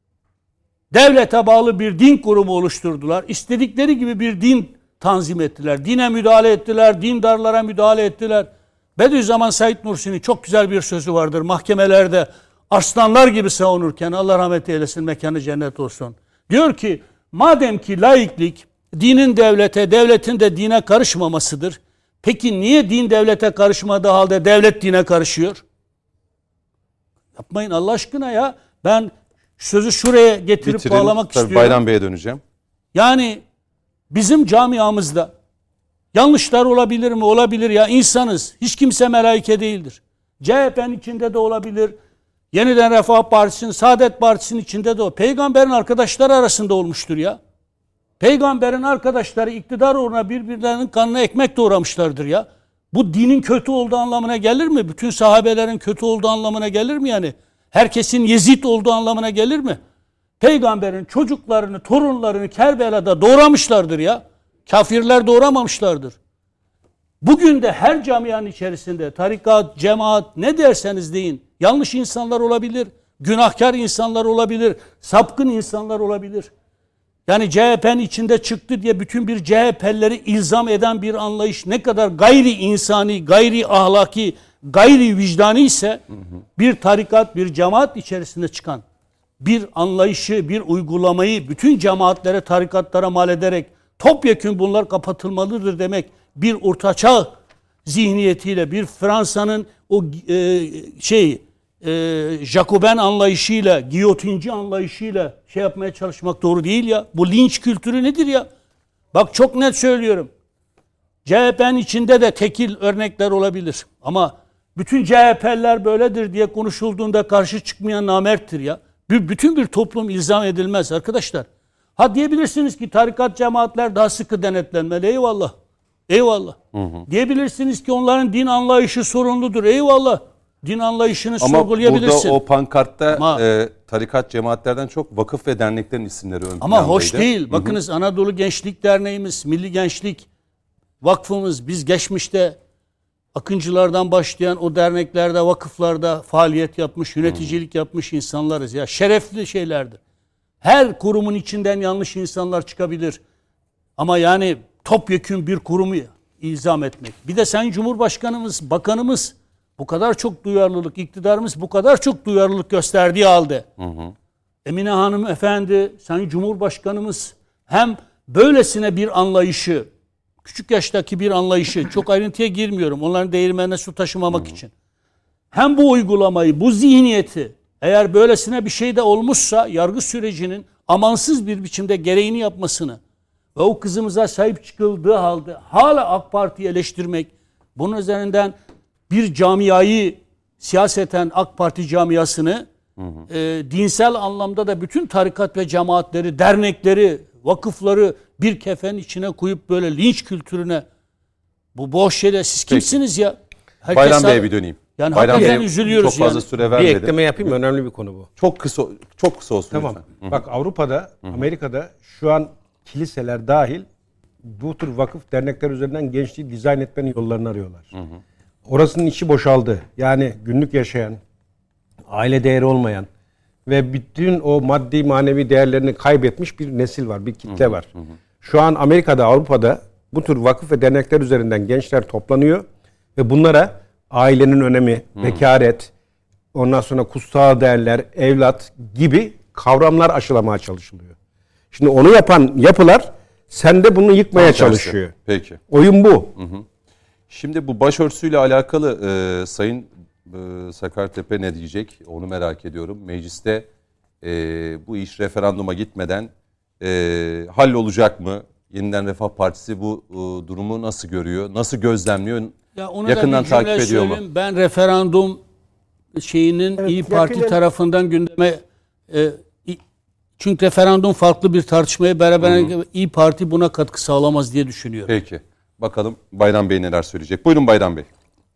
B: Devlete bağlı bir din kurumu oluşturdular. İstedikleri gibi bir din tanzim ettiler. Dine müdahale ettiler, dindarlara müdahale ettiler. Bediüzzaman Said Nursi'nin çok güzel bir sözü vardır. Mahkemelerde arslanlar gibi savunurken, Allah rahmet eylesin, mekanı cennet olsun. Diyor ki, madem ki laiklik dinin devlete, devletin de dine karışmamasıdır. Peki niye din devlete karışmadığı halde devlet dine karışıyor? Yapmayın Allah aşkına ya. Ben sözü şuraya getirip bağlamak istiyorum.
A: Bayram Bey'e döneceğim.
B: Yani bizim camiamızda yanlışlar olabilir mi? Olabilir ya, insanız. Hiç kimse melaike değildir. CHP'nin içinde de olabilir. Yeniden Refah Partisi'nin, Saadet Partisi'nin içinde de o. Peygamberin arkadaşları arasında olmuştur ya. Peygamberin arkadaşları iktidar uğruna birbirlerinin kanına ekmek doğramışlardır ya. Bu dinin kötü olduğu anlamına gelir mi? Bütün sahabelerin kötü olduğu anlamına gelir mi yani? Herkesin Yezid olduğu anlamına gelir mi? Peygamberin çocuklarını, torunlarını Kerbela'da doğramışlardır ya. Kafirler doğramamışlardır. Bugün de her camianın içerisinde tarikat, cemaat ne derseniz deyin, yanlış insanlar olabilir, günahkar insanlar olabilir, sapkın insanlar olabilir. Yani CHP'nin içinde çıktı diye bütün bir CHP'lileri ilzam eden bir anlayış ne kadar gayri insani, gayri ahlaki, gayri vicdani ise bir tarikat, bir cemaat içerisinde çıkan bir anlayışı, bir uygulamayı bütün cemaatlere, tarikatlara mal ederek topyekün bunlar kapatılmalıdır demek bir ortaçağ zihniyetiyle, bir Fransa'nın o Jacoben anlayışıyla, giyotinci anlayışıyla şey yapmaya çalışmak doğru değil ya. Bu linç kültürü nedir ya? Bak çok net söylüyorum. CHP'nin içinde de tekil örnekler olabilir. Ama bütün CHP'liler böyledir diye konuşulduğunda karşı çıkmayan namerttir ya. Bütün bir toplum ilzam edilmez arkadaşlar. Ha diyebilirsiniz ki tarikat cemaatler daha sıkı denetlenmeli. Eyvallah. Eyvallah. Diyebilirsiniz ki onların din anlayışı sorunludur. Eyvallah. Din anlayışını sorgulayabilirsin.
A: Ama burada o pankartta tarikat cemaatlerden çok vakıf ve derneklerin isimleri ön plandaydı.
B: Ama hoş değil. Bakınız Anadolu Gençlik Derneğimiz, Milli Gençlik Vakfımız, biz geçmişte akıncılardan başlayan o derneklerde, vakıflarda faaliyet yapmış, yöneticilik yapmış insanlarız. Ya şerefli şeylerdir. Her kurumun içinden yanlış insanlar çıkabilir. Ama yani topyekün bir kurumu ilzam etmek. Bir de Sayın Cumhurbaşkanımız, bakanımız bu kadar çok duyarlılık, iktidarımız bu kadar çok duyarlılık gösterdiği halde Emine Hanım efendi, Sayın Cumhurbaşkanımız hem böylesine bir anlayışı, küçük yaştaki bir anlayışı, çok ayrıntıya girmiyorum onların değirmenine su taşımamak için. Hem bu uygulamayı, bu zihniyeti eğer böylesine bir şey de olmuşsa yargı sürecinin amansız bir biçimde gereğini yapmasını ve o kızımıza sahip çıkıldığı halde hala AK Parti'yi eleştirmek, bunun üzerinden bir camiayı siyaseten AK Parti camiasını dinsel anlamda da bütün tarikat ve cemaatleri, dernekleri, vakıfları bir kefenin içine koyup böyle linç kültürüne bu boş şeyler siz kimsiniz ya? Herkes
A: Bayram Bey'e bir döneyim.
B: Yani
A: Bayram
B: hakikaten
A: Bey'e
B: üzülüyoruz
A: çok fazla
B: yani.
A: süre
E: Bir
A: vermedim.
E: ekleme yapayım, önemli bir konu bu.
A: Çok kısa olsun
E: Tamam.
A: lütfen.
E: Bak Avrupa'da, Amerika'da şu an kiliseler dahil bu tür vakıf dernekler üzerinden gençliği dizayn etmenin yollarını arıyorlar. Orasının içi boşaldı. Yani günlük yaşayan, aile değeri olmayan ve bütün o maddi manevi değerlerini kaybetmiş bir nesil var, bir kitle var. Şu an Amerika'da, Avrupa'da bu tür vakıf ve dernekler üzerinden gençler toplanıyor ve bunlara ailenin önemi, bekaret, ondan sonra kutsal değerler, evlat gibi kavramlar aşılamaya çalışılıyor. Şimdi onu yapan yapılar sende bunu yıkmaya çalışıyor.
A: Peki.
E: Oyun bu.
A: Şimdi bu başörtüsüyle alakalı Sayın Sakartepe ne diyecek? Onu merak ediyorum. Mecliste bu iş referanduma gitmeden hallolacak mı? Yeniden Refah Partisi bu durumu nasıl görüyor? Nasıl gözlemliyor?
B: Ya onu
A: Yakından
B: da bir cümle
A: takip ediyor mu?
B: söyleyeyim. Ben referandum şeyinin
D: Evet,
B: İyi Parti
D: yakinen-
B: tarafından gündeme çünkü referandum farklı bir tartışmaya beraber İyi Parti buna katkı sağlamaz diye düşünüyorum.
A: Peki. Bakalım Bayram Bey neler söyleyecek. Buyurun Bayram Bey.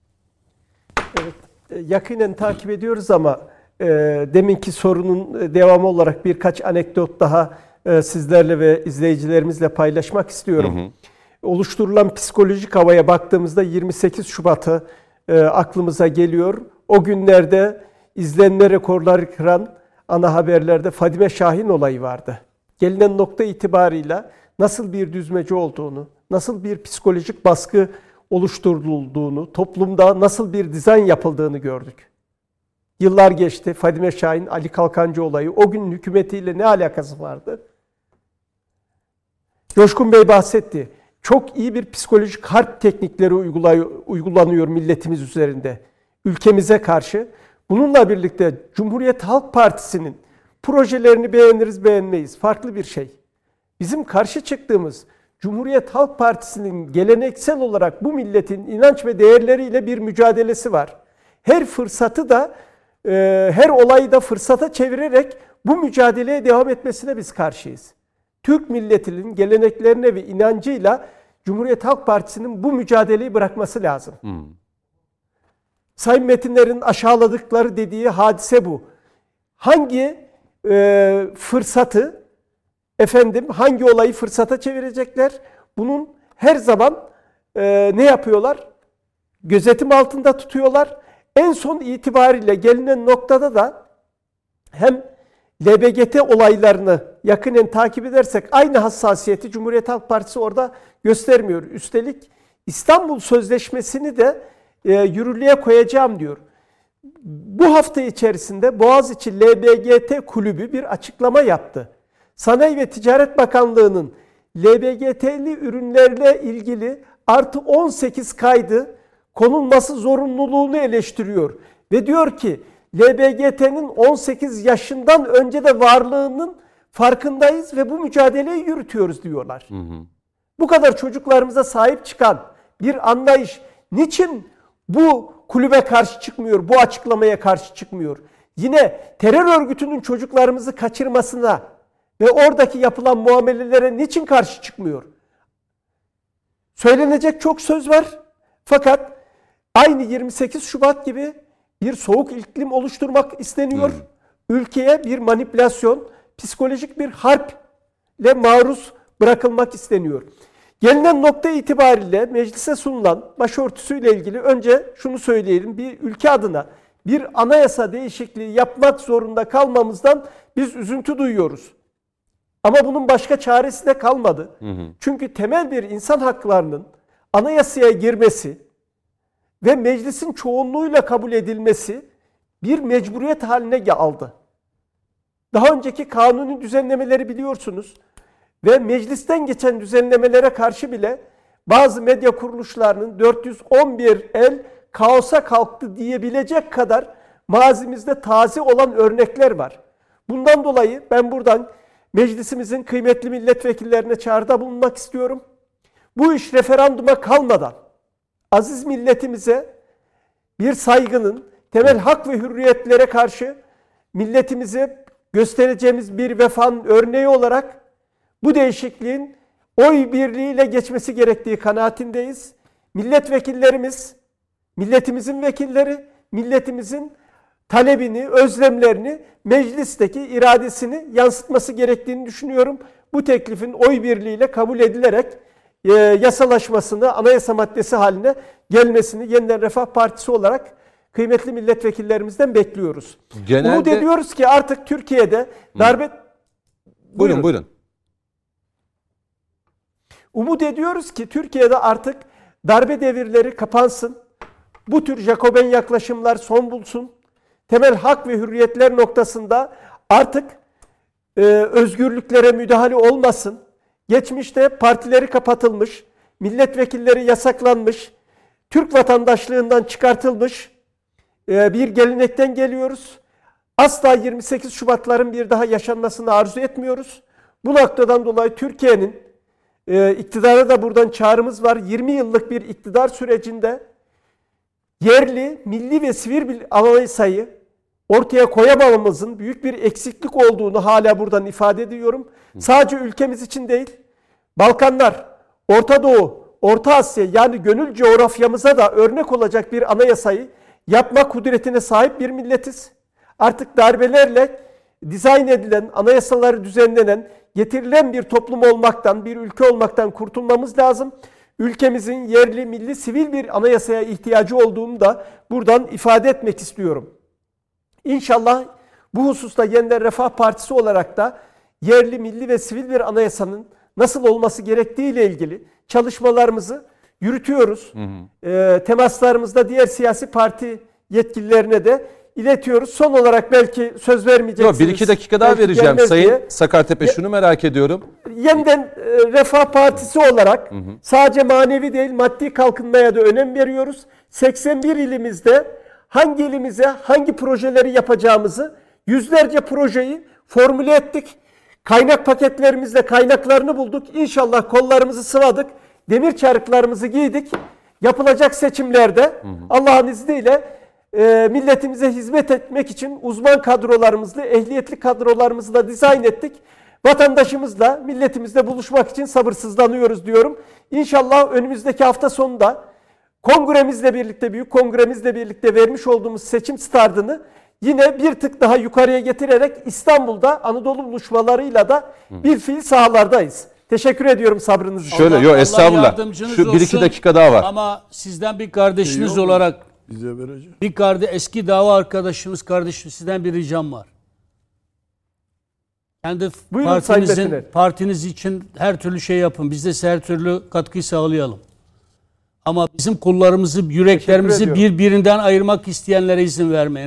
D: Yakinen takip ediyoruz ama deminki sorunun devamı olarak birkaç anekdot daha sizlerle ve izleyicilerimizle paylaşmak istiyorum. Oluşturulan psikolojik havaya baktığımızda 28 Şubat'ı aklımıza geliyor. O günlerde izlenme rekorları kıran ana haberlerde Fadime Şahin olayı vardı. Gelinen nokta itibarıyla nasıl bir düzmece olduğunu, nasıl bir psikolojik baskı oluşturulduğunu, toplumda nasıl bir dizayn yapıldığını gördük. Yıllar geçti. Fadime Şahin, Ali Kalkancı olayı o günün hükümetiyle ne alakası vardı? Coşkun Bey bahsetti. Çok iyi bir psikolojik harp teknikleri uygulanıyor milletimiz üzerinde. Ülkemize karşı. Bununla birlikte Cumhuriyet Halk Partisi'nin projelerini beğeniriz beğenmeyiz. Farklı bir şey. Bizim karşı çıktığımız Cumhuriyet Halk Partisi'nin geleneksel olarak bu milletin inanç ve değerleriyle bir mücadelesi var. Her fırsatı da, her olayı da fırsata çevirerek bu mücadeleye devam etmesine biz karşıyız. Türk milletinin geleneklerine ve inancıyla Cumhuriyet Halk Partisi'nin bu mücadeleyi bırakması lazım. Sayın Metinler'in aşağıladıkları dediği hadise bu. Hangi fırsatı, hangi olayı fırsata çevirecekler? Bunun her zaman ne yapıyorlar? Gözetim altında tutuyorlar. En son itibariyle gelinen noktada da hem LBGT olaylarını yakinen takip edersek aynı hassasiyeti Cumhuriyet Halk Partisi orada göstermiyor. Üstelik İstanbul Sözleşmesi'ni de yürürlüğe koyacağım diyor. Bu hafta içerisinde Boğaziçi LBGT Kulübü bir açıklama yaptı. Sanayi ve Ticaret Bakanlığı'nın LBGT'li ürünlerle ilgili artı 18 kaydı konulması zorunluluğunu eleştiriyor. Ve diyor ki LBGT'nin 18 yaşından önce de varlığının farkındayız ve bu mücadeleyi yürütüyoruz diyorlar. Bu kadar çocuklarımıza sahip çıkan bir anlayış niçin bu kulübe karşı çıkmıyor, bu açıklamaya karşı çıkmıyor? Yine terör örgütünün çocuklarımızı kaçırmasına ve oradaki yapılan muamelelere niçin karşı çıkmıyor? Söylenecek çok söz var. Fakat aynı 28 Şubat gibi bir soğuk iklim oluşturmak isteniyor. Ülkeye bir manipülasyon, psikolojik bir harple maruz bırakılmak isteniyor. Gelinen nokta itibariyle meclise sunulan başörtüsüyle ilgili önce şunu söyleyelim. Bir ülke adına bir anayasa değişikliği yapmak zorunda kalmamızdan biz üzüntü duyuyoruz. Ama bunun başka çaresi de kalmadı. Çünkü temel bir insan haklarının anayasaya girmesi ve meclisin çoğunluğuyla kabul edilmesi bir mecburiyet haline aldı. Daha önceki kanuni düzenlemeleri biliyorsunuz ve meclisten geçen düzenlemelere karşı bile bazı medya kuruluşlarının 411 el kaosa kalktı diyebilecek kadar mazimizde taze olan örnekler var. Bundan dolayı ben buradan meclisimizin kıymetli milletvekillerine çağrıda bulunmak istiyorum. Bu iş referanduma kalmadan aziz milletimize bir saygının, temel hak ve hürriyetlere karşı milletimize göstereceğimiz bir vefanın örneği olarak bu değişikliğin oy birliğiyle geçmesi gerektiği kanaatindeyiz. Milletvekillerimiz, milletimizin vekilleri, milletimizin talebini, özlemlerini, meclisteki iradesini yansıtması gerektiğini düşünüyorum. Bu teklifin oy birliğiyle kabul edilerek yasalaşmasını, anayasa maddesi haline gelmesini Yeniden Refah Partisi olarak kıymetli milletvekillerimizden bekliyoruz. Umut ediyoruz ki artık Türkiye'de darbe...
A: Buyurun.
D: Umut ediyoruz ki Türkiye'de artık darbe devirleri kapansın. Bu tür Jacoben yaklaşımlar son bulsun. Temel hak ve hürriyetler noktasında artık özgürlüklere müdahale olmasın. Geçmişte partileri kapatılmış, milletvekilleri yasaklanmış, Türk vatandaşlığından çıkartılmış bir gelenekten geliyoruz. Asla 28 Şubatların bir daha yaşanmasını arzu etmiyoruz. Bu noktadan dolayı Türkiye'nin iktidara da buradan çağrımız var. 20 yıllık bir iktidar sürecinde yerli, milli ve sivil bir anayasayı ortaya koyamamamızın büyük bir eksiklik olduğunu hala buradan ifade ediyorum. Sadece ülkemiz için değil, Balkanlar, Orta Doğu, Orta Asya yani gönül coğrafyamıza da örnek olacak bir anayasayı yapma kudretine sahip bir milletiz. Artık darbelerle dizayn edilen, anayasaları düzenlenen, getirilen bir toplum olmaktan, bir ülke olmaktan kurtulmamız lazım. Ülkemizin yerli, milli, sivil bir anayasaya ihtiyacı olduğunu da buradan ifade etmek istiyorum. İnşallah bu hususta Yeniden Refah Partisi olarak da yerli, milli ve sivil bir anayasanın nasıl olması gerektiğiyle ilgili çalışmalarımızı yürütüyoruz. Temaslarımızda diğer siyasi parti yetkililerine de iletiyoruz. Son olarak belki söz vermeyeceksiniz.
A: Yok, 1-2 dakika daha vereceğim Sayın Sakartepe. Şunu merak ediyorum.
D: Yeniden Refah Partisi olarak sadece manevi değil maddi kalkınmaya da önem veriyoruz. 81 ilimizde hangi ilimize hangi projeleri yapacağımızı yüzlerce projeyi formüle ettik. Kaynak paketlerimizle kaynaklarını bulduk. İnşallah kollarımızı sıvadık. Demir çarıklarımızı giydik. Yapılacak seçimlerde Allah'ın izniyle milletimize hizmet etmek için uzman kadrolarımızla, ehliyetli kadrolarımızla dizayn ettik. Vatandaşımızla, milletimizle buluşmak için sabırsızlanıyoruz diyorum. İnşallah önümüzdeki hafta sonunda kongremizle birlikte, büyük kongremizle birlikte vermiş olduğumuz seçim startını yine bir tık daha yukarıya getirerek İstanbul'da Anadolu buluşmalarıyla da bir fiil sahalardayız. Teşekkür ediyorum sabrınız için.
A: Şöyle, yok estağfurullah. Şu 1-2 dakika daha var.
B: Ama sizden bir kardeşiniz olarak
C: bize vereceğim.
B: eski dava arkadaşımız, kardeşim sizden bir ricam var. Kendi
D: Buyurun,
B: partiniz için her türlü şey yapın. Biz de size her türlü katkıyı sağlayalım. Ama bizim kullarımızı, yüreklerimizi
D: Teşekkür ediyorum.
B: birbirinden ayırmak isteyenlere izin vermeyin.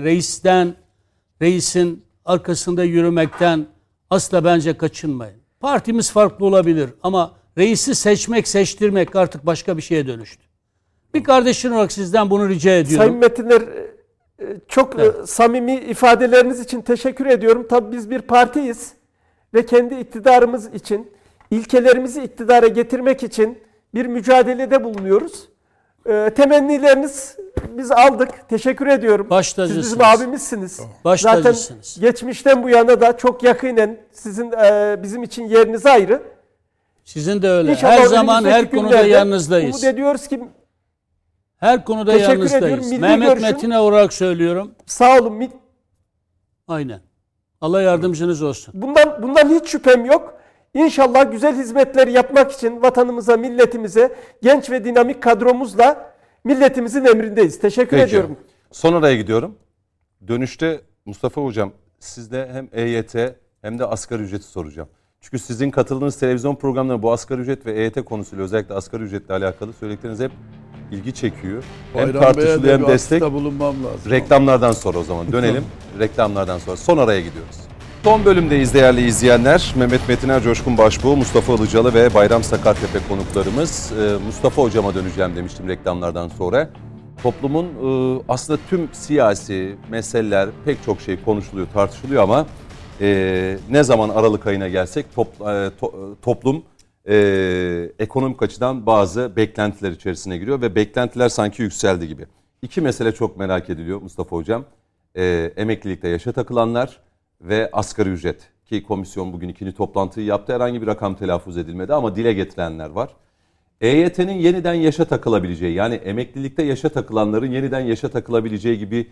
B: Reisin arkasında yürümekten asla bence kaçınmayın. Partimiz farklı olabilir ama reisi seçtirmek artık başka bir şeye dönüştü. Bir kardeşin olarak sizden bunu rica ediyorum.
D: Sayın Metiner, çok samimi ifadeleriniz için teşekkür ediyorum. Tabii biz bir partiyiz ve kendi iktidarımız için, ilkelerimizi iktidara getirmek için bir mücadelede bulunuyoruz. Temennileriniz biz aldık. Teşekkür ediyorum.
B: Baş
D: Siz
B: tacısınız.
D: bizim abimizsiniz.
B: Baş
D: Zaten
B: tacısınız.
D: geçmişten bu yana da çok yakinen sizin bizim için yeriniz ayrı.
B: Sizin de öyle.
D: İnşallah
B: Her zaman
D: önümüzdeki
B: her konuda
D: günlerde
B: yanınızdayız.
D: Umut ediyoruz ki
B: Her konuda
D: Teşekkür
B: yanınızdayız.
D: ediyorum. Milli
B: Mehmet
D: görüşün-
B: Metin'e olarak söylüyorum.
D: sağ olun.
B: Aynen. Allah yardımcınız olsun.
D: Bundan hiç şüphem yok. İnşallah güzel hizmetleri yapmak için vatanımıza, milletimize, genç ve dinamik kadromuzla milletimizin emrindeyiz. Teşekkür
A: Peki.
D: ediyorum.
A: Son araya gidiyorum. Dönüşte Mustafa Hocam sizde hem EYT hem de asgari ücreti soracağım. Çünkü sizin katıldığınız televizyon programlarında bu asgari ücret ve EYT konusuyla özellikle asgari ücretle alakalı söyledikleriniz hep ilgi çekiyor. Hem
C: Bayram Bey'e
A: tartışılıyor
C: de
A: hem
C: bir
A: destek.
C: atıfta bulunmam lazım.
A: Reklamlardan sonra o zaman dönelim. Reklamlardan sonra son araya gidiyoruz. Son bölümdeyiz değerli izleyenler. Mehmet Metiner, Coşkun Başbuğ, Mustafa Ilıcalı ve Bayram Sakartepe konuklarımız. Mustafa Hocama döneceğim demiştim reklamlardan sonra. Toplumun aslında tüm siyasi meseleler pek çok şey konuşuluyor, tartışılıyor ama ne zaman Aralık ayına gelsek toplum ekonomik açıdan bazı beklentiler içerisine giriyor ve beklentiler sanki yükseldi gibi. İki mesele çok merak ediliyor Mustafa Hocam. Emeklilikte yaşa takılanlar ve asgari ücret. Ki komisyon bugün ikinci toplantıyı yaptı. Herhangi bir rakam telaffuz edilmedi ama dile getirenler var. EYT'nin yeniden yaşa takılabileceği, yani emeklilikte yaşa takılanların yeniden yaşa takılabileceği gibi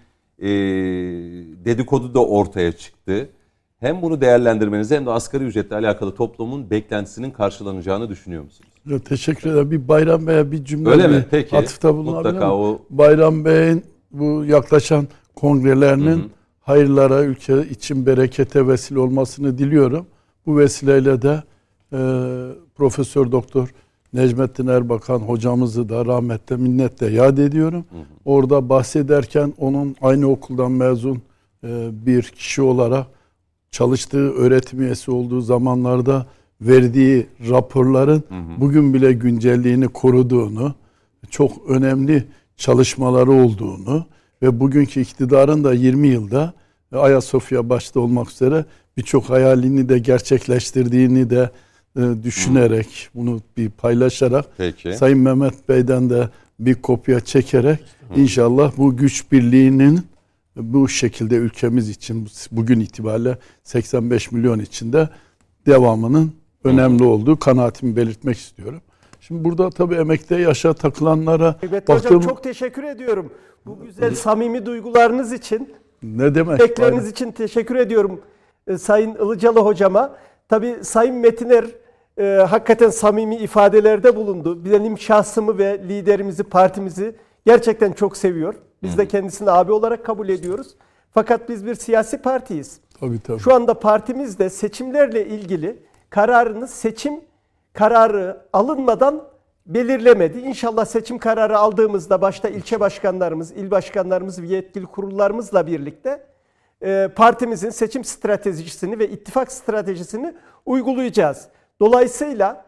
A: dedikodu da ortaya çıktı. Hem bunu değerlendirmenizi hem de asgari ücretle alakalı toplumun beklentisinin karşılanacağını düşünüyor musunuz?
C: Ya, teşekkür ederim. Bir Bayram Bey'e bir cümle
A: Öyle mi? Peki.
C: atıfta bulunabilir
A: Mutlaka
C: miyim?
A: o-
C: Bayram Bey'in bu yaklaşan kongrelerinin hayırlara, ülke için berekete vesile olmasını diliyorum. Bu vesileyle de Profesör Doktor Necmettin Erbakan hocamızı da rahmetle, minnetle yad ediyorum. Orada bahsederken onun aynı okuldan mezun bir kişi olarak çalıştığı öğretim üyesi olduğu zamanlarda verdiği raporların bugün bile güncelliğini koruduğunu, çok önemli çalışmaları olduğunu ve bugünkü iktidarın da 20 yılda Ayasofya başta olmak üzere birçok hayalini de gerçekleştirdiğini de düşünerek, bunu bir paylaşarak,
A: Peki.
C: Sayın Mehmet Bey'den de bir kopya çekerek inşallah bu güç birliğinin bu şekilde ülkemiz için bugün itibariyle 85 milyon içinde devamının önemli olduğu kanaatimi belirtmek istiyorum. Şimdi burada tabii emekte yaşa takılanlara
D: Evet hocam,
C: baktığım
D: çok teşekkür ediyorum. Bu güzel samimi duygularınız için,
C: ne demek?
D: emekleriniz için teşekkür ediyorum Sayın Ilıcalı hocama. Tabii Sayın Metiner hakikaten samimi ifadelerde bulundu. Benim şahsımı ve liderimizi, partimizi gerçekten çok seviyor. Biz de kendisini abi olarak kabul ediyoruz. Fakat biz bir siyasi partiyiz.
C: Tabii.
D: Şu anda partimizde de seçimlerle ilgili seçim kararı alınmadan belirlemedi. İnşallah seçim kararı aldığımızda başta ilçe başkanlarımız, il başkanlarımız ve yetkili kurullarımızla birlikte partimizin seçim stratejisini ve ittifak stratejisini uygulayacağız. Dolayısıyla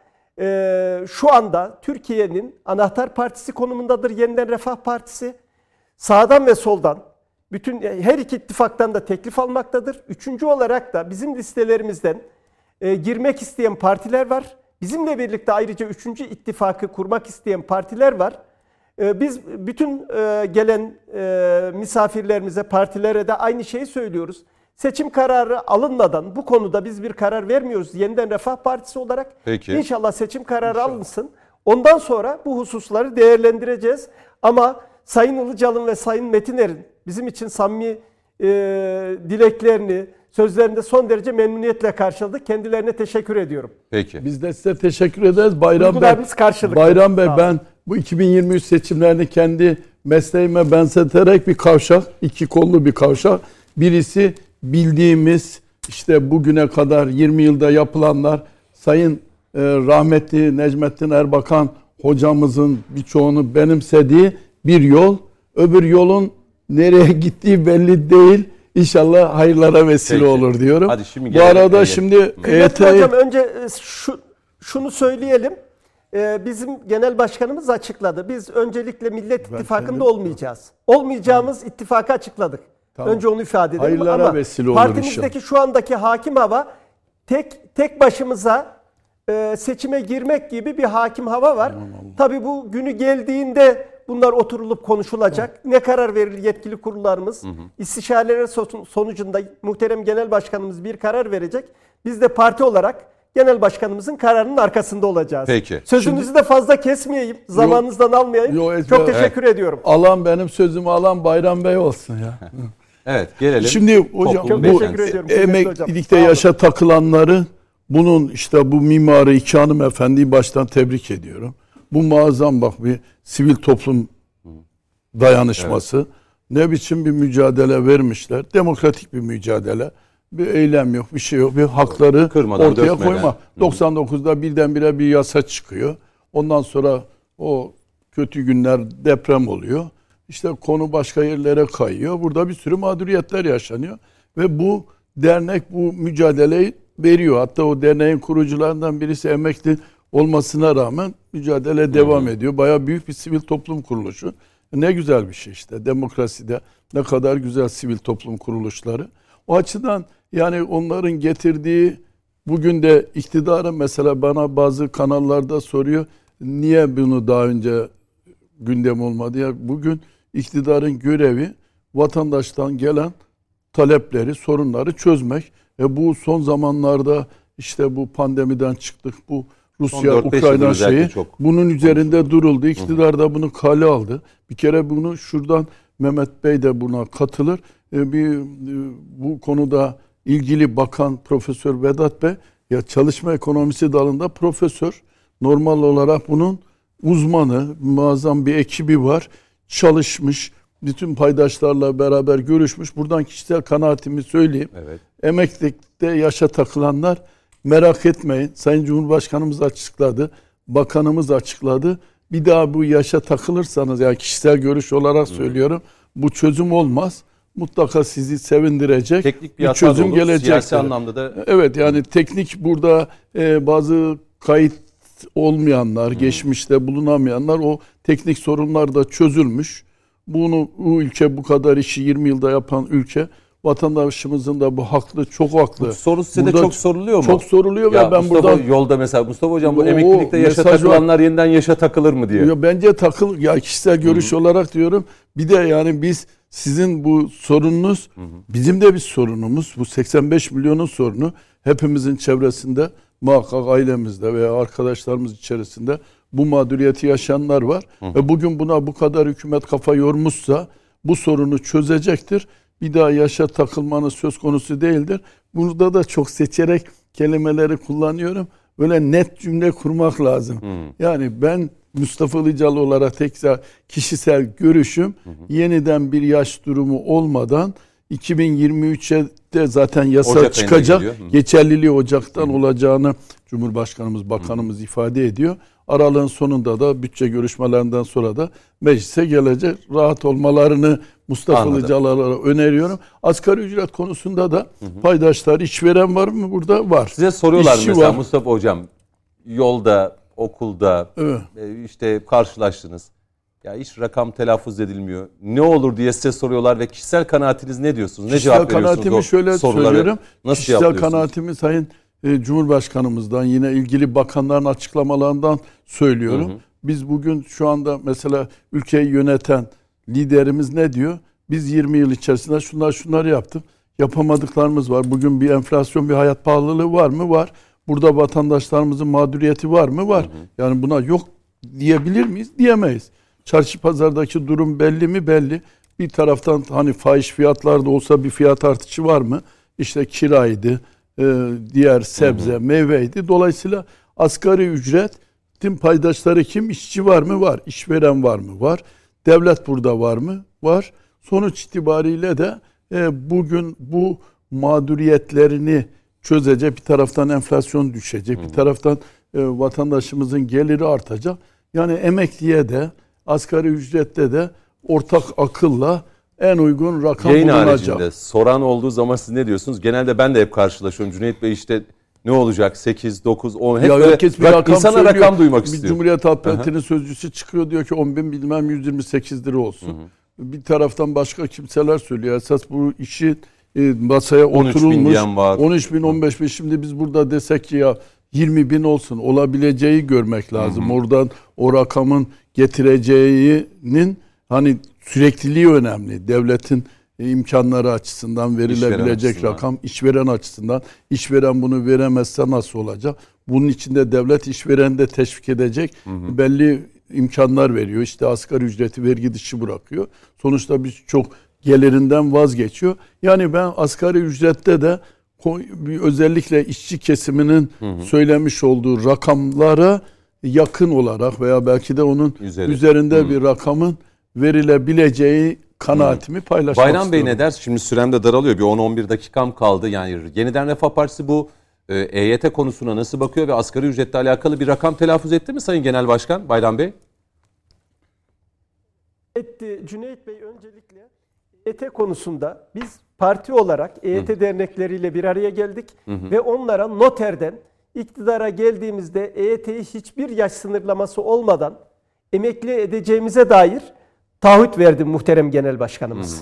D: şu anda Türkiye'nin anahtar partisi konumundadır Yeniden Refah Partisi. Sağdan ve soldan bütün her iki ittifaktan da teklif almaktadır. Üçüncü olarak da bizim listelerimizden girmek isteyen partiler var. Bizimle birlikte ayrıca üçüncü ittifakı kurmak isteyen partiler var. Biz bütün gelen misafirlerimize, partilere de aynı şeyi söylüyoruz. Seçim kararı alınmadan bu konuda biz bir karar vermiyoruz Yeniden Refah Partisi olarak.
A: Peki.
D: İnşallah seçim kararı alınsın. Ondan sonra bu hususları değerlendireceğiz. Ama Sayın Ilıcalı'nın ve Sayın Metiner'in bizim için samimi dileklerini, sözlerinde son derece memnuniyetle karşıladık. Kendilerine teşekkür ediyorum.
A: Peki.
C: Biz de size teşekkür ederiz. Bayram Bey,
D: Duygularımız karşılıklı.
C: Bayram Bey,
D: Sağ olun.
C: ben bu 2023 seçimlerini kendi mesleğime benzeterek bir kavşak, iki kollu bir kavşak. Birisi bildiğimiz işte bugüne kadar 20 yılda yapılanlar, Sayın rahmetli Necmettin Erbakan hocamızın birçoğunu benimsediği bir yol. Öbür yolun nereye gittiği belli değil. İnşallah hayırlara vesile
A: Peki.
C: olur diyorum.
A: Hadi şimdi
C: Bu arada
A: gelelim.
C: şimdi
D: Kıymetli hocam önce şunu söyleyelim. Bizim genel başkanımız açıkladı. Biz öncelikle Millet İttifakı'nda olmayacağız. Olmayacağımız ittifakı açıkladık.
C: Tamam.
D: Önce onu ifade edelim.
C: Hayırlara
D: ama
C: vesile olur
D: partimizdeki şu andaki hakim hava tek başımıza seçime girmek gibi bir hakim hava var. Tabii bu günü geldiğinde bunlar oturulup konuşulacak. Ne karar verir yetkili kurullarımız? İstişareler sonucunda muhterem genel başkanımız bir karar verecek. Biz de parti olarak genel başkanımızın kararının arkasında olacağız.
A: Peki.
D: Sözünüzü de fazla kesmeyeyim. Zamanınızdan almayayım. Çok teşekkür ediyorum.
C: Alan benim sözümü alan Bayram Bey olsun ya.
A: Evet, gelelim.
C: Şimdi hocam
A: Toplum
C: bu
D: teşekkür ediyorum.
C: emeklilikte yaşa takılanları bunun işte bu mimarı iki hanımefendiyi baştan tebrik ediyorum. Bu muazzam bak bir sivil toplum dayanışması. Evet. Ne biçim bir mücadele vermişler. Demokratik bir mücadele. Bir eylem yok, bir şey yok. Bir hakları
A: kırmadan,
C: ortaya
A: dökmeden.
C: koyma. 99'da birdenbire bir yasa çıkıyor. Ondan sonra o kötü günler deprem oluyor. İşte konu başka yerlere kayıyor. Burada bir sürü mağduriyetler yaşanıyor. Ve bu dernek bu mücadeleyi veriyor. Hatta o derneğin kurucularından birisi emekli olmasına rağmen mücadele devam ediyor. Bayağı büyük bir sivil toplum kuruluşu. Ne güzel bir şey işte. Demokraside ne kadar güzel sivil toplum kuruluşları. O açıdan yani onların getirdiği bugün de iktidarın mesela bana bazı kanallarda soruyor. Niye bunu daha önce gündem olmadı? Ya bugün iktidarın görevi vatandaştan gelen talepleri, sorunları çözmek. Bu son zamanlarda işte bu pandemiden çıktık. Bu Rusya-Ukrayna şeyi bunun üzerinde duruldu. İktidar da bunu kale aldı. Bir kere bunu şuradan Mehmet Bey de buna katılır. Bu konuda ilgili bakan Profesör Vedat Bey ya çalışma ekonomisi dalında profesör. Normal olarak bunun uzmanı, muazzam bir ekibi var. Çalışmış, bütün paydaşlarla beraber görüşmüş. Buradan kişisel kanaatimi söyleyeyim. Evet. Emeklilikte yaşa takılanlar merak etmeyin. Sayın Cumhurbaşkanımız açıkladı. Bakanımız açıkladı. Bir daha bu yaşa takılırsanız yani kişisel görüş olarak söylüyorum. Bu çözüm olmaz. Mutlaka sizi sevindirecek
A: teknik
C: bir çözüm gelecek.
A: Siyasi anlamda da.
C: Evet yani teknik burada bazı kayıt olmayanlar, geçmişte bulunamayanlar o teknik sorunlar da çözülmüş. Bu ülke bu kadar işi 20 yılda yapan ülke. Vatandaşımızın da bu haklı, çok haklı.
A: Soru size de çok soruluyor mu?
C: Çok soruluyor
A: ya
C: ve ben
A: Mustafa
C: buradan
A: yolda mesela Mustafa hocam bu emeklilikte yaşa takılanlar yeniden yaşa takılır mı diye.
C: Ya bence takıl ya kişisel görüş olarak diyorum. Bir de yani biz sizin bu sorununuz bizim de bir sorunumuz. Bu 85 milyonun sorunu hepimizin çevresinde muhakkak ailemizde veya arkadaşlarımız içerisinde bu mağduriyeti yaşayanlar var. Ve bugün buna bu kadar hükümet kafa yormuşsa bu sorunu çözecektir. Bir daha yaşa takılmanız söz konusu değildir. Burada da çok seçerek kelimeleri kullanıyorum. Böyle net cümle kurmak lazım. Yani ben Mustafa Ilıcalı olarak tekrar kişisel görüşüm yeniden bir yaş durumu olmadan 2023'e de zaten yasa
A: Ocak
C: çıkacak. Geçerliliği Ocak'tan olacağını Cumhurbaşkanımız, Bakanımız ifade ediyor. Aralığın sonunda da bütçe görüşmelerinden sonra da meclise gelecek. Rahat olmalarını Mustafa Ilıcalı'ya öneriyorum. Asgari ücret konusunda da paydaşlar, işveren var mı burada? Var.
A: Size soruyorlar
C: İşçi
A: mesela
C: var.
A: Mustafa hocam yolda, okulda işte karşılaştınız. Ya hiç rakam telaffuz edilmiyor. Ne olur diye size soruyorlar ve kişisel kanaatiniz ne diyorsunuz? Ne cevap veriyorsunuz?
C: Kanaatimi şöyle söylüyorum.
A: Nasıl
C: kişisel kanaatimi Sayın Cumhurbaşkanımızdan yine ilgili bakanların açıklamalarından söylüyorum. Biz bugün şu anda mesela ülkeyi yöneten liderimiz ne diyor? Biz 20 yıl içerisinde şunları yaptık. Yapamadıklarımız var. Bugün bir enflasyon, bir hayat pahalılığı var mı? Var. Burada vatandaşlarımızın mağduriyeti var mı? Var. Yani buna yok diyebilir miyiz? Diyemeyiz. Çarşı pazardaki durum belli mi? Belli. Bir taraftan hani fahiş fiyatlarda olsa bir fiyat artışı var mı? İşte kiraydı, diğer sebze, meyveydi. Dolayısıyla asgari ücretin paydaşları kim? İşçi var mı? Var. İşveren var mı? Var. Devlet burada var mı? Var. Sonuç itibariyle de bugün bu mağduriyetlerini çözecek, bir taraftan enflasyon düşecek, bir taraftan vatandaşımızın geliri artacak. Yani emekliye de asgari ücrette de ortak akılla en uygun rakam
A: Yayın
C: bulunacak.
A: haricinde soran olduğu zaman siz ne diyorsunuz? Genelde ben de hep karşılaşıyorum. Cüneyt Bey işte ne olacak? 8, 9, 10 hep
C: Ya
A: böyle
C: herkes bir rakam
A: insana
C: söylüyor.
A: rakam duymak
C: Bir
A: istiyor.
C: Cumhuriyet Halk Partisi'nin sözcüsü çıkıyor diyor ki 10.000 bilmem 128 lira olsun. Bir taraftan başka kimseler söylüyor. Esas bu işi masaya
A: 13.000
C: oturulmuş.
A: diyen var.
C: 13.000, 15.000. Şimdi biz burada desek ki ya 20.000 olsun, olabileceği görmek lazım. Oradan o rakamın getireceğinin hani sürekliliği önemli. Devletin imkanları açısından verilebilecek
A: açısından.
C: rakam, işveren açısından. İşveren bunu veremezse nasıl olacak? Bunun içinde devlet işvereni de teşvik edecek belli imkanlar veriyor. İşte asgari ücreti vergi dışı bırakıyor. Sonuçta birçok gelirinden vazgeçiyor. Yani ben asgari ücrette de özellikle işçi kesiminin söylemiş olduğu rakamlara yakın olarak veya belki de onun üzerinde bir rakamın verilebileceği kanaatimi paylaşmak
A: Bayram Bey
C: istiyorum.
A: ne der? Şimdi sürem de daralıyor. Bir 10-11 dakikam kaldı. Yani Yeniden Refah Partisi bu EYT konusuna nasıl bakıyor ve asgari ücretle alakalı bir rakam telaffuz etti mi Sayın Genel Başkan Bayram Bey?
D: Etti. Cüneyt Bey, öncelikle EYT konusunda biz parti olarak EYT dernekleriyle bir araya geldik ve onlara noterden iktidara geldiğimizde EYT'yi hiçbir yaş sınırlaması olmadan emekli edeceğimize dair taahhüt verdi muhterem genel başkanımız.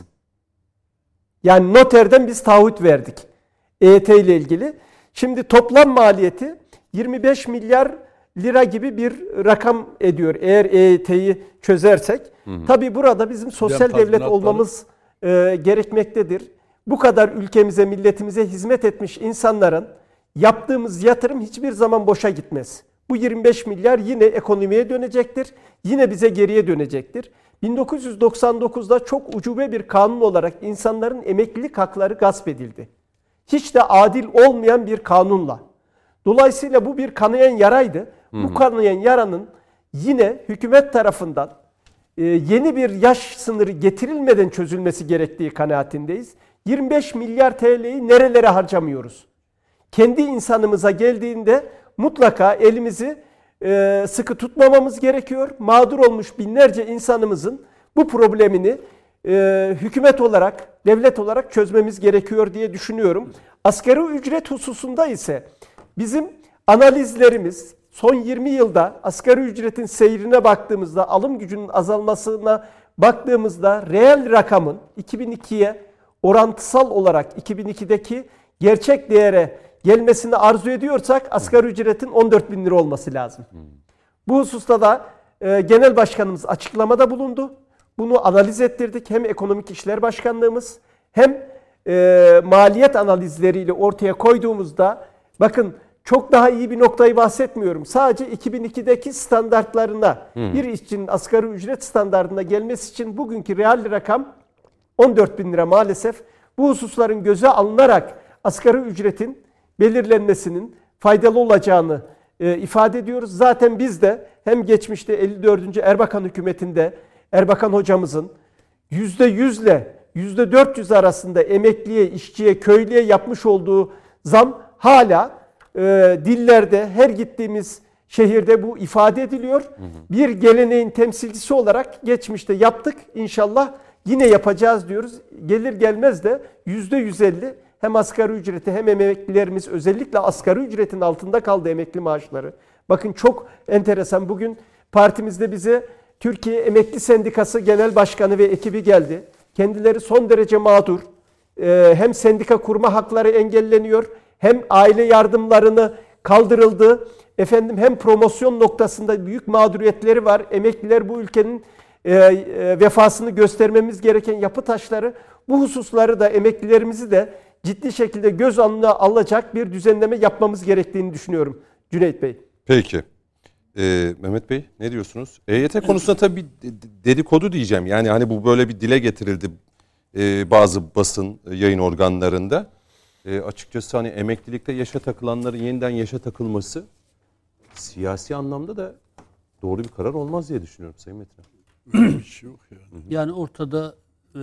D: Yani noterden biz taahhüt verdik EYT ile ilgili. Şimdi toplam maliyeti 25 milyar lira gibi bir rakam ediyor eğer EYT'yi çözersek. Tabii burada bizim sosyal devlet olmamız gerekmektedir. Bu kadar ülkemize, milletimize hizmet etmiş insanların yaptığımız yatırım hiçbir zaman boşa gitmez. Bu 25 milyar yine ekonomiye dönecektir. Yine bize geriye dönecektir. 1999'da çok ucube bir kanun olarak insanların emeklilik hakları gasp edildi. Hiç de adil olmayan bir kanunla. Dolayısıyla bu bir kanayan yaraydı. Bu kanayan yaranın yine hükümet tarafından yeni bir yaş sınırı getirilmeden çözülmesi gerektiği kanaatindeyiz. 25 milyar TL'yi nerelere harcamıyoruz? Kendi insanımıza geldiğinde mutlaka elimizi sıkı tutmamamız gerekiyor. Mağdur olmuş binlerce insanımızın bu problemini hükümet olarak, devlet olarak çözmemiz gerekiyor diye düşünüyorum. Asgari ücret hususunda ise bizim analizlerimiz son 20 yılda asgari ücretin seyrine baktığımızda, alım gücünün azalmasına baktığımızda reel rakamın 2002'ye orantısal olarak 2002'deki gerçek değere gelmesini arzu ediyorsak asgari ücretin 14.000 lira olması lazım. Bu hususta da Genel Başkanımız açıklamada bulundu. Bunu analiz ettirdik. Hem Ekonomik İşler Başkanlığımız hem maliyet analizleriyle ortaya koyduğumuzda bakın çok daha iyi bir noktayı bahsetmiyorum. Sadece 2002'deki standartlarına bir işçinin asgari ücret standartına gelmesi için bugünkü reel rakam 14.000 lira maalesef. Bu hususların göze alınarak asgari ücretin belirlenmesinin faydalı olacağını ifade ediyoruz. Zaten biz de hem geçmişte 54. Erbakan hükümetinde Erbakan hocamızın %100 ile %400 arasında emekliye, işçiye, köylüye yapmış olduğu zam hala dillerde, her gittiğimiz şehirde bu ifade ediliyor. Bir geleneğin temsilcisi olarak geçmişte yaptık. İnşallah yine yapacağız diyoruz. Gelir gelmez de %150 hem asgari ücreti hem emeklilerimiz, özellikle asgari ücretin altında kaldı emekli maaşları. Bakın çok enteresan, bugün partimizde bize Türkiye Emekli Sendikası Genel Başkanı ve ekibi geldi. Kendileri son derece mağdur. Hem sendika kurma hakları engelleniyor, hem aile yardımlarını kaldırıldı. Hem promosyon noktasında büyük mağduriyetleri var. Emekliler bu ülkenin vefasını göstermemiz gereken yapı taşları. Bu hususları da emeklilerimizi de ciddi şekilde göz önüne alacak bir düzenleme yapmamız gerektiğini düşünüyorum Cüneyt Bey.
A: Peki. Mehmet Bey ne diyorsunuz? EYT konusunda tabii dedikodu diyeceğim. Yani hani bu böyle bir dile getirildi bazı basın yayın organlarında. Açıkçası hani emeklilikte yaşa takılanların yeniden yaşa takılması siyasi anlamda da doğru bir karar olmaz diye düşünüyorum Sayın Metin.
C: Bir şey yok yani.
B: Yani ortada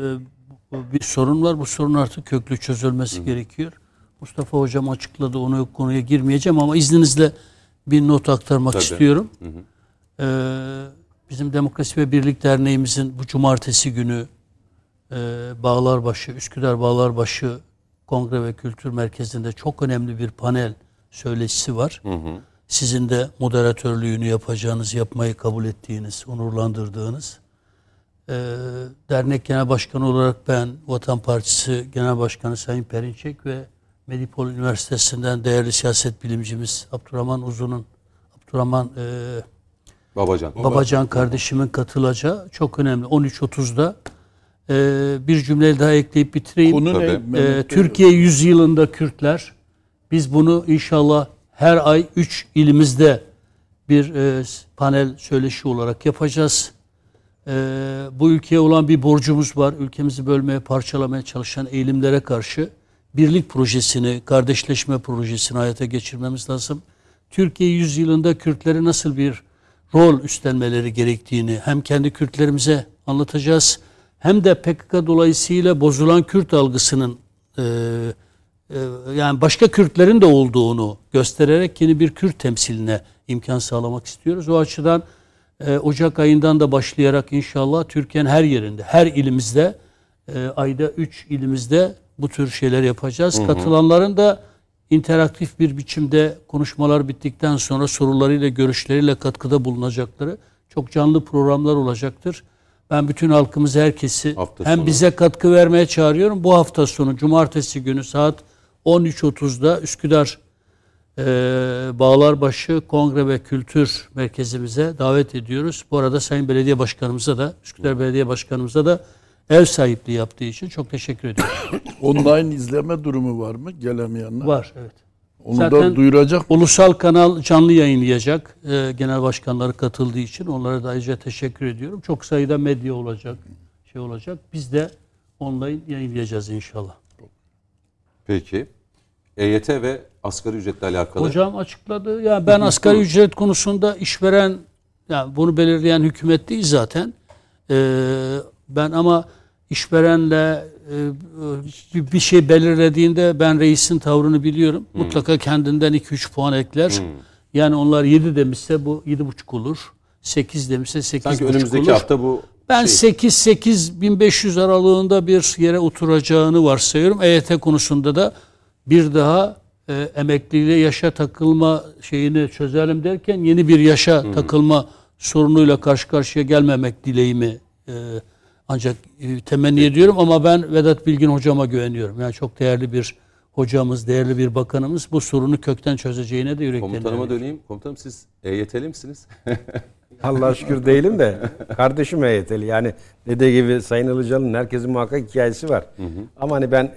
B: bir sorun var. Bu sorun artık köklü çözülmesi gerekiyor. Mustafa Hocam açıkladı. Onu konuya girmeyeceğim ama izninizle bir not aktarmak istiyorum. Bizim Demokrasi ve Birlik Derneğimizin bu cumartesi günü Bağlarbaşı, Üsküdar Bağlarbaşı Kongre ve Kültür Merkezi'nde çok önemli bir panel söyleşisi var. Sizin de moderatörlüğünü yapacağınız, yapmayı kabul ettiğiniz, onurlandırdığınız. Dernek Genel Başkanı olarak ben, Vatan Partisi Genel Başkanı Sayın Perinçek ve Medipol Üniversitesi'nden değerli siyaset bilimcimiz Abdurrahman Babacan kardeşimin katılacağı çok önemli. 13.30'da bir cümleyi daha ekleyip bitireyim.
C: Konu ne?
B: Türkiye 100 yılında Kürtler. Biz bunu inşallah her ay 3 ilimizde bir panel söyleşi olarak yapacağız. Bu ülkeye olan bir borcumuz var. Ülkemizi bölmeye, parçalamaya çalışan eğilimlere karşı birlik projesini, kardeşleşme projesini hayata geçirmemiz lazım. Türkiye 100 yılında Kürtleri nasıl bir rol üstlenmeleri gerektiğini hem kendi Kürtlerimize anlatacağız, hem de PKK dolayısıyla bozulan Kürt algısının yani başka Kürtlerin de olduğunu göstererek yeni bir Kürt temsiline imkan sağlamak istiyoruz. O açıdan Ocak ayından da başlayarak inşallah Türkiye'nin her yerinde, her ilimizde, ayda 3 ilimizde bu tür şeyler yapacağız. Katılanların da interaktif bir biçimde konuşmalar bittikten sonra sorularıyla, görüşleriyle katkıda bulunacakları çok canlı programlar olacaktır. Ben bütün halkımızı, herkesi hem bize katkı vermeye çağırıyorum. Bu hafta sonu Cumartesi günü saat 13.30'da Üsküdar Bağlarbaşı Kongre ve Kültür Merkezimize davet ediyoruz. Bu arada Sayın Belediye Başkanımıza da, Üsküdar Belediye Başkanımıza da ev sahipliği yaptığı için çok teşekkür ediyorum.
C: Online izleme durumu var mı gelemeyenler?
B: Var, evet.
C: Onu
B: zaten
C: da duyuracak.
B: Ulusal kanal canlı yayınlayacak. Genel başkanları katıldığı için onlara da ayrıca teşekkür ediyorum. Çok sayıda medya olacak, şey olacak. Biz de online yayınlayacağız inşallah.
A: Peki. EYT ve asgari ücretle alakalı.
B: Hocam açıkladı. Ya ben asgari ücret konusunda işveren, yani bunu belirleyen hükümet değil zaten. Ben ama işverenle bir şey belirlediğinde ben reisin tavrını biliyorum. Mutlaka kendinden 2-3 puan ekler. Yani onlar 7 demişse bu 7,5 olur. 8 demişse 8,5 olur.
A: Sanki önümüzdeki hafta bu
B: ben 8-8.500 aralığında bir yere oturacağını varsayıyorum. EYT konusunda da bir daha emekliliğe yaşa takılma şeyini çözelim derken yeni bir yaşa takılma sorunuyla karşı karşıya gelmemek dileğimi ancak temenni ediyorum. Ama ben Vedat Bilgin hocama güveniyorum. Yani çok değerli bir hocamız, değerli bir bakanımız bu sorunu kökten çözeceğine de yürekten
A: Komutanıma
B: inanıyorum.
A: döneyim. Komutanım siz EYT'li misiniz?
E: Allah'a şükür değilim de kardeşim EYT'li. Yani dediği gibi Sayın Ilıcalı'nın herkesin muhakkak hikayesi var. Ama hani ben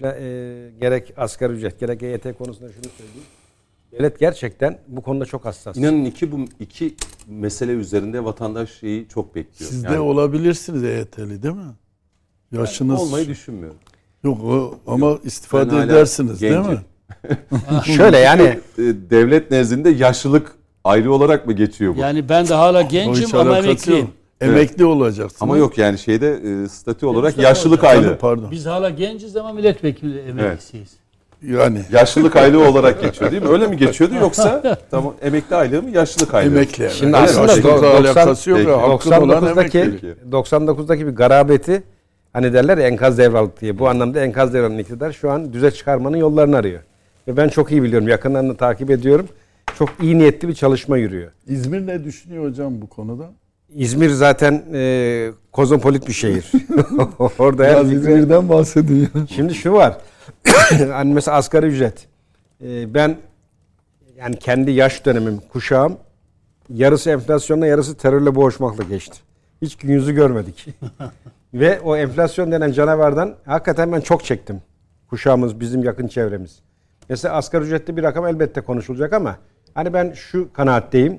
E: gerek asgari ücret gerek EYT konusunda şunu söyleyeyim. Devlet gerçekten bu konuda çok hassas.
A: İnanın bu iki mesele üzerinde vatandaş şeyi çok bekliyor.
C: Siz de olabilirsiniz EYT'li değil mi? Yaşınız
A: olmayı düşünmüyorum.
C: yok ama istifade
A: Ben hala
C: edersiniz
A: gencim.
C: değil mi?
E: Şöyle yani
A: Devlet nezdinde yaşlılık ayrı olarak mı geçiyor bu?
B: Yani ben de hala
C: O
B: gencim
C: hiç
B: ama
C: alakası
B: emekliyim.
C: yok. Emekli olacaksınız.
A: Ama yok yani şeyde statü olarak
B: Hocam,
A: yaşlılık
B: hocam.
A: aylığı.
C: Pardon.
B: Biz hala genciz ama milletvekili emeklisiyiz.
C: Yani
A: Yaşlılık aylığı olarak geçiyor değil mi? Öyle mi geçiyordu yoksa tamam emekli aylığı mı yaşlılık aylığı?
C: emekli. Yani.
E: Şimdi
C: Yani
E: aslında
C: yaşlılıkla
E: 90
C: alakası yok.
A: Peki.
C: Ya, hakkın olan emekli.
E: 99'daki bir garabeti hani derler ya enkaz devraldık diye. Bu anlamda enkaz devralan iktidar şu an düze çıkarmanın yollarını arıyor. Ve ben çok iyi biliyorum. Yakından da takip ediyorum. Çok iyi niyetli bir çalışma yürüyor.
C: İzmir ne düşünüyor hocam bu konuda?
E: İzmir zaten kozmopolit bir şehir. Orada her
C: Biraz İzmir'den bahsedin.
E: Şimdi şu var. Hani mesela asgari ücret. Ben yani kendi yaş dönemim, kuşağım yarısı enflasyonla yarısı terörle boğuşmakla geçti. Hiç gün yüzü görmedik. Ve o enflasyon denen canavardan hakikaten ben çok çektim. Kuşağımız, bizim yakın çevremiz. Mesela asgari ücretli bir rakam elbette konuşulacak ama hani ben şu kanaatteyim.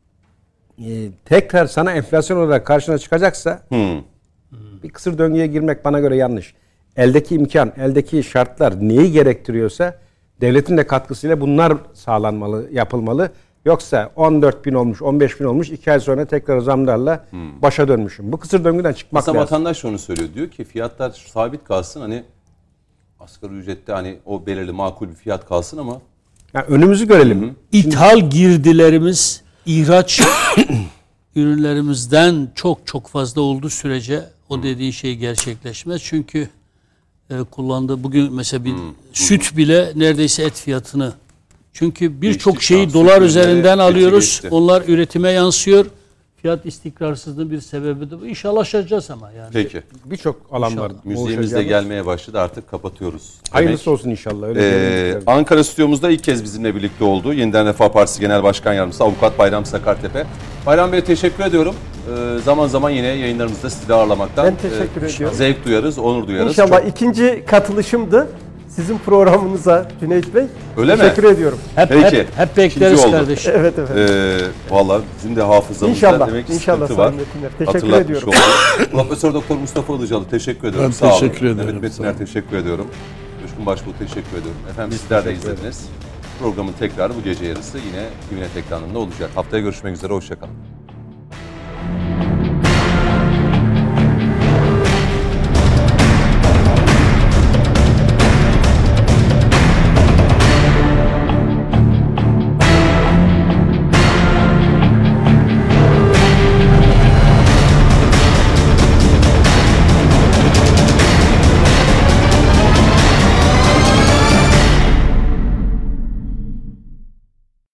E: Tekrar sana enflasyon olarak karşına çıkacaksa bir kısır döngüye girmek bana göre yanlış. Eldeki imkan, eldeki şartlar neyi gerektiriyorsa devletin de katkısıyla bunlar sağlanmalı, yapılmalı. Yoksa 14.000 olmuş, 15.000 olmuş, 2 ay sonra tekrar zamlarla başa dönmüşüm. Bu kısır döngüden çıkmak
A: Aslında
E: lazım.
A: vatandaş onu söylüyor. Diyor ki fiyatlar sabit kalsın, hani asgari ücrette hani o belirli makul bir fiyat kalsın ama
E: Yani önümüzü görelim.
B: İthal girdilerimiz ihraç ürünlerimizden çok fazla olduğu sürece o dediğin şey gerçekleşmez. Çünkü kullandığı bugün mesela bir süt bile neredeyse et fiyatını. Çünkü birçok
A: Geçti,
B: şeyi
A: süt
B: dolar
A: ürünleri
B: üzerinden
A: ete
B: alıyoruz.
A: geçti.
B: Onlar üretime yansıyor. Fiyat istikrarsızlığının bir sebebi de bu. İnşallah aşacağız ama yani.
A: Peki.
E: Birçok alan var.
A: Müziğimiz de gelmeye başladı. Artık kapatıyoruz.
E: Hayırlısı olsun inşallah. Öyle
A: Ankara stüdyomuzda ilk kez bizimle birlikte oldu. Yeniden Refah Partisi Genel Başkan Yardımcısı Avukat Bayram Sakartepe. Bayram Bey teşekkür ediyorum. Zaman zaman yine yayınlarımızda sizi ağırlamaktan
D: Ben teşekkür ediyorum.
A: zevk duyarız, onur duyarız.
D: İnşallah
A: Çok-
D: ikinci katılışımdı sizin programınıza Cüneyt Bey.
A: Öyle mi?
D: Teşekkür ediyorum.
A: Peki.
B: Hep bekleriz
A: İkinci oldu.
B: kardeşim.
D: Evet efendim.
A: Vallahi bizim de hafızamızda
D: İnşallah,
A: demek ki
D: inşallah
A: sıkıntı var.
D: Sayın Metiner. Teşekkür
A: Hatırlatmış
D: ediyorum.
A: olduk. Profesör Doktor Mustafa Ilıcalı teşekkür ediyorum.
C: Ben
A: Sağ olun.
C: teşekkür ederim.
A: Mehmet Metiner
C: Sağ olun.
A: teşekkür ediyorum. Coşkun Başbuğ teşekkür ediyorum. Efendim sizler de izlediniz. Programın tekrarı bu gece yarısı yine TVNet ekranında olacak. Haftaya görüşmek üzere. Hoşça kalın.